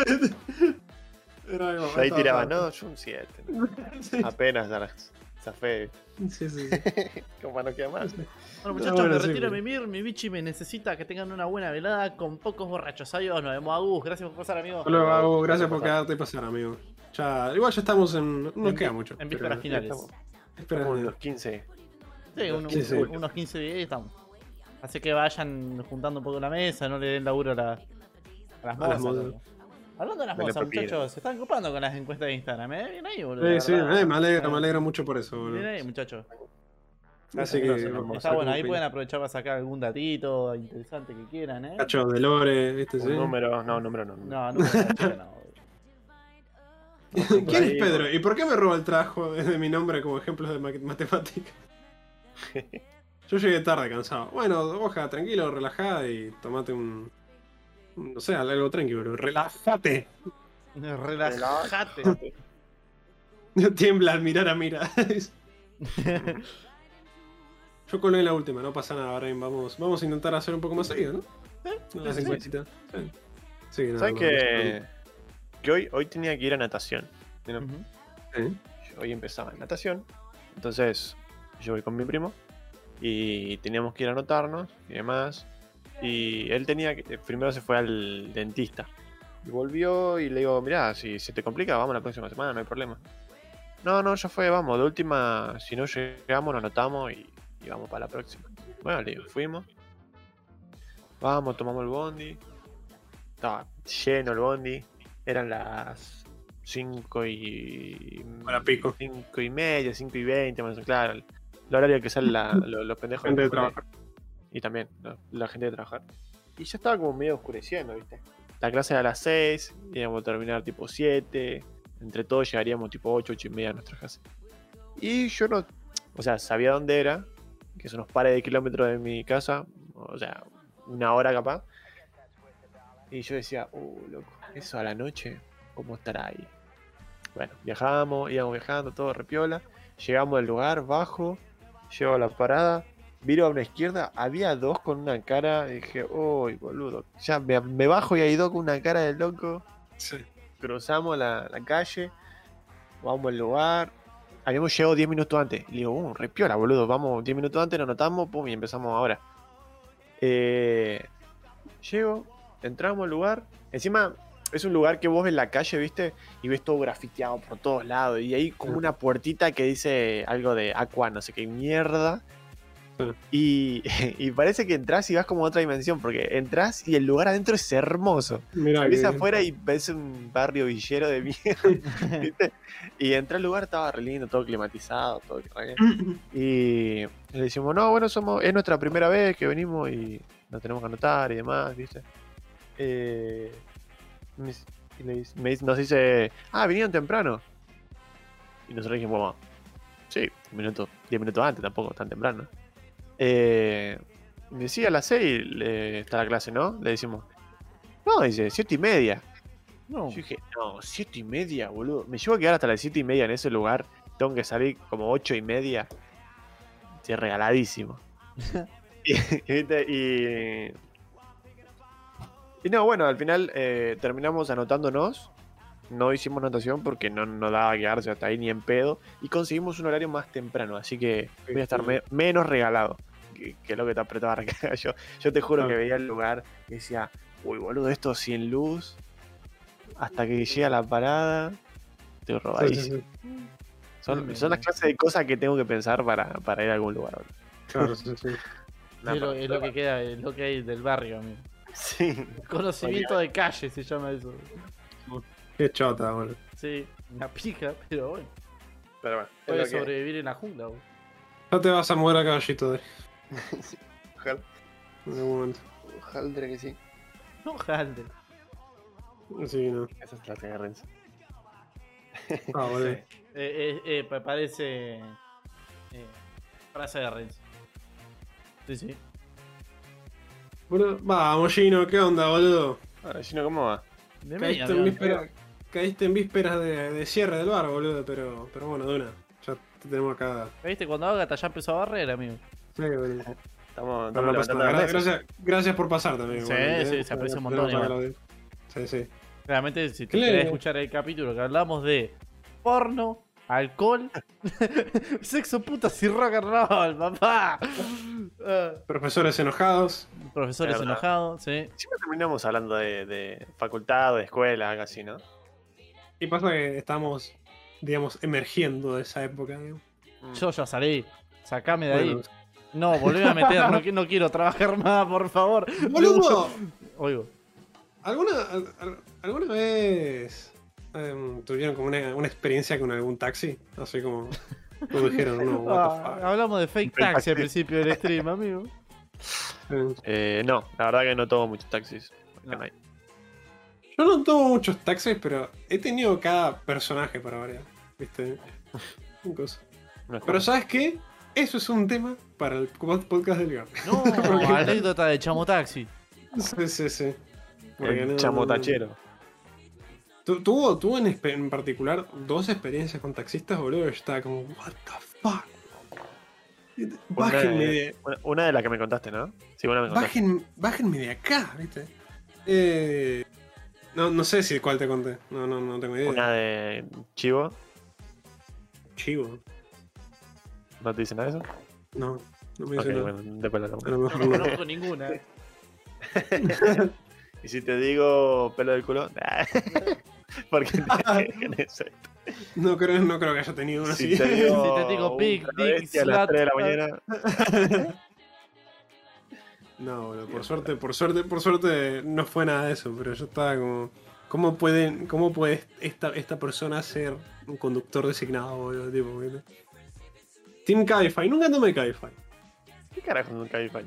Speaker 3: Era como,
Speaker 1: Ahí
Speaker 3: estaba-
Speaker 1: tiraba, no, yo un siete.
Speaker 3: Sí,
Speaker 1: Apenas ya zafé.
Speaker 3: sí, sí.
Speaker 1: Como no queda más.
Speaker 2: Bueno
Speaker 3: Ah,
Speaker 2: muchachos,
Speaker 3: bueno,
Speaker 2: me
Speaker 3: sí,
Speaker 2: retiro a
Speaker 3: pero-
Speaker 2: mimir, mi bichi me necesita que tengan una buena velada con pocos borrachos. Adiós, nos vemos, Agus, gracias por pasar, amigo.
Speaker 3: Hola, Gabo, gracias por
Speaker 1: pasar.
Speaker 3: quedarte y pasar, amigo. Ya, igual ya estamos en. No nos
Speaker 2: En
Speaker 3: queda
Speaker 2: vi-
Speaker 3: mucho.
Speaker 2: en
Speaker 3: pero-
Speaker 2: vísperas finales.
Speaker 1: Estamos
Speaker 3: Espera,
Speaker 1: como en los quince.
Speaker 2: Sí, un-
Speaker 3: Sí, sí.
Speaker 2: un- unos quince días y estamos. Así que vayan juntando un poco la mesa, no le den laburo a, la- a las
Speaker 3: A las
Speaker 2: mozas.
Speaker 3: mozas.
Speaker 2: Hablando de las
Speaker 1: Dale
Speaker 2: mozas,
Speaker 1: pepino.
Speaker 2: muchachos, se están ocupando con las encuestas de Instagram, ¿eh? Bien ahí, boludo.
Speaker 3: Sí,
Speaker 2: la
Speaker 3: sí,
Speaker 2: verdad.
Speaker 3: eh, me alegra, me
Speaker 2: Eh,
Speaker 3: alegra mucho por eso,
Speaker 2: Bien
Speaker 3: boludo.
Speaker 2: ahí, muchachos.
Speaker 3: Así que.
Speaker 1: Gracias,
Speaker 3: vamos a
Speaker 2: Está
Speaker 3: ver
Speaker 2: bueno,
Speaker 3: cómo
Speaker 2: ahí
Speaker 3: pilla.
Speaker 2: pueden aprovechar para sacar algún datito interesante que quieran, ¿eh?
Speaker 3: Cachos de Lore, ¿viste? Sí.
Speaker 1: Un número, no, un número no.
Speaker 2: No, no, no, no, no.
Speaker 3: ¿Quién es
Speaker 1: ahí,
Speaker 3: Pedro? ¿Y por qué me roba el trabajo de mi nombre como ejemplo de ma- matemática? Yo llegué tarde, cansado. Bueno, hoja, tranquilo, relajada y tomate un... un- No sé, algo tranquilo, pero relájate.
Speaker 2: Relájate.
Speaker 3: Tiembla al mirar a Mira. Yo colé en la última, no pasa nada, Brain. Vamos, vamos a intentar hacer un poco más seguido, ¿no? Una
Speaker 2: sí, sí.
Speaker 3: encuestita. Sí. Sí, nada,
Speaker 1: ¿Sabes
Speaker 3: no,
Speaker 1: que, que hoy, hoy tenía que ir a natación? ¿no?
Speaker 2: Ujú.
Speaker 3: no. Sí.
Speaker 1: Hoy empezaba en natación. Entonces yo voy con mi primo y teníamos que ir a anotarnos y demás. Y él tenía que. Primero se fue al dentista. Y volvió y le digo, mirá, si se te complica, vamos la próxima semana, no hay problema. No, no, ya fue, vamos, de última, si no llegamos, nos anotamos y, y vamos para la próxima. Bueno, le digo, fuimos. Vamos, tomamos el bondi. Estaba lleno el bondi. Eran las cinco y.
Speaker 3: Hora pico.
Speaker 1: cinco y media, cinco y veinte, más o menos, claro. El, el horario que salen la- lo- los pendejos
Speaker 3: Gente de
Speaker 1: del cole.
Speaker 3: trabajar.
Speaker 1: Y también la, la gente de trabajar. Y ya estaba como medio oscureciendo, ¿viste? La clase era a las seis, íbamos a terminar tipo siete. Entre todos llegaríamos tipo ocho, ocho y media a nuestra casa. Y yo no. O sea, sabía dónde era, que son unos pares de kilómetros de mi casa. O sea, una hora capaz. Y yo decía, uh, loco, eso a la noche, ¿cómo estará ahí? Bueno, viajamos, íbamos viajando, todo repiola. Llegamos al lugar, bajo, llego a la parada, viro a una izquierda, había dos con una cara, y dije, uy, boludo. Ya me, me bajo y hay dos con una cara de loco.
Speaker 3: Sí.
Speaker 1: Cruzamos la, la calle, vamos al lugar. Habíamos llegado diez minutos antes. Le digo, uh, repiola, boludo, vamos diez minutos antes, nos anotamos, pum, y empezamos ahora. Eh, llego, entramos al lugar. Encima es un lugar que vos ves la calle, ¿viste? Y ves todo grafiteado por todos lados. Y hay como una puertita que dice algo de Aqua, no sé qué mierda. Y, y parece que entras y vas como a otra dimensión, porque entras y el lugar adentro es hermoso.
Speaker 3: Mirá
Speaker 1: Salís
Speaker 3: que-
Speaker 1: afuera y ves un barrio villero de mierda, ¿viste? Y entré al lugar, estaba re lindo, todo climatizado, todo re bien. Y le decimos, no, bueno, somos, es nuestra primera vez que venimos y nos tenemos que anotar y demás, ¿viste? Eh, me dice- y le dice- me dice- nos dice, ah, vinieron temprano. Y nosotros dijimos, bueno, sí, un minuto, diez minutos antes, tampoco tan temprano. Eh, me decía a las seis le- está la clase, ¿no? Le decimos, no, dice, siete y media.
Speaker 2: No.
Speaker 1: Yo dije, no, siete y media, boludo. Me llevo a quedar hasta las siete y media en ese lugar. Tengo que salir como ocho y media. Estoy regaladísimo. y, ¿viste? y, y no, bueno, al final eh, terminamos anotándonos. No hicimos natación porque no nos daba quedarse hasta ahí ni en pedo. Y conseguimos un horario más temprano. Así que voy a estar me- menos regalado que, que lo que te apretaba recargar yo. Yo te juro
Speaker 3: Ah.
Speaker 1: que veía el lugar y decía, uy, boludo, esto sin luz. Hasta que llega la parada, estoy
Speaker 3: Sí, sí,
Speaker 1: robadísimo.
Speaker 3: sí.
Speaker 1: Son, son las clases de cosas que tengo que pensar para, para ir a algún lugar. boludo.
Speaker 3: Claro, sí, sí.
Speaker 2: Es lo, es lo que queda, es lo que hay del barrio, amigo.
Speaker 1: Sí.
Speaker 2: Conocimiento de calle se llama eso.
Speaker 3: Qué chota, boludo.
Speaker 2: Sí, una pija, pero bueno.
Speaker 1: Pero bueno, es
Speaker 2: Puede
Speaker 1: lo que-
Speaker 2: sobrevivir en la jungla, boludo.
Speaker 3: Ya te vas a mover a caballito de
Speaker 1: Ojalá,
Speaker 3: en algún momento.
Speaker 1: ojalá que sí.
Speaker 2: No, Halder.
Speaker 3: Sí, no.
Speaker 1: Esa es la que Renzo.
Speaker 3: Ah, boludo.
Speaker 2: Eh, eh, eh, pa- parece. Eh, frase de Renzo. Sí, sí.
Speaker 3: Boludo, vamos, Gino, ¿qué onda, boludo?
Speaker 1: Ahora, Gino, ¿cómo va?
Speaker 2: De
Speaker 3: Caíste
Speaker 2: media,
Speaker 3: en,
Speaker 2: amigo.
Speaker 3: víspera- caíste en vísperas de, de cierre del bar, boludo, pero, pero bueno, de una. Ya te tenemos acá.
Speaker 2: ¿Viste? Cuando Agatha ya empezó a barrer, amigo.
Speaker 3: Sí, boludo.
Speaker 1: Estamos,
Speaker 3: No,
Speaker 1: estamos
Speaker 3: no pasa
Speaker 1: levantando
Speaker 3: nada.
Speaker 1: la
Speaker 3: Gra-
Speaker 1: mesa.
Speaker 3: gracias, gracias por pasar también.
Speaker 2: Sí,
Speaker 3: igualmente,
Speaker 2: sí,
Speaker 3: ¿eh?
Speaker 2: se aprecia un
Speaker 3: Tenemos
Speaker 2: montón,
Speaker 3: acá
Speaker 2: igual.
Speaker 3: la audiencia. Sí, sí.
Speaker 2: Realmente, si te
Speaker 3: ¿Qué le-
Speaker 2: querés escuchar el capítulo que hablamos de porno, alcohol, sexo, putas y rock and roll, papá. Ah,
Speaker 3: Profesores enojados.
Speaker 2: profesores
Speaker 1: Es verdad.
Speaker 2: enojados, sí.
Speaker 1: Siempre terminamos hablando de, de facultad, de escuela, algo así, ¿no?
Speaker 3: Y pasa que estamos, digamos, emergiendo de esa época. Digamos.
Speaker 1: Mm.
Speaker 2: Yo ya salí. Sacame de ahí.
Speaker 3: Bueno,
Speaker 2: No, volveme a meter. No, qui- no quiero trabajar más, por favor.
Speaker 3: ¡boludo!
Speaker 2: Oigo.
Speaker 3: ¿Alguna, al- al- ¿Alguna vez em, tuvieron como una, una experiencia con algún taxi? Así como, como dijeron, no, what
Speaker 2: Ah,
Speaker 3: the fuck.
Speaker 2: hablamos de fake
Speaker 1: Fake
Speaker 2: taxi
Speaker 1: taxi.
Speaker 2: al principio del stream, amigo.
Speaker 3: Eh,
Speaker 1: Eh, no, la verdad que no tomo muchos taxis. Porque
Speaker 2: No.
Speaker 1: no hay.
Speaker 3: Yo no tomo muchos taxis, pero he tenido cada personaje para variar. ¿Viste? Un cosa. Pero ¿sabes qué? Eso es un tema para el podcast del Garry.
Speaker 2: No, anécdota de Chamo Taxi.
Speaker 3: Sí, sí, sí.
Speaker 1: El
Speaker 3: no,
Speaker 1: chamotachero.
Speaker 3: no, no. Tu- Tuvo, tuvo en, espe- en particular dos experiencias con taxistas, boludo. Yo estaba como, what the fuck.
Speaker 1: Una
Speaker 3: Bájenme
Speaker 1: de,
Speaker 3: de,
Speaker 1: una- una de las que me contaste, ¿no? Sí, una me contaste.
Speaker 3: bajen- bájenme de acá, ¿viste? Eh, no, no sé si cuál te conté. No, no, no tengo idea.
Speaker 1: Una de Chivo.
Speaker 3: Chivo.
Speaker 1: ¿No te dice nada de eso?
Speaker 3: No, no me
Speaker 1: Ok,
Speaker 3: dice nada.
Speaker 1: bueno, después la
Speaker 3: A lo
Speaker 1: hablamos.
Speaker 3: mejor
Speaker 2: No
Speaker 3: no.
Speaker 2: conozco ninguna.
Speaker 1: Y si te digo pelo del culo, porque en eso.
Speaker 3: No creo, no creo que haya tenido una
Speaker 1: Si
Speaker 3: así.
Speaker 1: te digo,
Speaker 2: Si te digo big
Speaker 1: una
Speaker 2: dick
Speaker 1: bestia a las
Speaker 2: slut,
Speaker 1: tres de la mañana.
Speaker 3: No, boludo, por suerte, por suerte, por suerte no fue nada de eso, pero yo estaba como. ¿Cómo pueden, cómo puede esta, esta persona ser un conductor designado, boludo? Tipo, ¿viste? Team Cabify, nunca tomé Cabify.
Speaker 1: ¿Qué carajo es un Cabify?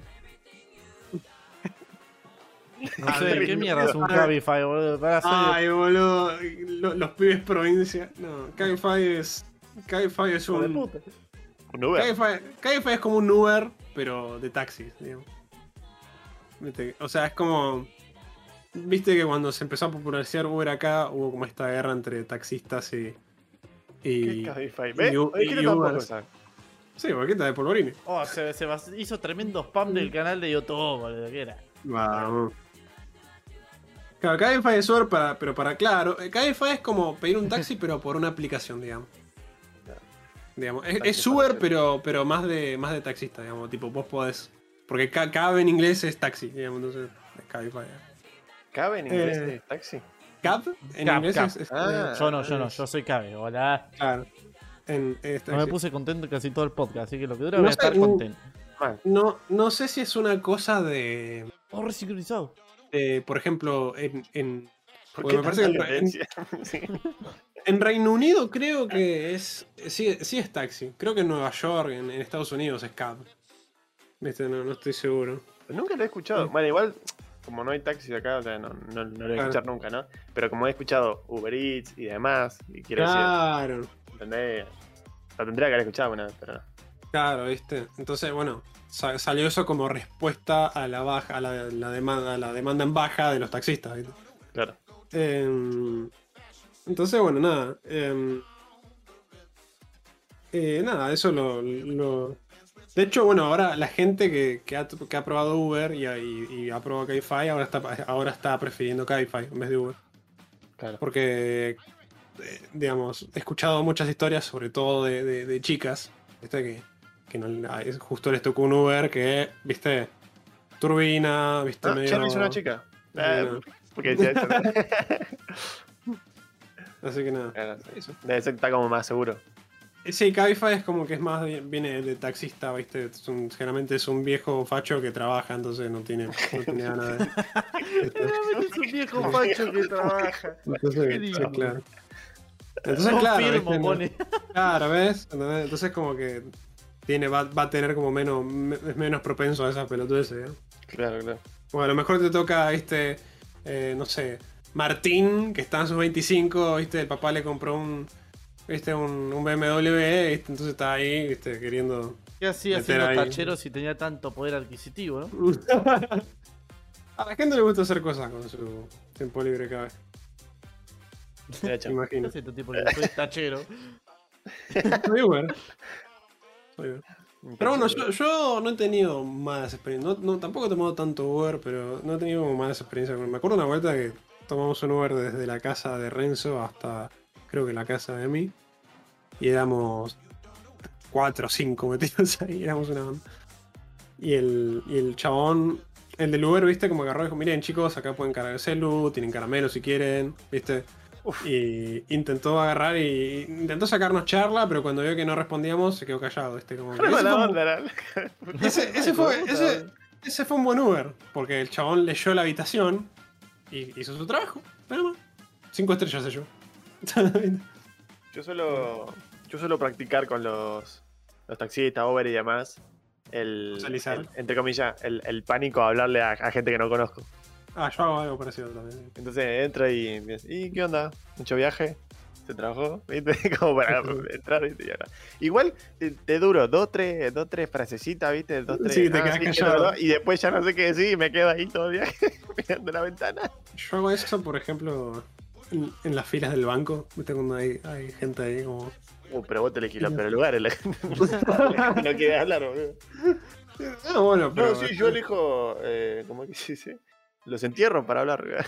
Speaker 2: No sé, ¿qué mierda es un Cabify, boludo? Para hacer...
Speaker 3: Ay, boludo, lo- los pibes provincia. No, Cabify es. Cabify es
Speaker 2: hijo de
Speaker 3: un.
Speaker 2: puta.
Speaker 1: Un Uber.
Speaker 3: Cabify, Cabify es como un Uber, pero de taxis, digamos. ¿Viste? O sea, es como. Viste que cuando se empezó a popularizar Uber acá, hubo como esta guerra entre taxistas y.
Speaker 1: ¿Qué
Speaker 3: y
Speaker 1: Cabify?
Speaker 3: y
Speaker 1: ¿Ves?
Speaker 3: U-
Speaker 1: Es que
Speaker 3: y
Speaker 1: yo tampoco
Speaker 3: Uber.
Speaker 1: sé.
Speaker 3: Sí, boqueta de polvorini.
Speaker 2: Oh, se, se bas- hizo tremendo spam del canal de YouTube, boludo. ¿Qué era?
Speaker 3: Vamos. Claro, Cabify es Uber para, pero para claro. eh, Cabify es como pedir un taxi, pero por una aplicación, digamos. Digamos, es,
Speaker 1: Taxi
Speaker 3: es Uber,
Speaker 1: para
Speaker 3: pero, pero más de más de taxista, digamos. Tipo, vos podés. Porque ca- cab en inglés es taxi, digamos, entonces es Cabify.
Speaker 1: ¿Cabe en inglés
Speaker 3: Eh,
Speaker 1: el taxi?
Speaker 3: Cab en
Speaker 2: Cab,
Speaker 3: inglés
Speaker 2: cab.
Speaker 3: es. es-
Speaker 1: Ah,
Speaker 3: eh,
Speaker 2: Yo no, yo no,
Speaker 3: es-
Speaker 2: yo soy Cabe, hola.
Speaker 3: Claro. En, es
Speaker 2: No me
Speaker 3: taxi.
Speaker 2: puse contento casi todo el podcast, así que lo que dura
Speaker 3: No
Speaker 2: voy a
Speaker 3: sé,
Speaker 2: estar
Speaker 3: uh,
Speaker 2: contento.
Speaker 1: Mal.
Speaker 3: No, no sé si es una cosa de.
Speaker 2: Oh, resincronizado.
Speaker 3: de, por ejemplo, en. en
Speaker 1: ¿Por
Speaker 3: porque
Speaker 1: qué
Speaker 3: me parece que
Speaker 1: tanta
Speaker 3: en, en-
Speaker 1: tendencia? Sí.
Speaker 3: en Reino Unido creo que es. Sí, sí es taxi. Creo que en Nueva York, en, en Estados Unidos es cab. Viste, no, no estoy seguro.
Speaker 1: Nunca lo he escuchado. Bueno, igual, como no hay taxis acá, o sea, no, no, no lo voy a
Speaker 3: Claro.
Speaker 1: escuchar nunca, ¿no? Pero como he escuchado Uber Eats y demás, y quiero
Speaker 3: Claro,
Speaker 1: decir, ¿entendés? Lo tendría que haber escuchado, bueno, pero no.
Speaker 3: claro, viste. Entonces, bueno, sa- salió eso como respuesta a la baja, a la, la demanda, a la demanda en baja de los taxistas, ¿viste?
Speaker 1: Claro.
Speaker 3: Em, entonces, bueno, nada. em, eh, nada, eso lo, lo- De hecho, bueno, ahora la gente que, que ha, que ha probado Uber y, ha- y- y ha probado Cabify ahora está, ahora está prefiriendo Cabify en vez de Uber.
Speaker 1: Claro.
Speaker 3: Porque, eh, digamos, he escuchado muchas historias, sobre todo de, de- de chicas, ¿viste? Que, que no, a- es- justo les tocó un Uber que, viste, turbina, viste,
Speaker 1: Ah,
Speaker 3: medio...
Speaker 1: Cherry es una chica.
Speaker 3: Eh,
Speaker 1: Eh, porque decía eso.
Speaker 3: Así que nada.
Speaker 1: Claro, eso. Debe ser que está como más seguro.
Speaker 3: Sí, Cabify es como que es más, bien- viene de taxista, ¿viste? Es un- generalmente es un viejo facho que trabaja, entonces no tiene, no tiene ganas de...
Speaker 2: Es un viejo facho que trabaja.
Speaker 3: Entonces,
Speaker 2: Qué
Speaker 3: sí,
Speaker 2: lindo.
Speaker 3: claro. Entonces,
Speaker 2: No
Speaker 3: claro,
Speaker 2: firmo,
Speaker 3: ¿viste? No-
Speaker 2: pone.
Speaker 3: claro, ¿ves? ¿Entendés? Entonces como que tiene, va, va a tener como menos, me- es menos propenso a esas pelotudeces, ¿eh?
Speaker 1: Claro, claro.
Speaker 3: O a lo mejor te toca, ¿viste? Eh, no sé, Martín, que está en sus veinticinco, ¿viste? El papá le compró un, ¿viste? Un, un B M W, ¿viste? Entonces está ahí, ¿viste? Queriendo...
Speaker 2: ¿Qué hacía
Speaker 3: Meter
Speaker 2: siendo
Speaker 3: ahí.
Speaker 2: tachero si tenía tanto poder adquisitivo, no?
Speaker 3: A la gente le gusta hacer cosas con su tiempo libre cada vez,
Speaker 1: De
Speaker 3: me
Speaker 1: hecho.
Speaker 2: ¿Qué
Speaker 3: imagino.
Speaker 2: hace este tipo que soy tachero?
Speaker 3: Soy Uber. Soy Uber. Pero bueno, yo, yo no he tenido malas experiencias. No, no, tampoco he tomado tanto Uber, pero no he tenido como malas experiencias. Me acuerdo una vuelta que tomamos un Uber desde la casa de Renzo hasta creo que la casa de mí. Y éramos cuatro o cinco metidos ahí, éramos una banda. Y el, y el chabón, el del Uber, viste, como agarró y dijo, miren chicos, acá pueden cargar el celu, tienen caramelo si quieren, viste. Y intentó agarrar y intentó sacarnos charla, pero cuando vio que no respondíamos se quedó callado, viste, como que
Speaker 1: Qué
Speaker 3: ese
Speaker 1: mala
Speaker 3: fue un-
Speaker 1: onda, la-
Speaker 3: ese, ese fue, ese, ese fue un buen Uber, porque el chabón leyó la habitación y hizo su trabajo. Pero más. Cinco estrellas se llevó.
Speaker 1: Yo suelo, yo suelo practicar con los, los taxistas, Uber y demás, el,
Speaker 3: Socializar.
Speaker 1: el- entre comillas, el, el pánico a hablarle a, a gente que no conozco.
Speaker 3: Ah, yo hago algo parecido también.
Speaker 1: Entonces entra y empieza, ¿y qué onda? ¿Mucho viaje? ¿Se trabajó? ¿Viste? Como para entrar, ¿viste? Y ahora. Igual te, te duro dos, tres, dos, tres frasecitas, ¿viste? Dos, tres.
Speaker 3: Sí, te
Speaker 1: ah,
Speaker 3: quedas
Speaker 1: sí,
Speaker 3: callado.
Speaker 1: no, y después ya no sé qué decir y me quedo ahí todo el viaje mirando la ventana.
Speaker 3: Yo hago eso, por ejemplo, en, en las filas del banco. ¿Viste? Cuando hay, hay gente ahí como.
Speaker 1: Uh, pero vos te elegís los peores lugares, la gente no quiere hablar, boludo.
Speaker 3: Ah, bueno, pero.
Speaker 1: No, sí, yo elijo, eh, ¿cómo es que se dice? Los entierro para hablar.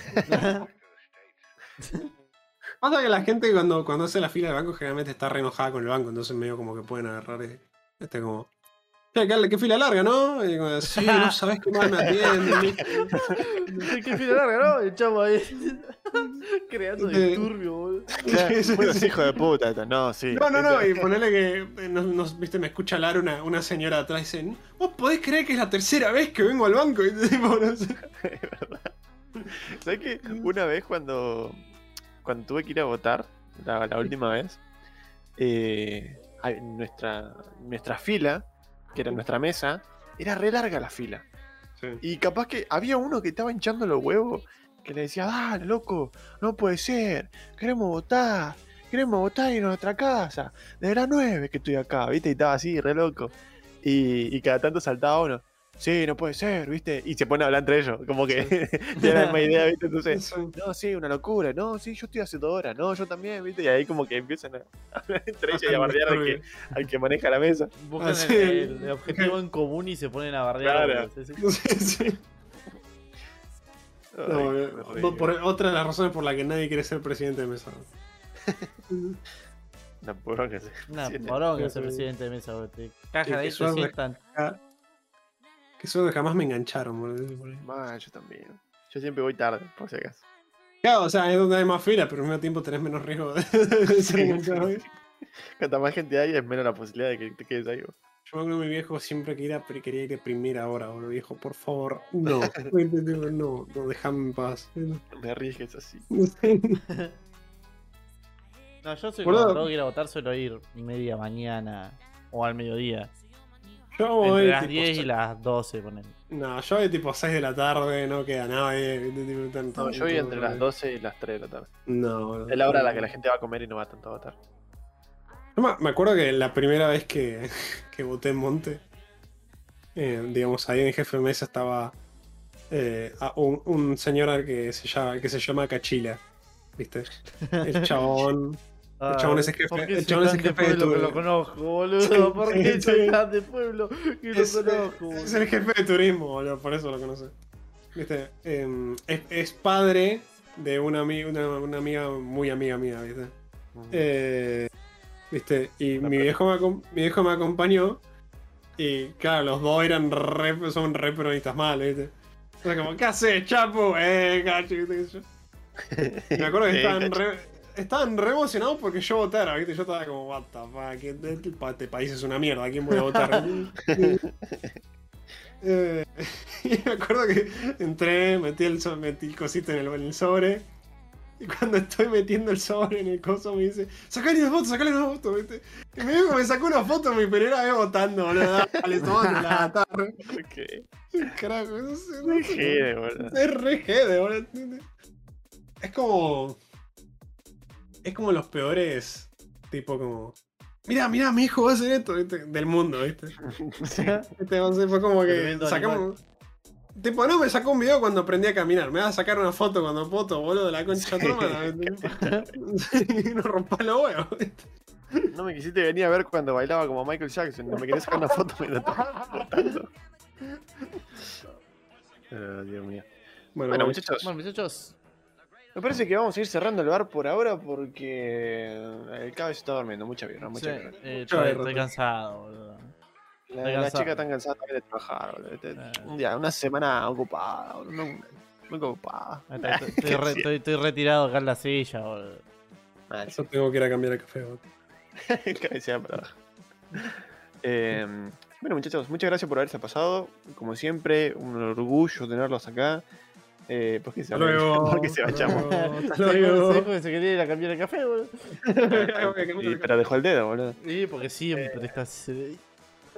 Speaker 3: Pasa que la gente cuando, cuando hace la fila del banco generalmente está re enojada con el banco, entonces medio como que pueden agarrar y, este como. Che, ¿qué, qué fila larga, ¿no? Y como, sí, no sabés qué mal me atienden.
Speaker 2: Sí, qué fila larga, ¿no? El chavo ahí creando disturbio, boludo.
Speaker 1: Buenos hijos de puta, estos. No, sí.
Speaker 3: No, no, no, y ponele que eh, nos, nos- viste, me escucha hablar una, una señora atrás y dicen, ¿vos podés creer que es la tercera vez que vengo al banco? Y tipo, no sé.
Speaker 1: Es verdad. ¿Sabes qué? Una vez cuando, cuando tuve que ir a votar, la, la última vez, eh, ay, nuestra, nuestra fila, que era nuestra mesa, era re larga la fila.
Speaker 3: Sí.
Speaker 1: Y capaz que había uno que estaba hinchando los huevos, que le decía, dale, loco, no puede ser, queremos votar, queremos votar en nuestra casa, de las nueve que estoy acá, ¿viste? Y estaba así, re loco. Y, y cada tanto saltaba uno, sí, no puede ser, ¿viste? Y se pone a hablar entre ellos, como que tienen la misma idea, ¿viste? Entonces,
Speaker 3: Eso.
Speaker 1: no, sí, una locura, no, sí, yo estoy hace dos horas, no, yo también, ¿viste? Y ahí como que empiezan a hablar entre ellos y a bardear al que, al que maneja la mesa.
Speaker 2: Buscan
Speaker 3: Ah, sí.
Speaker 2: el, el objetivo en común y se ponen a bardear.
Speaker 1: Claro.
Speaker 2: boludo, sí, sí.
Speaker 3: Sí, sí.
Speaker 1: Ay,
Speaker 3: No,
Speaker 1: me
Speaker 3: eh,
Speaker 1: reí.
Speaker 3: por, otra de las razones por las que nadie quiere ser presidente de mesa.
Speaker 1: Una poronga, sí.
Speaker 2: Una
Speaker 1: Sí,
Speaker 2: poronga
Speaker 3: sí,
Speaker 2: ese
Speaker 3: sí.
Speaker 2: presidente de mesa, boludo. Te
Speaker 3: Sí,
Speaker 2: cajan ahí,
Speaker 3: que
Speaker 2: te
Speaker 3: suerte.
Speaker 2: sientan.
Speaker 3: Ah, que suerte, jamás me engancharon, boludo.
Speaker 1: Ma, yo también. Yo siempre voy tarde, por si acaso.
Speaker 3: Claro, o sea, es donde hay más fila, pero al mismo tiempo tenés menos riesgo de, de ser enganchado. ¿eh?
Speaker 1: Cuanta más gente hay, es menos la posibilidad de que te quedes ahí. boludo.
Speaker 3: Yo me acuerdo que mi viejo siempre quería, quería ir de primera hora, boludo. Viejo, por favor, no. No, no, déjame en paz.
Speaker 1: No me arriesgues así.
Speaker 2: No, yo soy
Speaker 3: Boludo.
Speaker 2: cuando tengo que ir a votar, suelo ir media mañana o al mediodía.
Speaker 3: Yo voy
Speaker 2: Entre las
Speaker 3: tipo,
Speaker 2: diez y
Speaker 3: se-
Speaker 2: las doce, ponen.
Speaker 3: No, yo voy tipo seis de la tarde, no queda nadie. ¿viste? Tipo, tan-
Speaker 1: No,
Speaker 3: tan-
Speaker 1: yo voy
Speaker 3: todo,
Speaker 1: entre las
Speaker 3: ¿viste?
Speaker 1: doce y las tres de la tarde.
Speaker 3: No, boludo.
Speaker 1: Es la hora a la que la gente va a comer y no va tanto a votar.
Speaker 3: Yo me- me acuerdo que la primera vez que, que voté en Monte, eh, digamos, ahí en jefe de mesa estaba eh, a- un, un señor al que se llama, que se llama Cachila, ¿viste? El chabón. El chabón es el jefe-
Speaker 2: ¿Por qué
Speaker 3: el
Speaker 2: soy
Speaker 3: chabón es
Speaker 2: tan
Speaker 3: el
Speaker 2: de
Speaker 3: jefe de
Speaker 2: pueblo
Speaker 3: tu-
Speaker 2: que lo conozco, boludo?
Speaker 3: Sí,
Speaker 2: ¿Por
Speaker 3: sí,
Speaker 2: qué
Speaker 3: sí.
Speaker 2: soy tan de pueblo que lo
Speaker 3: Es,
Speaker 2: conozco,
Speaker 3: es
Speaker 2: boludo?
Speaker 3: el jefe de turismo, boludo, por eso lo conoce. ¿Viste? Eh, es, es padre de una, ami- una, una amiga muy amiga mía, ¿viste? Eh, ¿Viste? Y mi viejo, me, acom- mi viejo me acompañó. Y claro, los dos eran re, son re peronistas mal, ¿viste? O sea, como, ¿qué haces, chapo? Eh, cacho, ¿viste? Qué sé yo. Y me acuerdo que
Speaker 1: Eh,
Speaker 3: estaban
Speaker 1: cacho.
Speaker 3: re, estaban re emocionados porque yo votara, ¿viste? Yo estaba como, what the fuck, este, este pa- este país es una mierda, ¿a quién voy a votar? Eh, y me acuerdo que entré, metí el, so- metí el cosito en el, en el sobre. Y cuando estoy metiendo el sobre en el coso me dice, sacale una foto, sacale una foto, ¿viste? Y me dijo que me sacó una foto mi primera vez votando, boludo. Dale, tomate la tarde.
Speaker 1: Ok.
Speaker 3: Carajo, no sé, no
Speaker 1: Re
Speaker 3: sé.
Speaker 1: jede, boludo.
Speaker 3: Es re jede, boludo. Es como. Es como los peores. Tipo como. Mirá, mirá, mi hijo va a hacer esto, ¿viste? Del mundo, ¿viste?
Speaker 1: Sí.
Speaker 3: Este, entonces fue como que
Speaker 2: Tremendo
Speaker 3: sacamos. Tipo, no me sacó un video cuando aprendí a caminar. Me va a sacar una foto cuando foto, boludo, de la concha de tu hermana. ¿viste? No rompa los huevos, ¿viste?
Speaker 1: No me quisiste venir a ver cuando bailaba como Michael Jackson. No me querés sacar una foto mientras estaba votando. Oh, Dios mío.
Speaker 3: Bueno,
Speaker 1: Bueno,
Speaker 3: bueno,
Speaker 1: muchachos,
Speaker 2: Bueno, muchachos,
Speaker 1: me parece que vamos a ir cerrando el bar por ahora porque el cabe se está durmiendo. Mucha birra,
Speaker 2: sí,
Speaker 1: mucha birra.
Speaker 2: eh,
Speaker 3: Mucha
Speaker 2: estoy,
Speaker 3: birra,
Speaker 2: estoy
Speaker 3: sí.
Speaker 2: cansado, boludo.
Speaker 1: La-
Speaker 2: estoy
Speaker 1: Las
Speaker 2: cansado.
Speaker 1: chicas están cansadas también de trabajar, boludo. Este-
Speaker 2: Eh.
Speaker 1: Un día, una semana ocupada, boludo. no- Muy ocupada.
Speaker 2: Estoy, estoy- estoy re- estoy- estoy retirado acá en la silla, boludo.
Speaker 1: Ah,
Speaker 3: yo tengo que ir a cambiar el café, boludo.
Speaker 1: Cabeceada para abajo. Eh, bueno, muchachos, muchas gracias por haberse pasado. Como siempre, un orgullo tenerlos acá. Eh, ¿Por qué se
Speaker 3: Hasta
Speaker 1: van?
Speaker 3: luego.
Speaker 1: ¿Por qué se
Speaker 3: hasta
Speaker 1: vayamos?
Speaker 3: luego, hasta
Speaker 2: Se dijo- se
Speaker 3: luego.
Speaker 2: dijo que se quería ir a cambiar el café, boludo.
Speaker 1: Sí, pero dejó el dedo, boludo.
Speaker 2: Sí, porque siempre está cedido.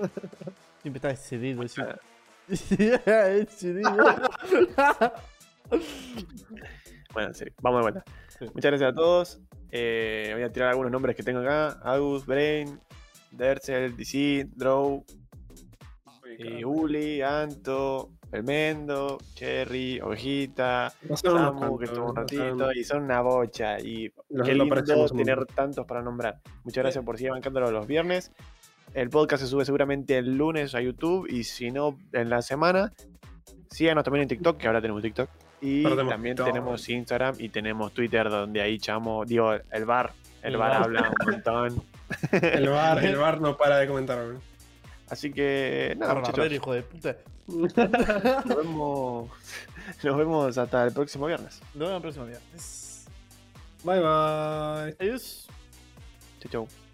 Speaker 2: Siempre está cedido, sí.
Speaker 1: Ah.
Speaker 2: Es cedido.
Speaker 1: Bueno, sí, vamos de vuelta.
Speaker 2: Sí.
Speaker 1: Muchas gracias a todos. Eh, voy a tirar algunos nombres que tengo acá. Agus, Brain, Dercel, D C, Drow, eh, Uli, Anto, Pelmendo, Cherry, Ovejita,
Speaker 3: Pasaron unos
Speaker 1: Samu, que
Speaker 3: cuantos,
Speaker 1: estuvo un
Speaker 3: pasaron-
Speaker 1: ratito, y son una bocha. Y
Speaker 3: Los-
Speaker 1: qué
Speaker 3: lo
Speaker 1: lindo
Speaker 3: apreciamos un
Speaker 1: tener
Speaker 3: montón.
Speaker 1: tantos para nombrar. Muchas gracias por seguir bancándolo los viernes. El podcast se sube seguramente el lunes a YouTube, y si no, en la semana. Síganos también en TikTok, que ahora tenemos TikTok. Y
Speaker 3: Ahora tenemos
Speaker 1: también
Speaker 3: TikTok.
Speaker 1: tenemos Instagram y tenemos Twitter, donde ahí chamo, digo, el bar. El,
Speaker 2: El
Speaker 1: bar
Speaker 2: bar.
Speaker 1: habla un montón.
Speaker 3: El bar, el bar no para de comentar, boludo.
Speaker 1: Así que, nada,
Speaker 2: Barbardero,
Speaker 1: muchachos.
Speaker 2: hijo de puta.
Speaker 1: Nos vemos, nos vemos hasta el próximo viernes.
Speaker 2: Nos vemos el próximo día.
Speaker 3: Bye bye.
Speaker 2: Adiós.
Speaker 1: Chau, chau.